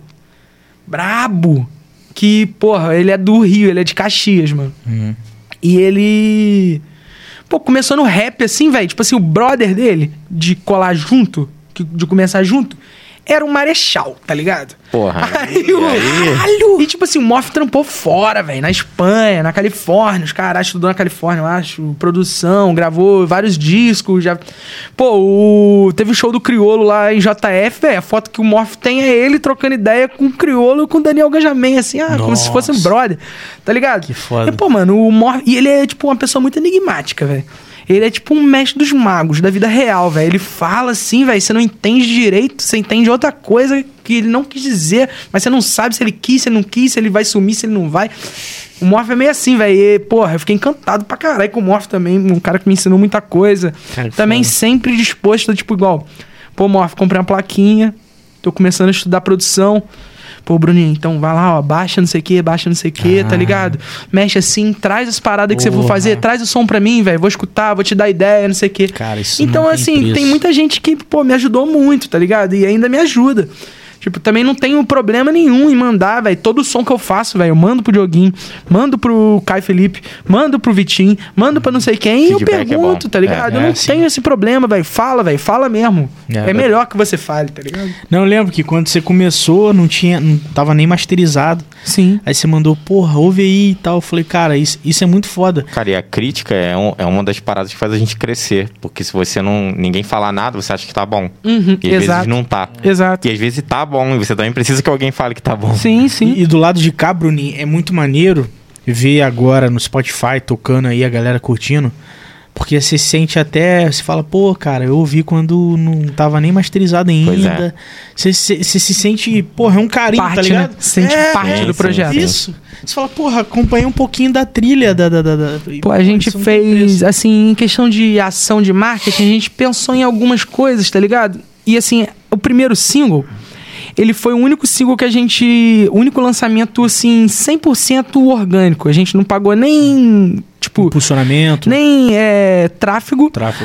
brabo. Que, porra, ele é do Rio, ele é de Caxias, mano. Uhum. E ele... Pô, começou no rap, assim, velho. Tipo assim, o brother dele, de colar junto, que- de começar junto, era um marechal, tá ligado? Porra. Aí, E o... aí? Caralho! E tipo assim, o Morph trampou fora, velho. Na Espanha, na Califórnia. Os caras estudou na Califórnia, eu acho. Produção, gravou vários discos. Já... Pô, o... teve o show do Criolo lá em J F, velho. A foto que o Morph tem é ele trocando ideia com o Criolo e com o Daniel Ganjamin, assim. Ah, como se fosse um Nossa. brother. Tá ligado? Que foda. E, pô, mano, o Morph... E ele é, tipo, uma pessoa muito enigmática, velho. Ele é tipo um mestre dos magos da vida real, velho. Ele fala assim, velho, você não entende direito, você entende outra coisa que ele não quis dizer, mas você não sabe se ele quis, se ele não quis, se ele vai sumir, se ele não vai. O Morph é meio assim, velho. E, porra, eu fiquei encantado pra caralho com o Morph também, um cara que me ensinou muita coisa. Cara, que também foda. sempre disposto, tipo, igual, pô, Morph, comprei uma plaquinha, tô começando a estudar produção. Pô, Bruninho, então vai lá, ó, baixa não sei o que, baixa não sei o que, Ah. tá ligado? Mexe assim, traz as paradas que você for Porra. fazer, traz o som pra mim, velho, vou escutar, vou te dar ideia, não sei o que. Cara, isso Então, não tem assim, preço. tem muita gente que, pô, me ajudou muito, tá ligado? E ainda me ajuda. Tipo, também não tenho problema nenhum em mandar, velho. Todo som que eu faço, velho, eu mando pro Dioguinho, mando pro Caio Felipe, mando pro Vitinho, mando pra não sei quem e eu Feedback é pergunto, bom. tá ligado? É, eu não é, sim. tenho esse problema, velho. Fala, velho, fala mesmo. É, É, melhor que você fale, tá ligado? Não, eu lembro que quando você começou, não tinha, não tava nem masterizado. Sim. Aí você mandou, porra, ouve aí e tal. Eu falei, cara, isso, isso é muito foda. Cara, e a crítica é, um- é uma das paradas que faz a gente crescer. Porque se você não... Ninguém falar nada, você acha que tá bom. Uhum, E às exato. vezes não tá. Exato. E às vezes tá bom. E você também precisa que alguém fale que tá bom. Sim, sim. E, e do lado de cá, Bruninho, é muito maneiro ver agora no Spotify tocando aí a galera curtindo. Porque você sente até, você fala, pô, cara, eu ouvi quando não tava nem masterizado Pois ainda. é. Você, você, você se sente, porra, é um carinho, Parte, tá ligado? né? Sente É, parte é, do sim, projeto. sim. Isso. Você fala, porra, acompanhei um pouquinho da trilha da... da, da, da... Pô, a gente isso não tem fez, preço. assim, em questão de ação de marketing, a gente pensou em algumas coisas, tá ligado? E, assim, o primeiro single, ele foi o único single que a gente... O único lançamento, assim, cem por cento orgânico. A gente não pagou nem, tipo... Impulsionamento, Nem é, tráfego, tráfego.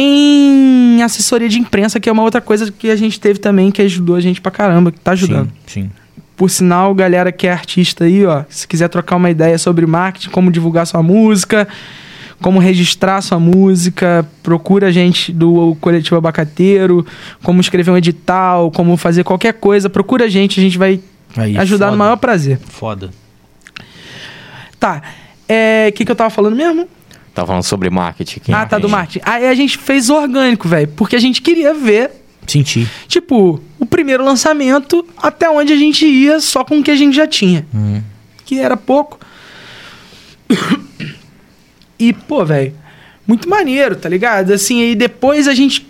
nem assessoria de imprensa, que é uma outra coisa que a gente teve também, que ajudou a gente pra caramba, que tá ajudando. Sim, sim. Por sinal, galera que é artista aí, ó, se quiser trocar uma ideia sobre marketing, como divulgar sua música, como registrar sua música, procura a gente do Coletivo Abacateiro, como escrever um edital, como fazer qualquer coisa, procura a gente, a gente vai Aí, ajudar foda. no maior prazer. Foda. Tá, é, o que, que eu tava falando mesmo? Tá falando sobre marketing aqui. Ah, tá, do marketing. Aí a gente fez orgânico, velho, porque a gente queria ver, Senti. tipo, o primeiro lançamento até onde a gente ia só com o que a gente já tinha. Hum. Que era pouco. E, pô, velho, muito maneiro, tá ligado? Assim, aí depois a gente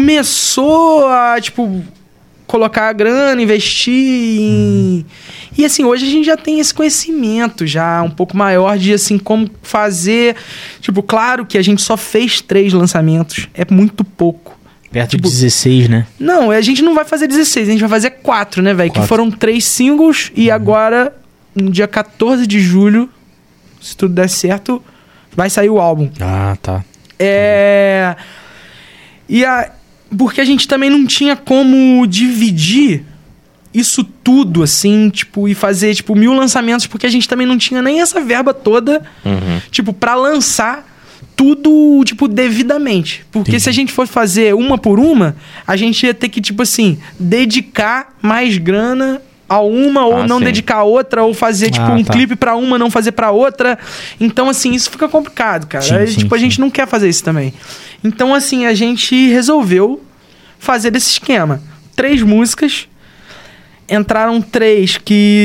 começou a, tipo, colocar a grana, investir em... E, assim, hoje a gente já tem esse conhecimento já um pouco maior de, assim, como fazer... Tipo, claro que a gente só fez três lançamentos. É muito pouco. Perto Tipo, de dezesseis, né? Não, a gente não vai fazer dezesseis, a gente vai fazer quatro, né, velho? Que Quatro. foram três singles e agora, no dia quatorze de julho, se tudo der certo, vai sair o álbum. Ah, tá. É... E a... Porque a gente também não tinha como dividir isso tudo, assim, tipo, e fazer, tipo, mil lançamentos, porque a gente também não tinha nem essa verba toda, Uhum. tipo, pra lançar tudo, tipo, devidamente. Porque Entendi. se a gente for fazer uma por uma, a gente ia ter que, tipo assim, dedicar mais grana a uma, ou Ah, não sim. dedicar a outra, ou fazer, tipo, Ah, um tá. clipe pra uma, não fazer pra outra. Então, assim, isso fica complicado, cara. Sim, Aí, sim, tipo, a sim. gente não quer fazer isso também. Então, assim, a gente resolveu fazer desse esquema. Três músicas. Entraram três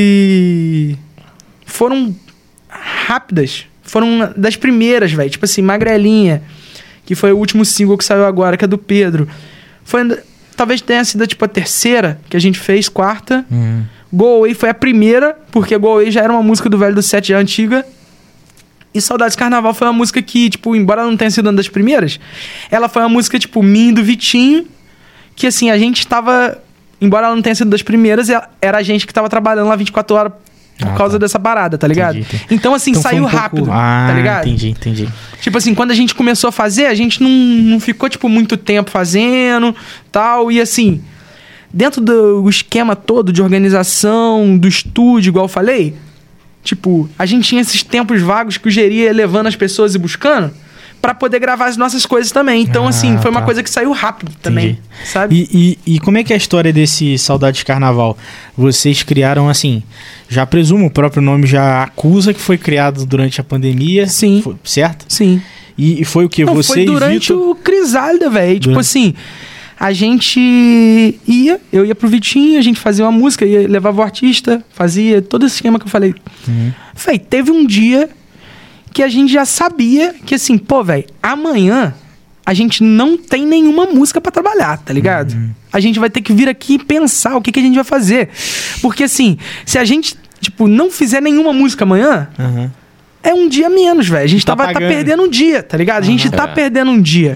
que foram rápidas. Foram das primeiras, velho. Tipo assim, Magrelinha, que foi o último single que saiu agora, que é do Pedro. Foi, talvez tenha sido, tipo, a terceira que a gente fez, quarta. Hum. Go Away foi a primeira, porque Go Away já era uma música do Velho do Sete, já antiga. E Saudades Carnaval foi uma música que, tipo, embora ela não tenha sido uma das primeiras, ela foi uma música, tipo, minha e do Vitinho, que, assim, a gente tava... Embora ela não tenha sido das primeiras, ela- era a gente que tava trabalhando lá vinte e quatro horas por Ah, causa tá. dessa parada, tá ligado? Entendi, entendi. Então, assim, Então foi saiu um pouco- rápido, Ah, tá ligado? entendi, entendi. Tipo assim, quando a gente começou a fazer, a gente não, não ficou, tipo, muito tempo fazendo, tal, e assim... Dentro do esquema todo de organização, do estúdio, igual eu falei, tipo, a gente tinha esses tempos vagos que o Geri ia levando as pessoas e buscando pra poder gravar as nossas coisas também. Então, Ah, assim, foi uma tá. coisa que saiu rápido também, Entendi. sabe? E, e, e como é que é a história desse Saudades de Carnaval? Vocês criaram, assim, já presumo, o próprio nome já acusa que foi criado durante a pandemia. Sim. Foi- certo? Sim. E, e foi o que? Não, Você foi e durante Vitor? o Crisálida, velho. Tipo Durante- assim, a gente ia, eu ia pro Vitinho, a gente fazia uma música, ia, levava o artista, fazia todo esse esquema que eu falei. Uhum. Véi, teve um dia que a gente já sabia que assim, pô, velho, amanhã a gente não tem nenhuma música pra trabalhar, tá ligado? A gente vai ter que vir aqui e pensar o que, que a gente vai fazer. Porque assim, se a gente, tipo, não fizer nenhuma música amanhã, Aham. é um dia menos, velho. A gente Tá tá, vai tá pagando. perdendo um dia, tá ligado? A gente tá É. perdendo um dia.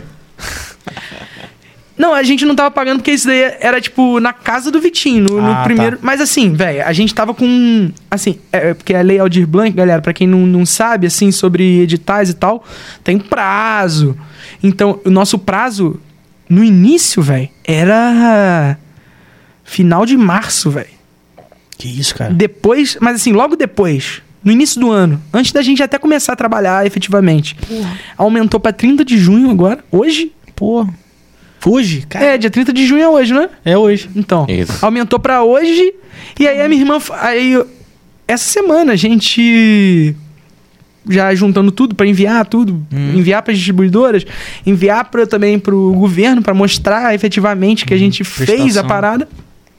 Não, a gente não tava pagando porque isso daí era, tipo, na casa do Vitinho, no, no Ah, primeiro... tá. Mas assim, velho, a gente tava com... Assim, é, porque a Lei Aldir Blanc, galera, pra quem não, não sabe, assim, sobre editais e tal, tem prazo. Então, o nosso prazo, no início, velho, era... Final de março, velho. Que isso, cara? Depois, mas assim, logo depois, no início do ano, antes da gente até começar a trabalhar efetivamente, aumentou pra trinta de junho agora, hoje? Pô. Hoje? Cara, É, dia trinta de junho é hoje, né? é hoje. Então, Isso. aumentou pra hoje, e aí a minha irmã, aí eu- essa semana a gente já juntando tudo pra enviar tudo, enviar pras distribuidoras, enviar pra, também pro governo pra mostrar efetivamente que a gente fez a prestação. parada.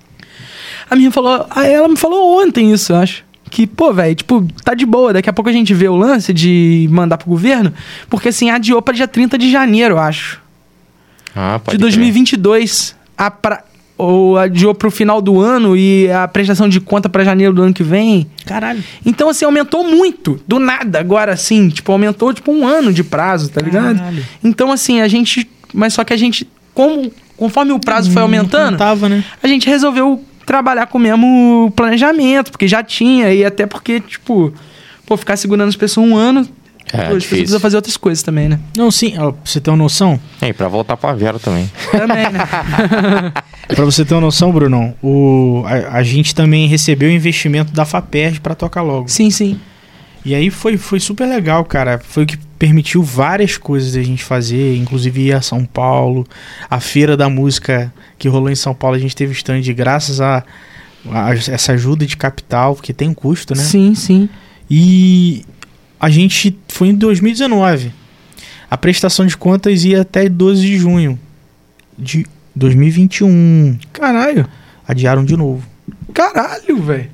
A minha falou, aí ela me falou ontem isso, eu acho. Que, pô, velho, tipo, tá de boa. Daqui a pouco a gente vê o lance de mandar pro governo, porque assim, adiou pra dia trinta de janeiro, eu acho. Ah, pode De dois mil e vinte e dois. A pra... Ou adiou pro final do ano e a prestação de conta pra janeiro do ano que vem. Caralho. Então, assim, aumentou muito. Do nada, agora, assim. Tipo, aumentou, tipo, um ano de prazo, tá ligado? Caralho. Então, assim, a gente... Mas só que a gente... Como, conforme o prazo foi aumentando, Não tava, né? a gente resolveu trabalhar com o mesmo planejamento, porque já tinha, e até porque, tipo, pô, ficar segurando as pessoas um ano, É, pô, as pessoas difícil. precisam fazer outras coisas também, né? Não, sim, ó, pra você ter uma noção, É, e pra voltar pra Vera também. Também, né? pra você ter uma noção, Brunão, o, a, a gente também recebeu investimento da FAPERJ pra Toca Logo. Sim, sim. E aí foi, foi super legal, cara. Foi o que permitiu várias coisas a gente fazer, inclusive ir a São Paulo. A Feira da Música que rolou em São Paulo, a gente teve stand graças a, a essa ajuda de capital, porque tem um custo, né? Sim, sim. E a gente foi em dois mil e dezenove. A prestação de contas ia até doze de junho de dois mil e vinte e um. Caralho. Adiaram de novo. Caralho, velho.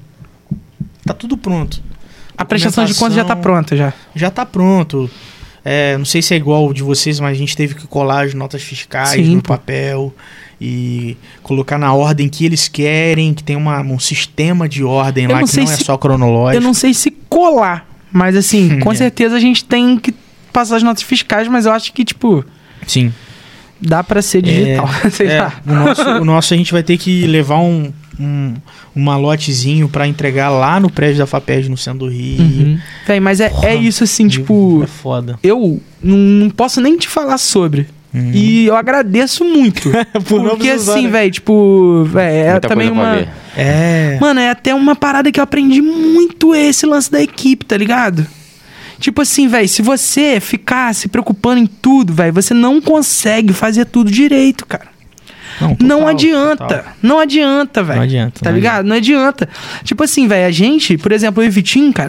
Tá tudo pronto. A prestação de contas já tá pronta, já. Já tá pronto. É, não sei se é igual o de vocês, mas a gente teve que colar as notas fiscais Sim, no pô. papel e colocar na ordem que eles querem, que tem uma, um sistema de ordem Eu lá não que sei não é se- só cronológico. Eu não sei se colar, mas assim, com É. certeza a gente tem que passar as notas fiscais, mas eu acho que, tipo, Sim. dá pra ser digital. Sei É, lá. o, nosso, o nosso a gente vai ter que levar um, um, um malotezinho pra entregar lá no prédio da FAPERJ no centro do Rio. Uhum. Véi, mas é, Porra, é isso assim, tipo, É foda. eu não, não posso nem te falar sobre. Uhum. E eu agradeço muito. Por não porque precisar, assim, né? velho, tipo, véi, é Muita também coisa pra uma. ver. É. Mano, é até uma parada que eu aprendi muito esse lance da equipe, tá ligado? Tipo assim, velho, se você ficar se preocupando em tudo, velho, você não consegue fazer tudo direito, cara. Não, não total, adianta. total. Não adianta, velho. Não adianta, Tá não ligado? Não adianta. Tipo assim, velho, a gente, por exemplo, eu e o Vitinho, cara,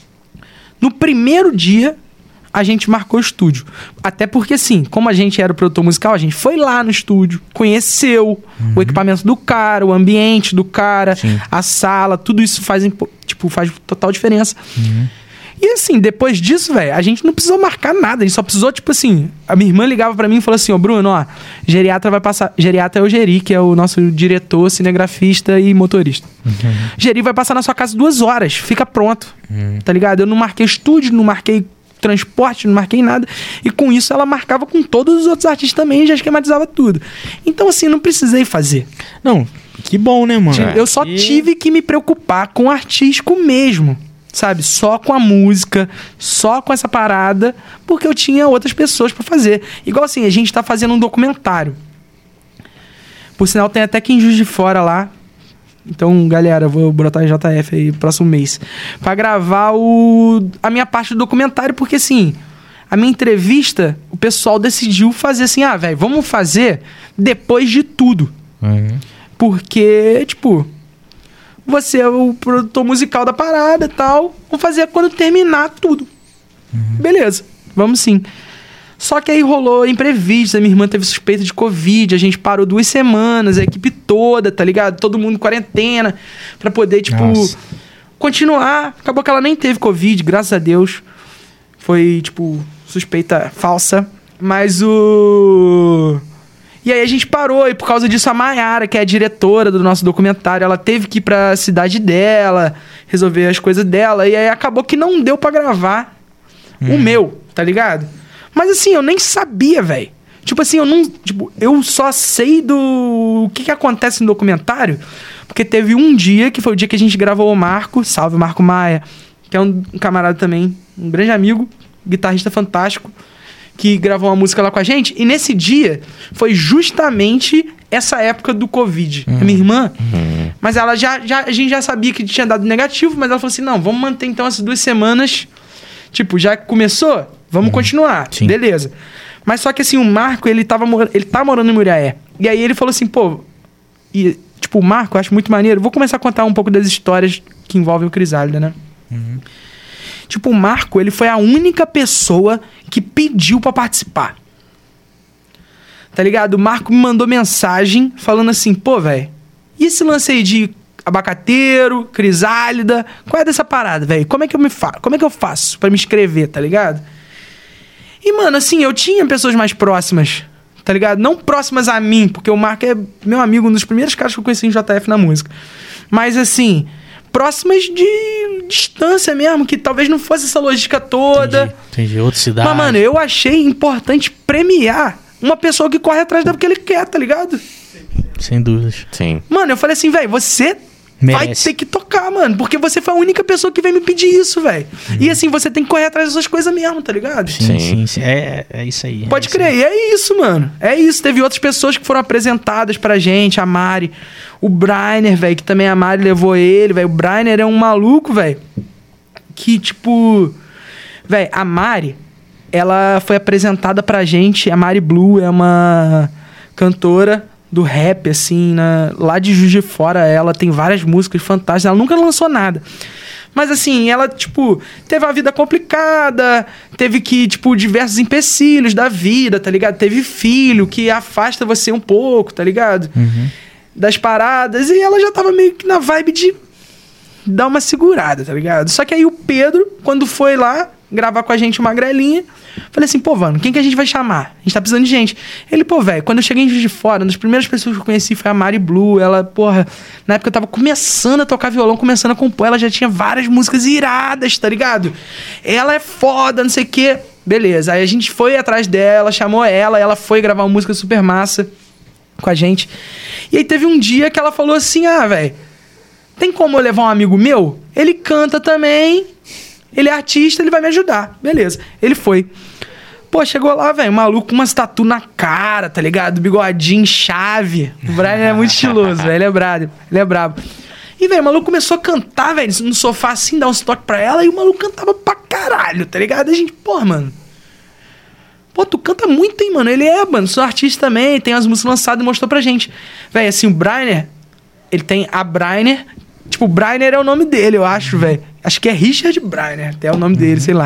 no primeiro dia a gente marcou o estúdio. Até porque, assim, como a gente era o produtor musical, a gente foi lá no estúdio, conheceu o equipamento do cara, o ambiente do cara, Sim. a sala, tudo isso faz, impo- tipo, faz total diferença. Uhum. E assim, depois disso, velho, a gente não precisou marcar nada. A gente só precisou, tipo assim, a minha irmã ligava pra mim e falou assim, ô Bruno, ó, geriatra vai passar... Geriatra é o Geri, que é o nosso diretor, cinegrafista e motorista. Geri vai passar na sua casa duas horas, fica pronto, tá ligado? Eu não marquei estúdio, não marquei transporte, não marquei nada. E com isso ela marcava com todos os outros artistas também e já esquematizava tudo. Então assim, não precisei fazer. Não, que bom, né, mano? Eu só E- tive que me preocupar com o artístico mesmo. Sabe? Só com a música, só com essa parada, porque eu tinha outras pessoas pra fazer. Igual assim, a gente tá fazendo um documentário. Por sinal, tem até quem Juiz de Fora lá. Então, galera, eu vou brotar em J F aí próximo mês. Pra gravar o... a minha parte do documentário, porque assim, a minha entrevista, o pessoal decidiu fazer assim, ah, velho, vamos fazer depois de tudo. Uhum. Porque, tipo, você é o produtor musical da parada e tal. Vamos fazer quando terminar tudo. Beleza, vamos sim. Só que aí rolou imprevisto. A minha irmã teve suspeita de Covid. A gente parou duas semanas, a equipe toda, tá ligado? Todo mundo em quarentena. Pra poder, tipo, Nossa. continuar. Acabou que ela nem teve Covid, graças a Deus. Foi, tipo, suspeita falsa. Mas o... E aí a gente parou, e por causa disso a Mayara, que é a diretora do nosso documentário, ela teve que ir pra cidade dela, resolver as coisas dela, e aí acabou que não deu pra gravar o meu, tá ligado? Mas assim, eu nem sabia, velho. Tipo assim, eu não... Tipo, eu só sei do... O que que acontece no documentário, porque teve um dia, que foi o dia que a gente gravou o Marco, salve Marco Maia, que é um, um camarada também, um grande amigo, guitarrista fantástico, que gravou uma música lá com a gente, e nesse dia foi justamente essa época do Covid. A minha irmã, mas ela já, já, a gente já sabia que tinha dado negativo, mas ela falou assim, não, vamos manter então essas duas semanas, tipo, já que começou, vamos continuar, Sim. beleza. Mas só que assim, o Marco, ele, tava, mor- ele tá morando em Muriaé, e aí ele falou assim, pô, e, tipo, o Marco, eu acho muito maneiro, vou começar a contar um pouco das histórias que envolvem o Crisálida, né? Tipo, o Marco, ele foi a única pessoa que pediu pra participar. Tá ligado? O Marco me mandou mensagem falando assim, pô, velho, e esse lance aí de abacateiro, crisálida, qual é dessa parada, velho? Como é que eu me fa Como é que eu faço pra me inscrever, tá ligado? E, mano, assim, eu tinha pessoas mais próximas, tá ligado? Não próximas a mim, porque o Marco é meu amigo, um dos primeiros caras que eu conheci em J F na música. Mas, assim, próximas de distância mesmo, que talvez não fosse essa logística toda. Entendi, entendi. Outra cidade. Mas, mano, eu achei importante premiar uma pessoa que corre atrás da que ele quer, tá ligado? Sem dúvidas. Sim. Mano, eu falei assim, velho, você vai Merece. ter que tocar, mano. Porque você foi a única pessoa que veio me pedir isso, velho. E assim, você tem que correr atrás dessas coisas mesmo, tá ligado? Sim, Sim. sim, sim. É, é isso aí. Pode é isso crer, e é isso, mano. É isso. Teve outras pessoas que foram apresentadas pra gente, a Mari, o Brainer, velho, que também a Mari levou ele, velho. O Brainer é um maluco, velho, que, tipo... Velho, a Mari, ela foi apresentada pra gente, a Mari Blue é uma cantora do rap, assim, na, lá de Juiz de Fora. Ela tem várias músicas fantásticas, ela nunca lançou nada. Mas assim, ela, tipo, teve uma vida complicada, teve que, tipo, diversos empecilhos da vida, tá ligado? Teve filho que afasta você um pouco, tá ligado? Uhum. Das paradas, e ela já tava meio que na vibe de dar uma segurada, tá ligado? Só que aí o Pedro, quando foi lá gravar com a gente uma grelinha, falei assim, pô, mano, quem que a gente vai chamar? A gente tá precisando de gente. Ele, pô, velho, quando eu cheguei em Juiz de Fora, uma das primeiras pessoas que eu conheci foi a Mari Blue. Ela, porra, na época eu tava começando a tocar violão, começando a compor, ela já tinha várias músicas iradas, tá ligado? Ela é foda, não sei o quê. Beleza, aí a gente foi atrás dela, chamou ela, ela foi gravar uma música super massa com a gente. E aí teve um dia que ela falou assim, ah, velho, tem como eu levar um amigo meu? Ele canta também, ele é artista, ele vai me ajudar. Beleza, ele foi. Pô, chegou lá, velho, maluco com umas tatu na cara, tá ligado? Bigodinho, chave. O Brian é muito estiloso, velho, ele é brabo, ele é brabo. E, velho, o maluco começou a cantar, velho, no sofá assim, dar uns toques pra ela, e o maluco cantava pra caralho, tá ligado? E a gente, porra, mano, pô, tu canta muito, hein, mano? Ele é, mano, sou artista também, tem as músicas lançadas e mostrou pra gente. Velho, assim, o Brainer, ele tem a Brainer, tipo, o Brainer é o nome dele, eu acho, velho. Acho que é Richard Brainer, até é o nome dele, sei lá.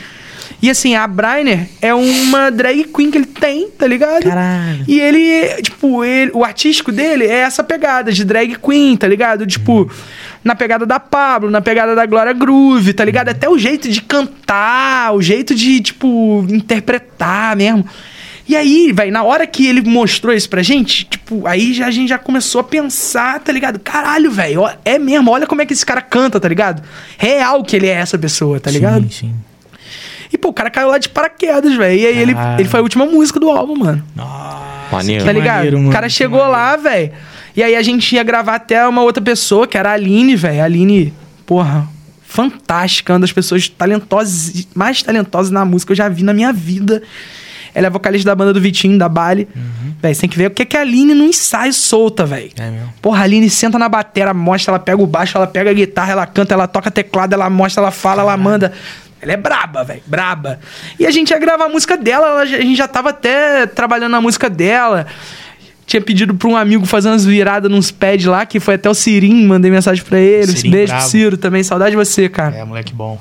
E assim, a Brainer é uma drag queen que ele tem, tá ligado? Caralho. E ele, tipo, ele, o artístico dele é essa pegada de drag queen, tá ligado? Tipo, hum. na pegada da Pablo, na pegada da Glória Groove, tá ligado? Até o jeito de cantar, o jeito de, tipo, interpretar mesmo. E aí, velho, na hora que ele mostrou isso pra gente, tipo, aí já, a gente já começou a pensar, tá ligado? Caralho, velho, é mesmo, olha como é que esse cara canta, tá ligado? Real que ele é essa pessoa, tá ligado? Sim, sim. E, pô, o cara caiu lá de paraquedas, velho. E aí ele, ele foi a última música do álbum, mano. Nossa, maneiro. Tá ligado? Maneiro, mano. O cara chegou lá, velho. E aí a gente ia gravar até uma outra pessoa, que era a Aline, velho. A Aline, porra, fantástica. Uma das pessoas talentosas, mais talentosas na música que eu já vi na minha vida. Ela é vocalista da banda do Vitinho, da Bali. Uhum. Velho, você tem que ver o que é que a Aline no ensaio solta, velho. É mesmo. Porra, a Aline senta na batera, mostra, ela pega o baixo, ela pega a guitarra, ela canta, ela toca teclado, ela mostra, ela fala, ela manda. Ela é braba, velho, braba. E a gente ia gravar a música dela, ela, a gente já tava até trabalhando na música dela. Tinha pedido pra um amigo fazer umas viradas nos pads lá, que foi até o Cirim, mandei mensagem pra ele. Cirim, Beijo bravo. pro Ciro também, saudade de você, cara. É, moleque bom.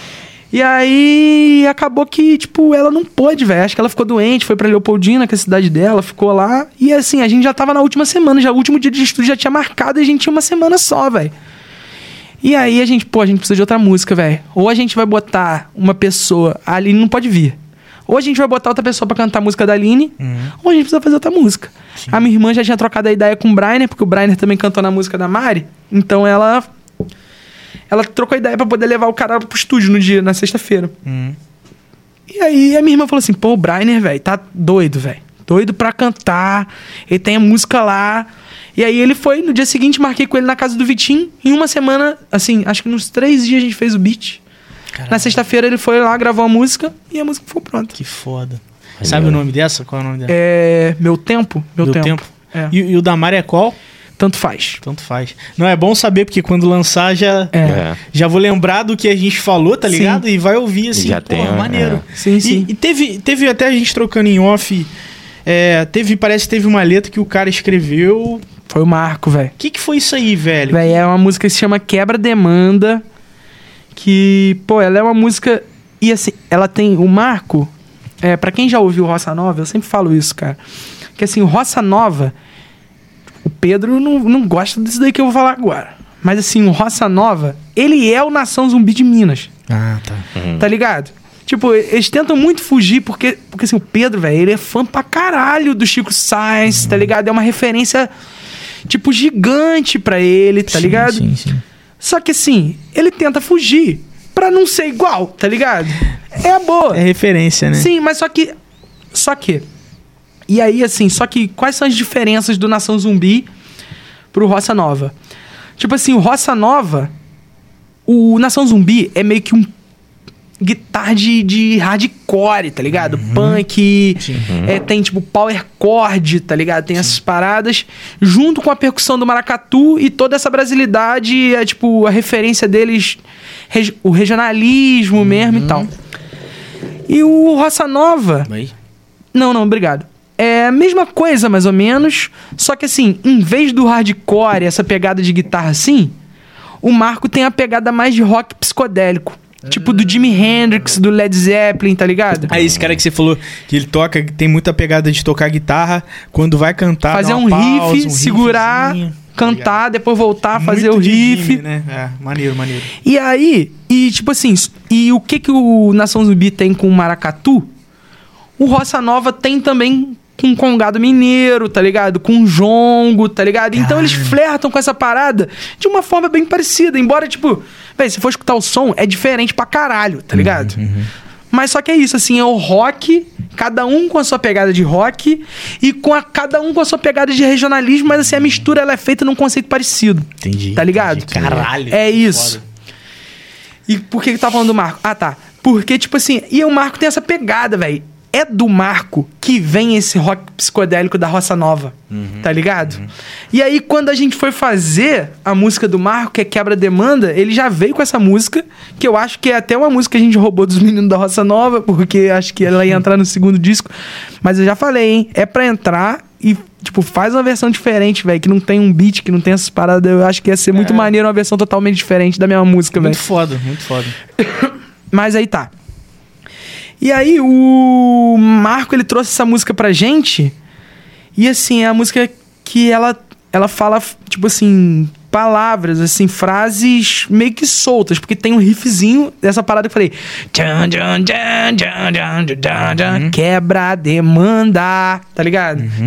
E aí, acabou que, tipo, ela não pôde, velho. Acho que ela ficou doente, foi pra Leopoldina, que é a cidade dela, ficou lá. E assim, a gente já tava na última semana, já o último dia de estúdio já tinha marcado e a gente tinha uma semana só, velho. E aí a gente, pô, a gente precisa de outra música, velho. Ou a gente vai botar uma pessoa, a Aline não pode vir. Ou a gente vai botar outra pessoa pra cantar a música da Aline, uhum. ou a gente precisa fazer outra música. Sim. A minha irmã já tinha trocado a ideia com o Brainer, porque o Brainer também cantou na música da Mari. Então ela... Ela trocou a ideia pra poder levar o cara pro estúdio no dia, na sexta-feira. Uhum. E aí a minha irmã falou assim, pô, o Brainer, velho, tá doido, velho. Doido pra cantar. Ele tem a música lá. E aí ele foi, no dia seguinte, marquei com ele na casa do Vitinho. Em uma semana, assim, acho que nos três dias a gente fez o beat. Caramba. Na sexta-feira ele foi lá, gravou a música e a música ficou pronta. Que foda. Aí sabe é. o nome dessa? Qual é o nome dela? É... Meu Tempo. Meu, Meu Tempo. tempo. É. E, e o da Mari é qual? Tanto faz. Tanto faz. Não, é bom saber, porque quando lançar já, é. já vou lembrar do que a gente falou, tá ligado? Sim. E vai ouvir assim, já porra, tem, maneiro. É. Sim, sim. E, e teve, teve até a gente trocando em off, é, teve, parece que teve uma letra que o cara escreveu... Foi o Marco, velho. O que, que foi isso aí, velho? Velho, é uma música que se chama Quebra Demanda, que, pô, ela é uma música... E assim, ela tem... O Marco, é, pra quem já ouviu Roça Nova, eu sempre falo isso, cara, que assim, o Roça Nova... O Pedro não, não gosta disso daí que eu vou falar agora. Mas assim, o Roça Nova, ele é o Nação Zumbi de Minas. Ah, tá. Uhum. Tá ligado? Tipo, eles tentam muito fugir, porque, porque assim, o Pedro, velho, ele é fã pra caralho do Chico Sainz, uhum. tá ligado? É uma referência, tipo, gigante pra ele, tá sim, ligado? Sim, sim. Só que assim, ele tenta fugir pra não ser igual, tá ligado? É a boa. É referência, né? Sim, mas só que... Só que... E aí, assim, só que quais são as diferenças do Nação Zumbi pro Roça Nova? Tipo assim, o Roça Nova, o Nação Zumbi é meio que um guitarra de, de hardcore, tá ligado? Uhum. Punk, uhum. é, tem tipo power chord, tá ligado? Tem Sim. essas paradas, junto com a percussão do maracatu e toda essa brasilidade, é tipo a referência deles, reg- o regionalismo uhum. mesmo e tal. E o Roça Nova... Oi? Não, não, obrigado. É a mesma coisa, mais ou menos, só que assim, em vez do hardcore, essa pegada de guitarra assim, o Marco tem a pegada mais de rock psicodélico. Tipo do Jimi Hendrix, do Led Zeppelin, tá ligado? Aí esse cara que você falou que ele toca, tem muita pegada de tocar guitarra, quando vai cantar, fazer dá uma um pausa, riff, um segurar, riffzinho, cantar, tá depois voltar, fazer Muito o de riff. Jimmy, né? É, maneiro, maneiro. E aí, e tipo assim, e o que que o Nação Zumbi tem com o maracatu? O Roça Nova tem também com congado mineiro, tá ligado? Com jongo, tá ligado? Então eles flertam com essa parada de uma forma bem parecida. Embora, tipo, véi, se for escutar o som, é diferente pra caralho, tá ligado? Uhum, uhum. Mas só que é isso, assim, é o rock, cada um com a sua pegada de rock e com a, cada um com a sua pegada de regionalismo, mas assim, a mistura ela é feita num conceito parecido. Entendi. Tá ligado? Entendi. Caralho. É isso. Foda. E por que que tá falando do Marco? Ah, tá. Porque, tipo assim, e o Marco tem essa pegada, velho. É do Marco que vem esse rock psicodélico da Roça Nova, uhum, tá ligado? Uhum. E aí, quando a gente foi fazer a música do Marco, que é Quebra-Demanda, ele já veio com essa música, que eu acho que é até uma música que a gente roubou dos meninos da Roça Nova, porque acho que ela ia entrar no segundo disco. Mas eu já falei, hein? É pra entrar e, tipo, faz uma versão diferente, velho, que não tem um beat, que não tem essas paradas. Eu acho que ia ser é. muito maneiro uma versão totalmente diferente da mesma música, velho. Muito véio. foda, muito foda. Mas aí tá. E aí, o Marco, ele trouxe essa música pra gente. E, assim, é a música que ela, ela fala, tipo assim, palavras, assim, frases meio que soltas. Porque tem um riffzinho dessa parada que eu falei. Uhum. Quebra, demanda, tá ligado? Uhum.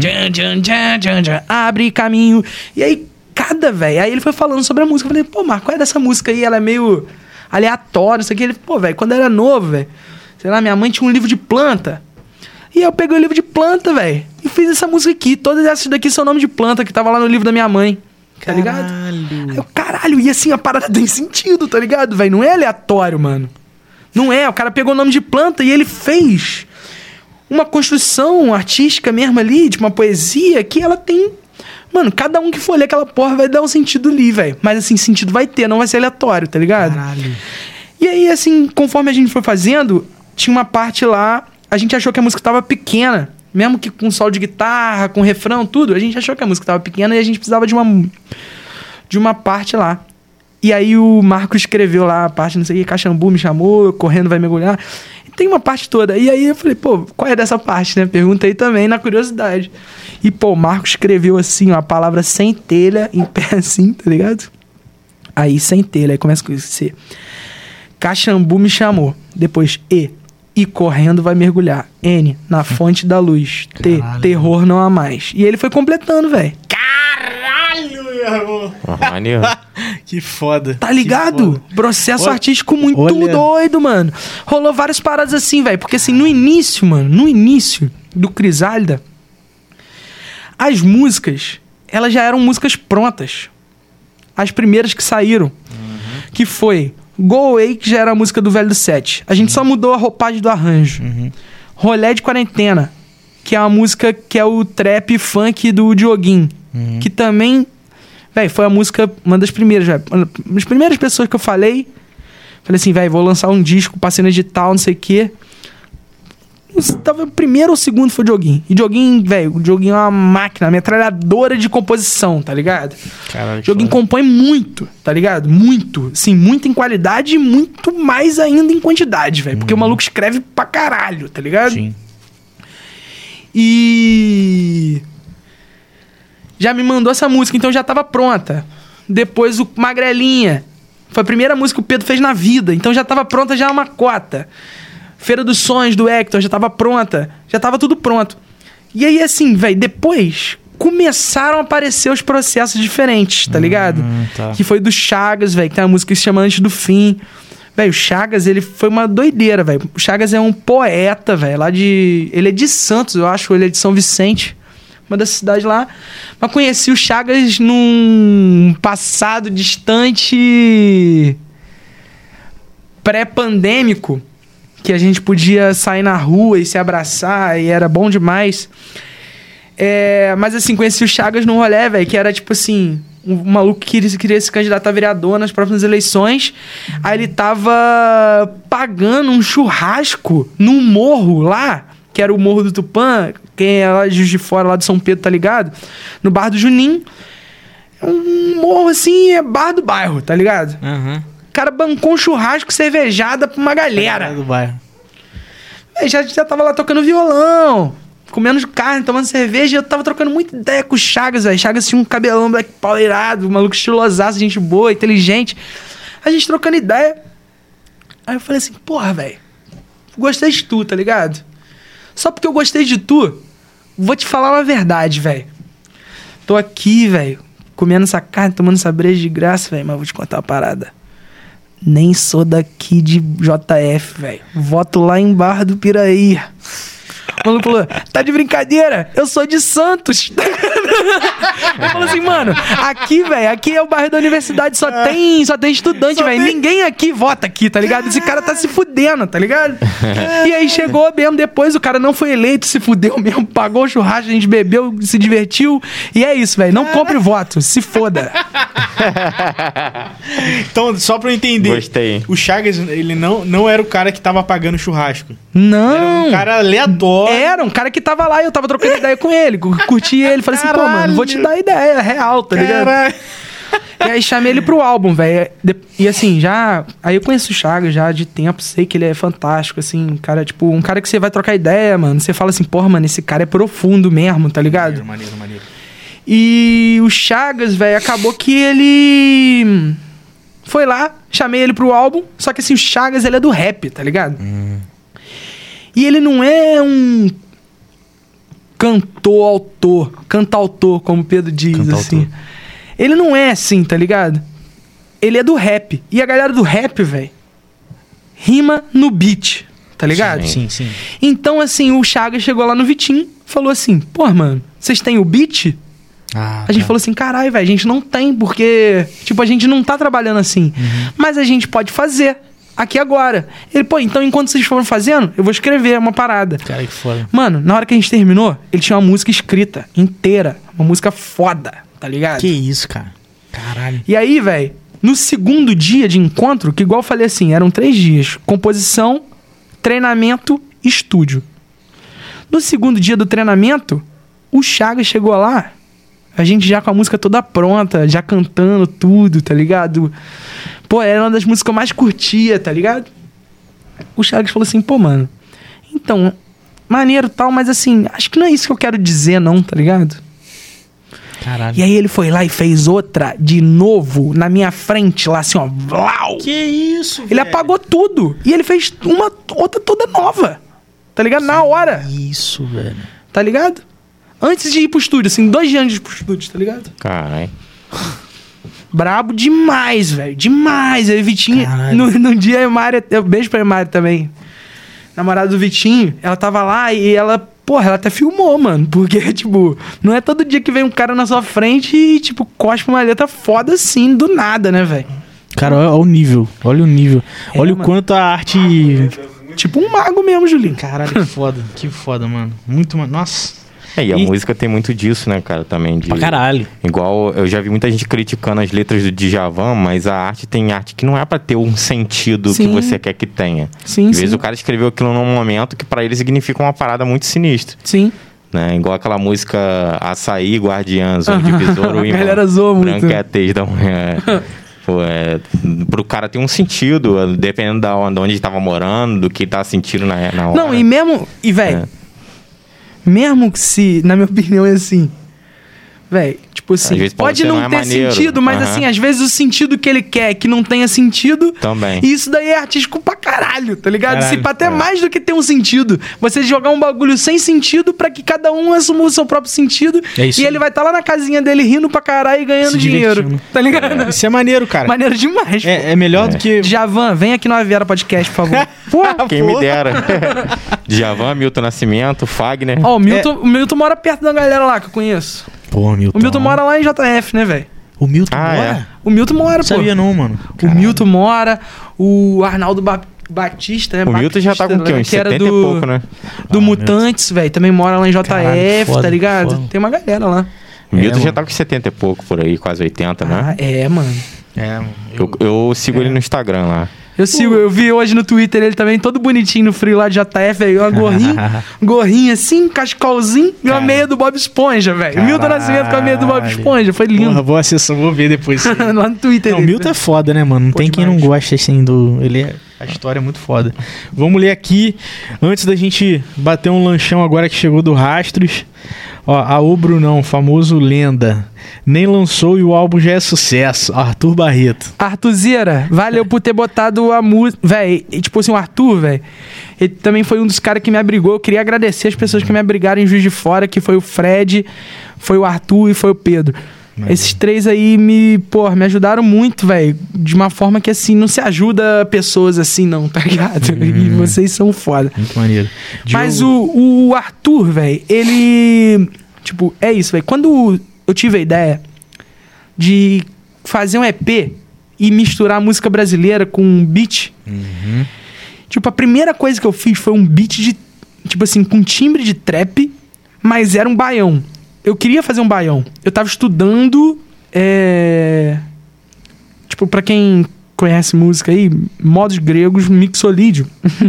Abre caminho. E aí, cada, velho. Aí ele foi falando sobre a música. Eu falei, pô, Marco, qual é dessa música aí? Ela é meio aleatória, isso aqui. Ele, pô, velho, quando eu era novo, velho. Sei lá, minha mãe tinha um livro de planta. E eu peguei o livro de planta, velho. E fiz essa música aqui. Todas essas daqui são nome de planta que tava lá no livro da minha mãe. Tá caralho. ligado? Aí eu, caralho, e assim, a parada tem sentido, tá ligado, velho? Não é aleatório, mano. Não é. O cara pegou o nome de planta e ele fez uma construção artística mesmo ali, de uma poesia que ela tem... Mano, cada um que for ler aquela porra vai dar um sentido ali, velho. Mas assim, sentido vai ter, não vai ser aleatório, tá ligado? Caralho. E aí, assim, conforme a gente foi fazendo... Tinha uma parte lá, a gente achou que a música tava pequena. Mesmo que com solo de guitarra, com refrão, tudo. A gente achou que a música tava pequena e a gente precisava de uma, de uma parte lá. E aí o Marco escreveu lá a parte, não sei o que, Caxambu me chamou, correndo vai mergulhar. E tem uma parte toda. E aí eu falei, pô, qual é dessa parte, né? Perguntei também na curiosidade. E, pô, o Marco escreveu assim, ó, a palavra centelha em pé assim, tá ligado? Aí, centelha, aí começa com isso, C. Caxambu me chamou. Depois, E. E correndo vai mergulhar. N. Na fonte da luz. T. Caralho. Terror não há mais. E ele foi completando, velho. Caralho, meu irmão. Maneiro. Que foda. Tá ligado? Foda. Processo Olha, artístico muito olha. doido, mano. Rolou várias paradas assim, velho. Porque assim, no início, mano, no início do Crisálida, as músicas, elas já eram músicas prontas. As primeiras que saíram. Uhum. Que foi... Go Away, que já era a música do Velho do Sete. A gente uhum. só mudou a roupagem do arranjo. Uhum. Rolê de Quarentena, que é uma música que é o trap funk do Dioguinho. Uhum. Que também, velho, foi a música, uma das primeiras, velho. Uma das primeiras pessoas que eu falei. Falei assim, velho, vou lançar um disco, passei no edital, não sei o quê. Tava o primeiro ou o segundo foi o Dioguinho. E o Dioguinho, velho, o Dioguinho é uma máquina, uma metralhadora de composição, tá ligado? Caralho, o Dioguinho compõe muito, tá ligado? Muito. Sim, muito em qualidade e muito mais ainda em quantidade, velho. Uhum. Porque o maluco escreve pra caralho, tá ligado? Sim. E... já me mandou essa música, então já tava pronta. Depois o Magrelinha. Foi a primeira música que o Pedro fez na vida, então já tava pronta, já uma cota. Feira dos Sonhos, do Hector, já tava pronta. Já tava tudo pronto. E aí, assim, velho, depois começaram a aparecer os processos diferentes, tá ligado? Hum, tá. Que foi do Chagas, velho, que tem uma música que se chama Antes do Fim. Velho, o Chagas, ele foi uma doideira, velho. O Chagas é um poeta, velho, lá de... Ele é de Santos, eu acho, ele é de São Vicente, uma das cidades lá. Mas conheci o Chagas num passado distante, pré-pandêmico, que a gente podia sair na rua e se abraçar, e era bom demais. É, mas assim, conheci o Chagas num rolê, velho, que era tipo assim, um, um maluco que queria, queria se candidatar a vereador nas próximas eleições. Aí ele tava pagando um churrasco num morro lá, que era o Morro do Tupã, quem é lá de Juiz de Fora, lá de São Pedro, tá ligado? No bar do Juninho. um morro assim, é bar do bairro, tá ligado? Aham. O cara bancou um churrasco, cervejada pra uma galera. Do bairro. Aí já, já tava lá tocando violão, comendo carne, tomando cerveja, e eu tava trocando muita ideia com o Chagas, velho. Chagas tinha um cabelão black power irado, um maluco estilosaço, gente boa, inteligente. A gente trocando ideia. Aí eu falei assim, porra, velho, gostei de tu, tá ligado? Só porque eu gostei de tu, vou te falar uma verdade, velho. Tô aqui, velho, comendo essa carne, tomando essa breja de graça, velho, mas vou te contar uma parada. Nem sou daqui de J F, velho. Voto lá em Barra do Piraí. O maluco falou, tá de brincadeira? Eu sou de Santos. Eu falei assim, mano, aqui, velho, aqui é o bairro da universidade, só tem, só tem estudante, velho. Tem... Ninguém aqui vota aqui, tá ligado? Esse cara tá se fudendo, tá ligado? E aí chegou mesmo depois, o cara não foi eleito, se fudeu mesmo, pagou o churrasco, a gente bebeu, se divertiu. E é isso, velho. Não compre voto, se foda. Então, só pra eu entender. Gostei. O Chagas, ele não, não era o cara que tava pagando churrasco. Não. Era um cara aleatório. Era um cara que tava lá e eu tava trocando ideia com ele. Curti ele. Falei assim, pô, Caralho. mano, vou te dar ideia real, tá ligado? Caralho. E aí chamei ele pro álbum, velho. E assim, já... Aí eu conheço o Chagas já de tempo, sei que ele é fantástico, assim. Cara, tipo, um cara que você vai trocar ideia, mano. Você fala assim, porra, mano, esse cara é profundo mesmo, tá ligado? Maneiro, maneiro, maneiro. E o Chagas, velho, acabou que ele... Foi lá, chamei ele pro álbum. Só que assim, o Chagas, ele é do rap, tá ligado? Hum. E ele não é um cantor, autor, cantautor, como o Pedro diz, Cantautor. assim. Ele não é assim, tá ligado? Ele é do rap. E a galera do rap, velho, rima no beat, tá ligado? Sim, sim. Então, assim, o Chagas chegou lá no Vitinho, falou assim, pô, mano, vocês têm o beat? Ah, A gente tá. falou assim, caralho, velho, a gente não tem, porque, tipo, a gente não tá trabalhando assim. Uhum. Mas a gente pode fazer aqui agora. Ele, pô, então enquanto vocês foram fazendo, eu vou escrever uma parada. Cara, que foda. Mano, na hora que a gente terminou, ele tinha uma música escrita, inteira. Uma música foda, tá ligado? Que isso, cara. Caralho. E aí, velho, no segundo dia de encontro, que igual eu falei assim, eram três dias. Composição, treinamento, estúdio. No segundo dia do treinamento, o Chagas chegou lá, a gente já com a música toda pronta, já cantando tudo, tá ligado? Pô, era uma das músicas que eu mais curtia, tá ligado? O Chagas falou assim, pô, mano, então, maneiro e tal, mas assim, acho que não é isso que eu quero dizer, não, tá ligado? Caralho. E aí ele foi lá e fez outra de novo na minha frente, lá assim, ó. Blau! Que isso, Ele apagou tudo. E ele fez uma outra toda nova. Tá ligado? Na hora. Isso, velho. Tá ligado? Antes de ir pro estúdio, assim, dois dias antes de ir pro estúdio, tá ligado? Caralho. Brabo demais, velho. Demais. Aí, Vitinho, Caralho. no, no dia a Mari, eu beijo pra Mari também. Namorada do Vitinho, ela tava lá e ela, porra, ela até filmou, mano. Porque, tipo, não é todo dia que vem um cara na sua frente e, tipo, cospe uma letra foda assim, do nada, né, velho? Cara, olha o nível. Olha o nível. É, olha o mano. quanto a arte... Tipo um mago mesmo, Julinho. Caralho, que foda. Que foda, mano. Muito, mano. Nossa. É, e a E- música tem muito disso, né, cara, também. De... Pra caralho. Igual, eu já vi muita gente criticando as letras do Djavan, mas a arte tem arte que não é pra ter um sentido Sim. que você quer que tenha. Sim, Às vezes sim. o cara escreveu aquilo num momento que pra ele significa uma parada muito sinistra, Sim. né? Igual aquela música Açaí, Guardiã, Zona de Besouro, A Imã, galera zoa muito. Branca é a tez da mulher. Pô, é, pro cara ter um sentido, dependendo da onde, onde ele tava morando, do que tá sentindo na, na hora. Não, e mesmo... E, velho... É. Mesmo que se... Na minha opinião, é assim... Velho, tipo assim... Às vezes pra Pode você não, não é ter maneiro. sentido, mas Aham. assim... Às vezes o sentido que ele quer que não tenha sentido... Também. E isso daí é artístico pra caralho, tá ligado? Caralho, Se pra até é. mais do que ter um sentido. Você jogar um bagulho sem sentido pra que cada um assuma o seu próprio sentido. É isso E aí. ele vai estar lá na casinha dele rindo pra caralho e ganhando Se dinheiro. divertindo. Tá ligado? Isso é maneiro, cara. Maneiro demais. pô. É, é melhor do que... Javan, vem aqui no Aviara Podcast, por favor. Pô, Quem me dera. Djavan, Milton Nascimento, Fagner. ó, o Milton, o Milton mora perto da galera lá que eu conheço. Pô, Milton. O Milton mora lá em J F, né, velho? O Milton Ah, mora? O Milton mora, Não pô. sabia não, mano. O Milton mora, o Arnaldo ba Batista, né? O Milton já tá com o quê? Batista, Uns que era setenta do, e pouco, né? Do Ah, Mutantes, velho. Também mora lá em J F, Caralho, foda, tá ligado? foda. Tem uma galera lá. O Milton É, já mano. tá com setenta e pouco por aí, quase oitenta, né? Ah, é, mano. É, mano. Eu, eu sigo ele no Instagram lá. Eu sigo, eu vi hoje no Twitter ele também, todo bonitinho no frio lá de J F, velho. Uma gorrinha, gorrinha assim, cascalzinho e uma meia do Bob Esponja, velho. Milton Nascimento com a meia do Bob Esponja, foi lindo. Porra, vou acessar, vou ver depois. Lá no Twitter. Não, o Milton é foda, né, mano? Não Pô, tem demais. quem não goste assim do... Ele é... A história é muito foda. Vamos ler aqui, antes da gente bater um lanchão agora que chegou do Rastros. Ó, a O Brunão, famoso lenda. Nem lançou e o álbum já é sucesso. Arthur Barreto. Arthurzeira, valeu por ter botado a música. Véi, e, tipo assim, o Arthur, velho, ele também foi um dos caras que me abrigou. Eu queria agradecer as pessoas que me abrigaram em Juiz de Fora, que foi o Fred, foi o Arthur e foi o Pedro. Mas esses três aí me, porra, me ajudaram muito, velho. De uma forma que, assim, não se ajuda pessoas assim, não, tá ligado? Hum. E vocês são foda. Muito maneiro. Mas o, o Arthur, velho, ele... Tipo, é isso, velho. Quando eu tive a ideia de fazer um E P e misturar música brasileira com um beat, Uhum. tipo, a primeira coisa que eu fiz foi um beat de... Tipo assim, com timbre de trap, mas era um baião. Eu queria fazer um baião. Eu tava estudando... É... Tipo, pra quem conhece música aí, modos gregos, mixolídio.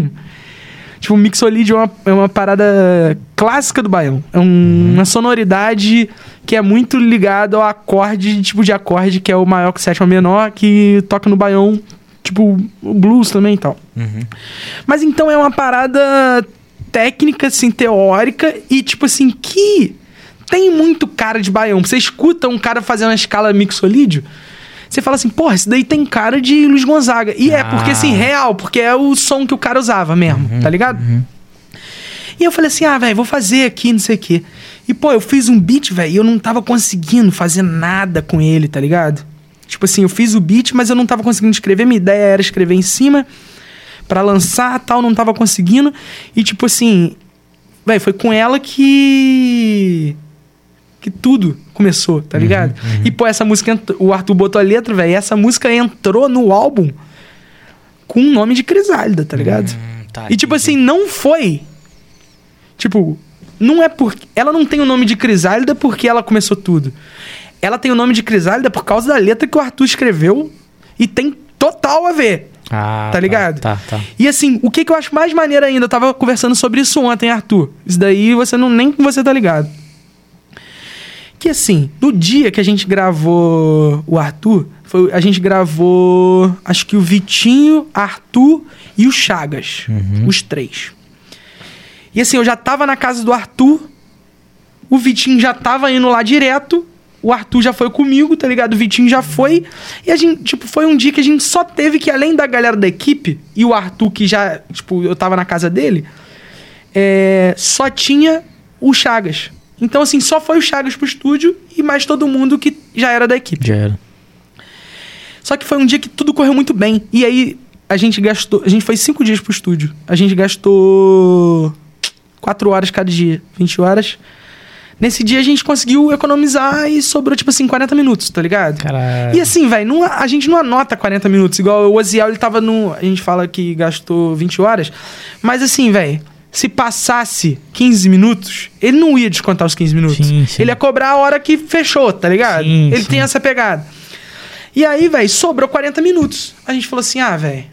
Tipo, o mixolídio é uma, é uma parada clássica do baião. É um, uhum. uma sonoridade que é muito ligada ao acorde, tipo de acorde, que é o maior com sétima menor, que toca no baião, tipo, o blues também e tal. Uhum. Mas então é uma parada técnica, assim, teórica, e tipo assim, que... Tem muito cara de baião. Você escuta um cara fazendo a escala mixolídio, você fala assim, porra, esse daí tem cara de Luiz Gonzaga. E ah. é porque, assim, real, porque é o som que o cara usava mesmo, uhum, tá ligado? Uhum. E eu falei assim, ah, velho, vou fazer aqui, não sei o quê. E, pô, eu fiz um beat, velho, e eu não tava conseguindo fazer nada com ele, tá ligado? Tipo assim, eu fiz o beat, mas eu não tava conseguindo escrever. Minha ideia era escrever em cima pra lançar, tal, não tava conseguindo. E, tipo assim, velho, foi com ela que... que tudo começou, tá ligado? Uhum, uhum. E, pô, essa música... O Arthur botou a letra, velho, e essa música entrou no álbum com o nome de Crisálida, tá ligado? Hum, tá, e, tipo entendi. Assim, não foi... Tipo, não é porque... Ela não tem o nome de Crisálida porque ela começou tudo. Ela tem o nome de Crisálida por causa da letra que o Arthur escreveu e tem total a ver. Ah, tá ligado? Tá, tá, tá. E assim, o que, que eu acho mais maneiro ainda, eu tava conversando sobre isso ontem, Arthur. Isso daí você não... Nem você tá ligado. Que assim, no dia que a gente gravou o Arthur, foi, a gente gravou, acho que o Vitinho, Arthur e o Chagas. Uhum. Os três. E assim, eu já tava na casa do Arthur, o Vitinho já tava indo lá direto, o Arthur já foi comigo, tá ligado? O Vitinho já foi. E a gente, tipo, foi um dia que a gente só teve que, além da galera da equipe, e o Arthur que já, tipo, eu tava na casa dele, é, só tinha o Chagas. Então, assim, só foi o Chagas pro estúdio e mais todo mundo que já era da equipe. Já era. Só que foi um dia que tudo correu muito bem. E aí, a gente gastou... A gente foi cinco dias pro estúdio. A gente gastou quatro horas cada dia. vinte horas. Nesse dia, a gente conseguiu economizar e sobrou, tipo assim, quarenta minutos, tá ligado? Caralho. E assim, velho, a gente não anota quarenta minutos. Igual o Oziel, ele tava no... A gente fala que gastou vinte horas. Mas assim, velho... Se passasse quinze minutos, ele não ia descontar os quinze minutos. Sim, sim. Ele ia cobrar a hora que fechou, tá ligado? Sim, ele sim. tem essa pegada. E aí, velho, sobrou quarenta minutos. A gente falou assim, ah, velho,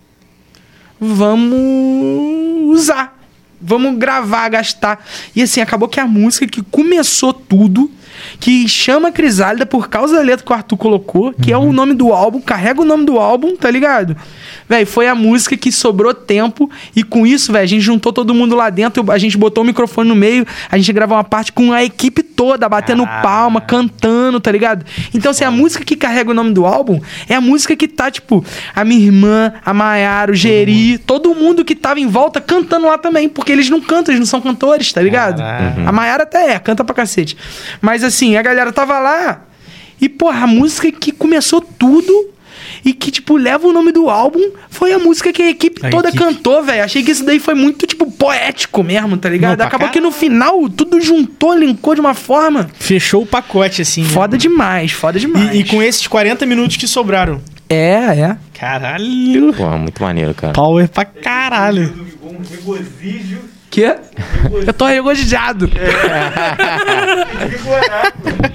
vamos usar. Vamos gravar, gastar. E assim, acabou que a música que começou tudo, que chama Crisálida por causa da letra que o Arthur colocou, que uhum. é o nome do álbum, carrega o nome do álbum, tá ligado? Véi, foi a música que sobrou tempo e com isso, velho, a gente juntou todo mundo lá dentro, a gente botou o microfone no meio, a gente gravou uma parte com a equipe toda, batendo ah. palma, cantando, tá ligado? Então, assim, a música que carrega o nome do álbum é a música que tá, tipo, a minha irmã, a Mayara, o Geri, todo mundo, todo mundo que tava em volta cantando lá também, porque eles não cantam, eles não são cantores, tá ligado? Uhum. A Mayara até é, canta pra cacete. Mas, assim, a galera tava lá e, porra, a música que começou tudo... E que, tipo, leva o nome do álbum, foi a música que a equipe a toda equipe. cantou, velho. Achei que isso daí foi muito, tipo, poético mesmo, tá ligado? Não, acabou que no final tudo juntou, linkou de uma forma... Fechou o pacote, assim. Foda né? demais, foda demais. E, e com esses quarenta minutos que sobraram. É, é. Caralho. Pô, muito maneiro, cara. Power pra caralho. Um regozijo. Quê? Eu tô regozijado.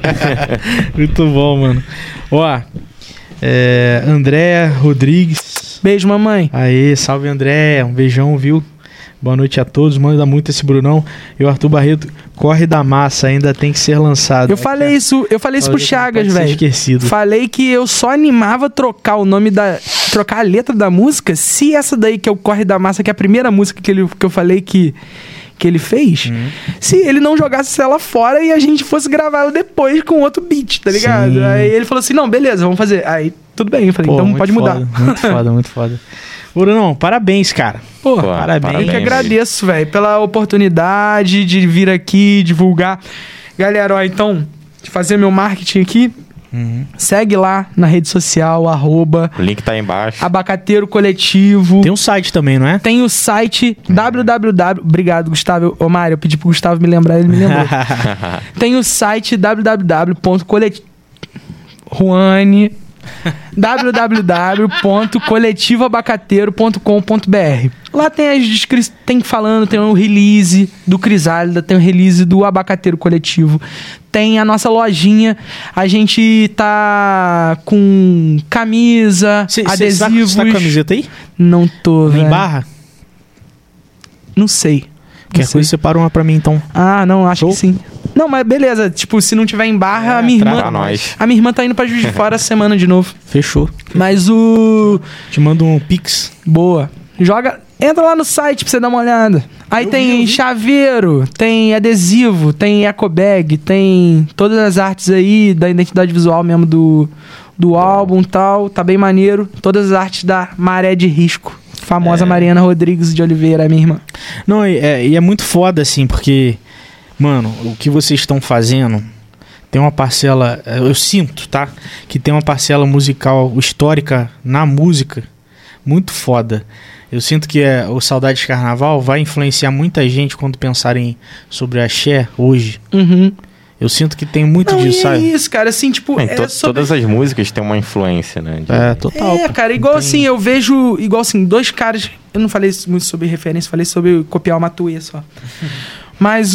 Muito bom, mano. Ó... É, Andréa Rodrigues Beijo, mamãe. Aê, salve André, um beijão, viu? Boa noite a todos, manda muito esse Brunão. E o Arthur Barreto, corre da massa, ainda tem que ser lançado. Eu falei isso, eu falei isso pro Chagas, Pode ser velho. esquecido. Falei que eu só animava trocar o nome da... Trocar a letra da música se essa daí que é o Corre da Massa, que é a primeira música que, ele, que eu falei que... que ele fez, Uhum. se ele não jogasse ela fora e a gente fosse gravar ela depois com outro beat, tá ligado? Sim. Aí ele falou assim, não, beleza, vamos fazer. Aí, tudo bem, eu falei, Pô, então muito pode foda, mudar. Muito foda, muito foda. Brunão, parabéns, cara. Pô, Pô, parabéns. eu que parabéns. agradeço, velho, pela oportunidade de vir aqui, divulgar. Galera, ó, então, de fazer meu marketing aqui, Uhum. segue lá na rede social, arroba O link tá aí embaixo. Abacateiro Coletivo. Tem um site também, não é? Tem o site www... Obrigado, Gustavo. Ô, Mário, eu pedi pro Gustavo me lembrar, ele me lembrou. Tem o site www ponto colet... Juane... www ponto coletivo abacateiro ponto com ponto b r. Lá tem as descrições, tem falando, tem o release do Crisálida, tem o release do Abacateiro Coletivo, tem a nossa lojinha, a gente tá com camisa, Cê, adesivos. Você tá com a camiseta aí? Não tô, Em velho. barra? Não sei. Não Quer sei. coisa, separa uma pra mim, então. Ah, não, acho Show. que sim. Não, mas beleza. Tipo, se não tiver em barra, É, a minha Pra irmã. nós. A minha irmã tá indo pra Juiz de Fora essa semana de novo. Fechou. Mas o. Te mando um pix. Boa. Joga. Entra lá no site pra você dar uma olhada. Aí Eu tem vi, eu vi. chaveiro, tem adesivo, tem ecobag, tem todas as artes aí da identidade visual mesmo do, do álbum e tal. Tá bem maneiro. Todas as artes da Maré de Risco. Famosa É. Mariana Rodrigues de Oliveira, minha irmã. Não, e é, e é muito foda, assim, porque, mano, o que vocês estão fazendo tem uma parcela, eu sinto, tá? Que tem uma parcela musical histórica na música muito foda. Eu sinto que é, o Saudades de Carnaval vai influenciar muita gente quando pensarem sobre axé hoje. Uhum. Eu sinto que tem muito Não, disso, e é sabe? isso, cara. Assim, tipo, É, é to- sobre... Todas as músicas têm uma influência, né? de- É, total. É, pô. cara, igual Não tem- assim, eu vejo, igual assim, dois caras. Eu não falei muito sobre referência, falei sobre copiar o Matuê só. Mas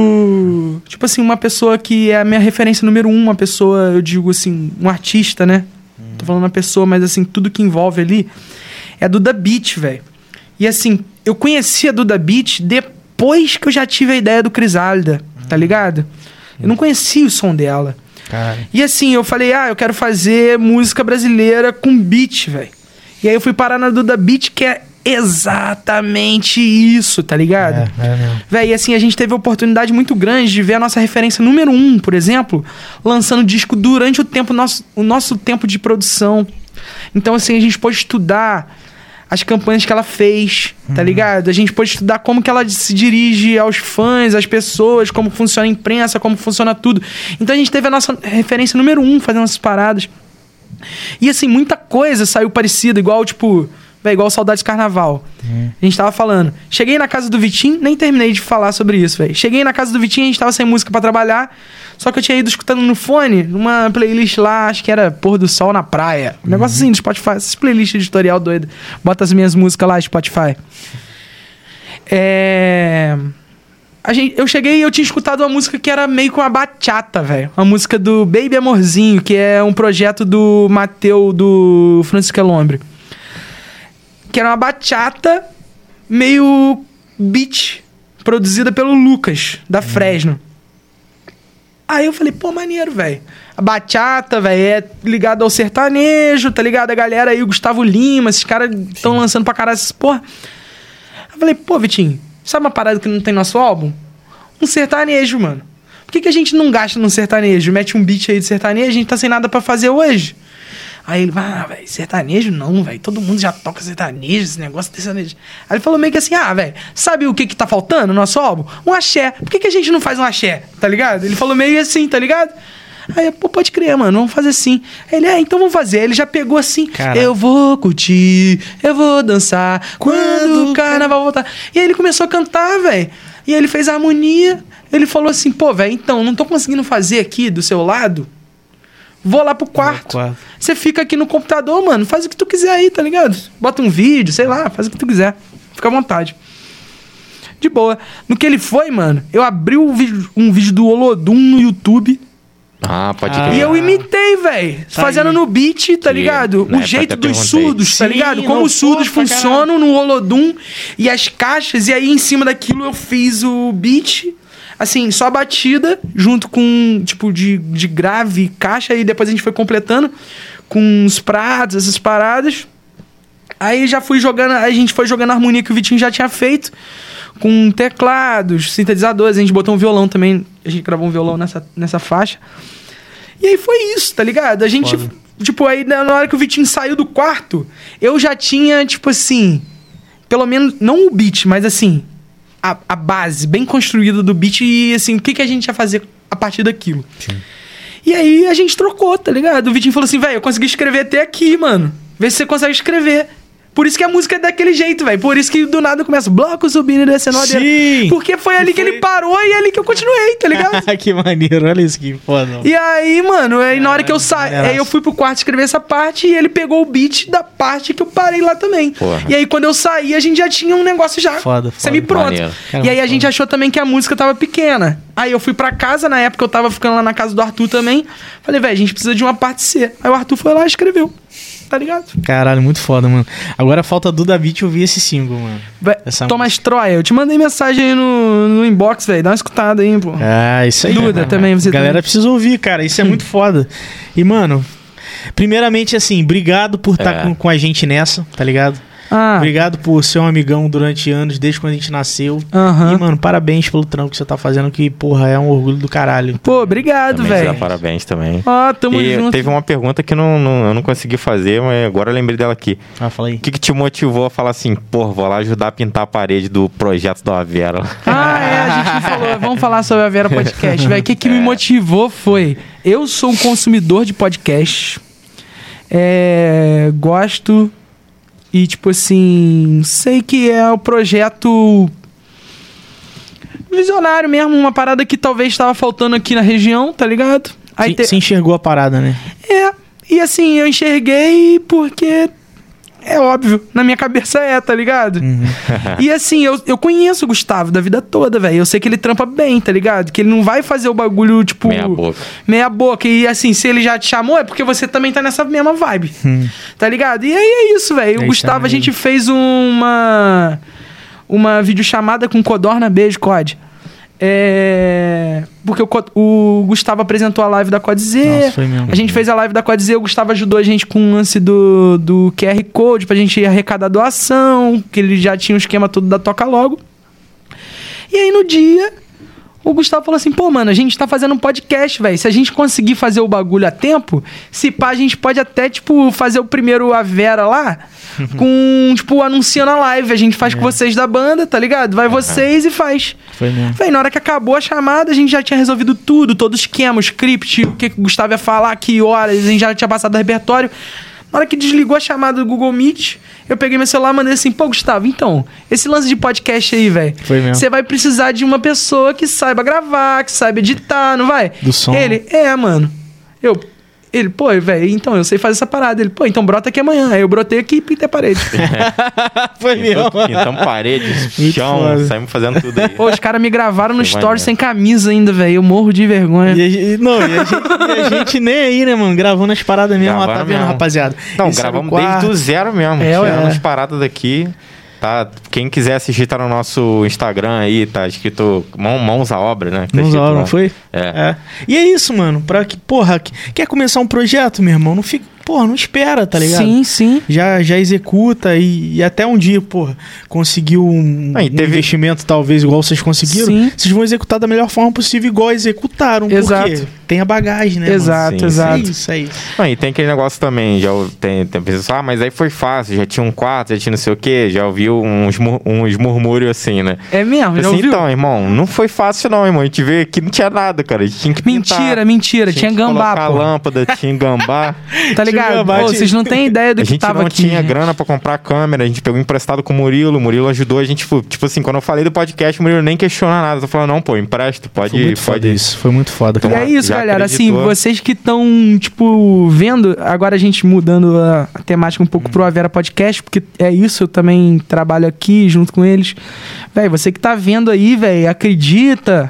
o. Tipo assim, uma pessoa que é a minha referência número um, uma pessoa, eu digo assim, um artista, né? Tô falando uma pessoa, mas assim, tudo que envolve ali é a Duda Beat, velho. E assim, eu conheci a Duda Beat depois que eu já tive a ideia do Crisálida, tá ligado? Eu não conhecia o som dela. Cara, E assim, eu falei, ah, eu quero fazer música brasileira com beat, velho. E aí eu fui parar na Duda Beat, que é exatamente isso, tá ligado? é, é mesmo. Véi, e assim, a gente teve a oportunidade muito grande de ver a nossa referência número um, por exemplo, lançando disco durante o tempo, nosso, o nosso tempo de produção. Então, assim, a gente pôde estudar as campanhas que ela fez, tá ligado? A gente pôde estudar como que ela se dirige aos fãs, às pessoas, como funciona a imprensa, como funciona tudo. Então a gente teve a nossa referência número um fazendo essas paradas. E assim, muita coisa saiu parecida, igual, tipo... Véi, igual Saudades de Carnaval. A gente tava falando. Cheguei na casa do Vitinho, nem terminei de falar sobre isso, velho. Cheguei na casa do Vitinho, a gente tava sem música pra trabalhar. Só que eu tinha ido escutando no fone, numa playlist lá, acho que era Pôr do Sol na Praia. Um negócio assim do Spotify. Essas playlists editorial doida. Bota as minhas músicas lá, Spotify. É... A gente, eu cheguei e eu tinha escutado uma música que era meio com uma bachata, velho. Uma música do Baby Amorzinho, que é um projeto do Mateu, do Francisco Elombre. Que era uma bachata meio beat, produzida pelo Lucas, da Fresno. Aí eu falei, pô, maneiro, velho. A bachata, velho, é ligado ao sertanejo, tá ligado? A galera aí, o Gustavo Lima, esses caras estão lançando pra caralho essas porra. Eu falei, pô, Vitinho, sabe uma parada que não tem no nosso álbum? Um sertanejo, mano. Por que, que a gente não gasta num sertanejo? Mete um beat aí de sertanejo, a gente tá sem nada pra fazer hoje. Aí ele, ah, velho, sertanejo não, velho. Todo mundo já toca sertanejo, esse negócio de sertanejo. Aí ele falou meio que assim, ah, velho, sabe o que que tá faltando no nosso álbum? Um axé. Por que que a gente não faz um axé? Tá ligado? Ele falou meio assim, tá ligado? Aí, pô, pode crer, mano, vamos fazer assim. Aí ele, é, então vamos fazer. Aí ele já pegou assim, Caraca. eu vou curtir, eu vou dançar, quando o carnaval voltar. E aí ele começou a cantar, velho. E aí ele fez a harmonia. Ele falou assim, pô, velho, então, não tô conseguindo fazer aqui do seu lado. Vou lá pro quarto. quarto. Você fica aqui no computador, mano. Faz o que tu quiser aí, tá ligado? Bota um vídeo, sei lá, faz o que tu quiser. Fica à vontade. De boa. No que ele foi, mano, eu abri um vídeo, um vídeo do Olodum no YouTube. Ah, pode Ah. crer. E eu imitei, velho. Tá Fazendo aí. no beat, tá Que, ligado? na O época jeito até dos perguntei. surdos, tá Sim, ligado? não, Como os surdos porra, funcionam no Holodum e as caixas. E aí, em cima daquilo, eu fiz o beat. Assim, só a batida, junto com, tipo, de, de grave, caixa. E depois a gente foi completando com os pratos, essas paradas. Aí já fui jogando, a gente foi jogando a harmonia que o Vitinho já tinha feito. Com teclados, sintetizadores. A gente botou um violão também. A gente gravou um violão nessa, nessa faixa. E aí foi isso, tá ligado? A gente, Foda. tipo, aí na hora que o Vitinho saiu do quarto, eu já tinha, tipo assim, pelo menos, não o beat, mas assim, a, a base bem construída do beat e assim, o que, que a gente ia fazer a partir daquilo. Sim. E aí a gente trocou, tá ligado? O Vitinho falou assim, velho, eu consegui escrever até aqui, mano. Vê se você consegue escrever. Por isso que a música é daquele jeito, velho. Por isso que do nada começa bloco subindo e descendo a ladeira. Sim! Porque foi ali que foi- ele parou e é ali que eu continuei, tá ligado? que maneiro, olha isso que foda. E aí, mano, aí na hora que eu saí, maneiraço. aí eu fui pro quarto escrever essa parte e ele pegou o beat da parte que eu parei lá também. Porra. E aí quando eu saí, a gente já tinha um negócio já Foda, foda. semi-pronto. Maneiro. Caramba, E aí a foda. gente achou também que a música tava pequena. Aí eu fui pra casa, na época eu tava ficando lá na casa do Arthur também. Falei, velho, a gente precisa de uma parte C. Aí o Arthur foi lá e escreveu. Tá ligado? Caralho, muito foda, mano. Agora falta do da Beat ouvir esse single, mano. Vé- Essa Thomas Troia, eu te mandei mensagem aí no, no inbox, velho. Dá uma escutada aí, pô. Ah, isso aí. Duda, mano. também, você Galera também. precisa ouvir, cara. Isso é muito foda. E, mano, primeiramente, assim, obrigado por estar É. com, com a gente nessa, tá ligado? Ah, Obrigado por ser um amigão durante anos, desde quando a gente nasceu. aham. E, mano, parabéns pelo trampo que você tá fazendo, que, porra, é um orgulho do caralho. Pô, obrigado, Também te dá velho. parabéns também. Ó, tamo E junto. teve uma pergunta que não, não- eu não consegui fazer, mas agora eu lembrei dela aqui. Ah, fala aí. O que, que te motivou a falar assim, pô, vou lá ajudar a pintar a parede do projeto da Avera? Ah, é, a gente não falou. Vamos falar sobre a Vera Podcast, velho. O que, que me motivou foi... Eu sou um consumidor de podcast. É, gosto... E, tipo assim... Sei que é o projeto... Visionário mesmo. Uma parada que talvez estava faltando aqui na região, tá ligado? Aí Você te- você enxergou a parada, né? É, e assim, eu enxerguei porque é óbvio, na minha cabeça é, tá ligado? Uhum. E assim, eu, eu conheço o Gustavo da vida toda, velho. Eu sei que ele trampa bem, tá ligado? Que ele não vai fazer o bagulho, tipo... Meia boca. Meia boca. E assim, se ele já te chamou, é porque você também tá nessa mesma vibe. Hum. Tá ligado? E aí é isso, velho. É O isso, Gustavo, é a maneiro. gente fez uma... Uma videochamada com Codorna. Beijo, Cod. É... Porque o, Co- o Gustavo apresentou a live da Codz. Nossa, foi mesmo. A gente fez a live da Codz, o Gustavo ajudou a gente com o lance do, do Q R Code pra gente arrecadar doação, que ele já tinha o esquema todo da Toca Logo. E aí no dia, o Gustavo falou assim, pô, mano, a gente tá fazendo um podcast, velho. Se a gente conseguir fazer o bagulho a tempo, se pá, a gente pode até, tipo, fazer o primeiro A Vera lá, com, tipo, anunciando a live. A gente faz com vocês da banda, tá ligado? Vai vocês e faz. Foi mesmo. Véi, na hora que acabou a chamada, a gente já tinha resolvido tudo, todo o esquema, o script, o que, que o Gustavo ia falar, que horas, a gente já tinha passado o repertório. Na hora que desligou a chamada do Google Meet, eu peguei meu celular e mandei assim, pô, Gustavo, então, esse lance de podcast aí, velho, Foi mesmo. você vai precisar de uma pessoa que saiba gravar, que saiba editar, não vai? Do som. Ele, é, mano. Eu... Ele, pô, velho, então, eu sei fazer essa parada. Ele, pô, então brota aqui amanhã. Aí eu brotei aqui e pintei a parede. Foi mesmo. Pintamos paredes, Muito chão, foda. saímos fazendo tudo aí. Pô, os caras me gravaram no Que story maneiro. sem camisa ainda, velho. Eu morro de vergonha. E a, gente- não, e a, gente, e a gente nem aí, né, mano? Gravando as paradas mesmo, ó, tá Gravando vendo, mesmo. rapaziada? Não, Esse era o gravamos quarto. desde o zero mesmo. É, ué. Tirando as paradas daqui. Tá, quem quiser assistir tá no nosso Instagram aí, tá escrito mão, Mãos à Obra, né? Tá Mãos à escrito obra, lá. não foi? É. É. E é isso, mano. Pra que, porra, que- quer começar um projeto, meu irmão? Não fica. Porra, não espera, tá ligado? Sim, sim. Já, já executa e, e até um dia, porra, conseguiu um, Ah, e um teve- investimento talvez igual vocês conseguiram. Sim. Vocês vão executar da melhor forma possível, igual executaram. Exato. Porque tem a bagagem, né? Exato, Sim, exato. Mano? É isso, é isso. Não, e tem aquele negócio também, já ou- tem, tem pessoas, ah, mas aí foi fácil, já tinha um quarto, já tinha não sei o quê, já ouviu uns, mur- uns murmúrios assim, né? É mesmo, já Assim, ouviu? então, irmão, não foi fácil não, irmão. A gente vê que não tinha nada, cara. A gente tinha que pintar. Mentira, mentira. Tinha, que gambá, colocar pô. lâmpada, tinha gambá. Tá ligado? gambá, Pô, tinha- vocês não têm ideia do A que gente tava não aqui. tinha gente. grana pra comprar câmera, a gente pegou emprestado com o Murilo, o Murilo ajudou a gente, tipo, tipo assim, quando eu falei do podcast, o Murilo nem questionou nada. Eu falei, não, pô, empresta, pode Foi muito pode foda isso. Foi muito foda, E cara. é isso, já galera. Assim, acreditou. vocês que estão, tipo, vendo, agora a gente mudando a, a temática um pouco pro Avera Podcast, porque é isso, eu também trabalho aqui junto com eles. Véi, você que tá vendo aí, véi, acredita,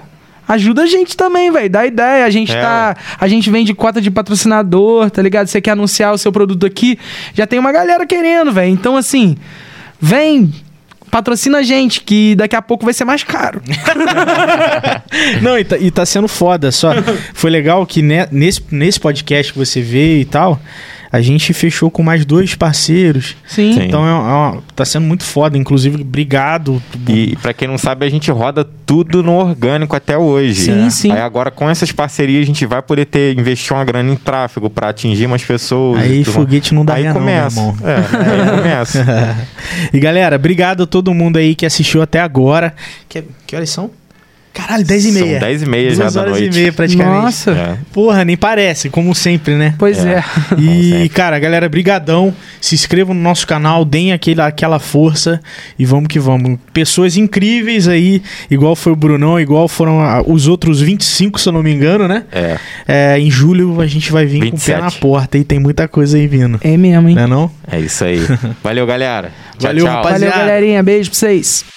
ajuda a gente também, velho. Dá ideia. A gente É. tá. A gente vende cota de patrocinador, tá ligado? Você quer anunciar o seu produto aqui, já tem uma galera querendo, velho. Então, assim, vem. Patrocina a gente, que daqui a pouco vai ser mais caro. Não, e tá, e tá sendo foda. Só foi legal que ne- nesse, nesse podcast que você veio e tal, a gente fechou com mais dois parceiros. Sim. Sim. Então é, uma- é uma- tá sendo muito foda. Inclusive, obrigado. E pra quem não sabe, a gente roda tudo no orgânico até hoje. Sim, sim. Aí agora com essas parcerias a gente vai poder ter investir uma grana em tráfego pra atingir mais pessoas. Aí e tudo. foguete não dá Aí ré não, começa. meu irmão. É, aí começa. E galera, obrigado a todo mundo aí que assistiu até agora. Que, que horas são? Caralho, dez e meia. São dez e meia já Duas da horas noite. e meia praticamente. Nossa. É. Porra, nem parece, como sempre, né? Pois é. É. E, sempre. cara, galera, brigadão. Se inscrevam no nosso canal, deem aquele, aquela força e vamos que vamos. Pessoas incríveis aí, igual foi o Brunão, igual foram ah, os outros vinte e cinco, se eu não me engano, né? É. É, em julho a gente vai vir vinte e com o pé sete. na porta e tem muita coisa aí vindo. É mesmo, hein? Não é não? É isso aí. Valeu, galera. Tchau, Valeu, tchau. rapaziada. Valeu, galerinha. Beijo pra vocês.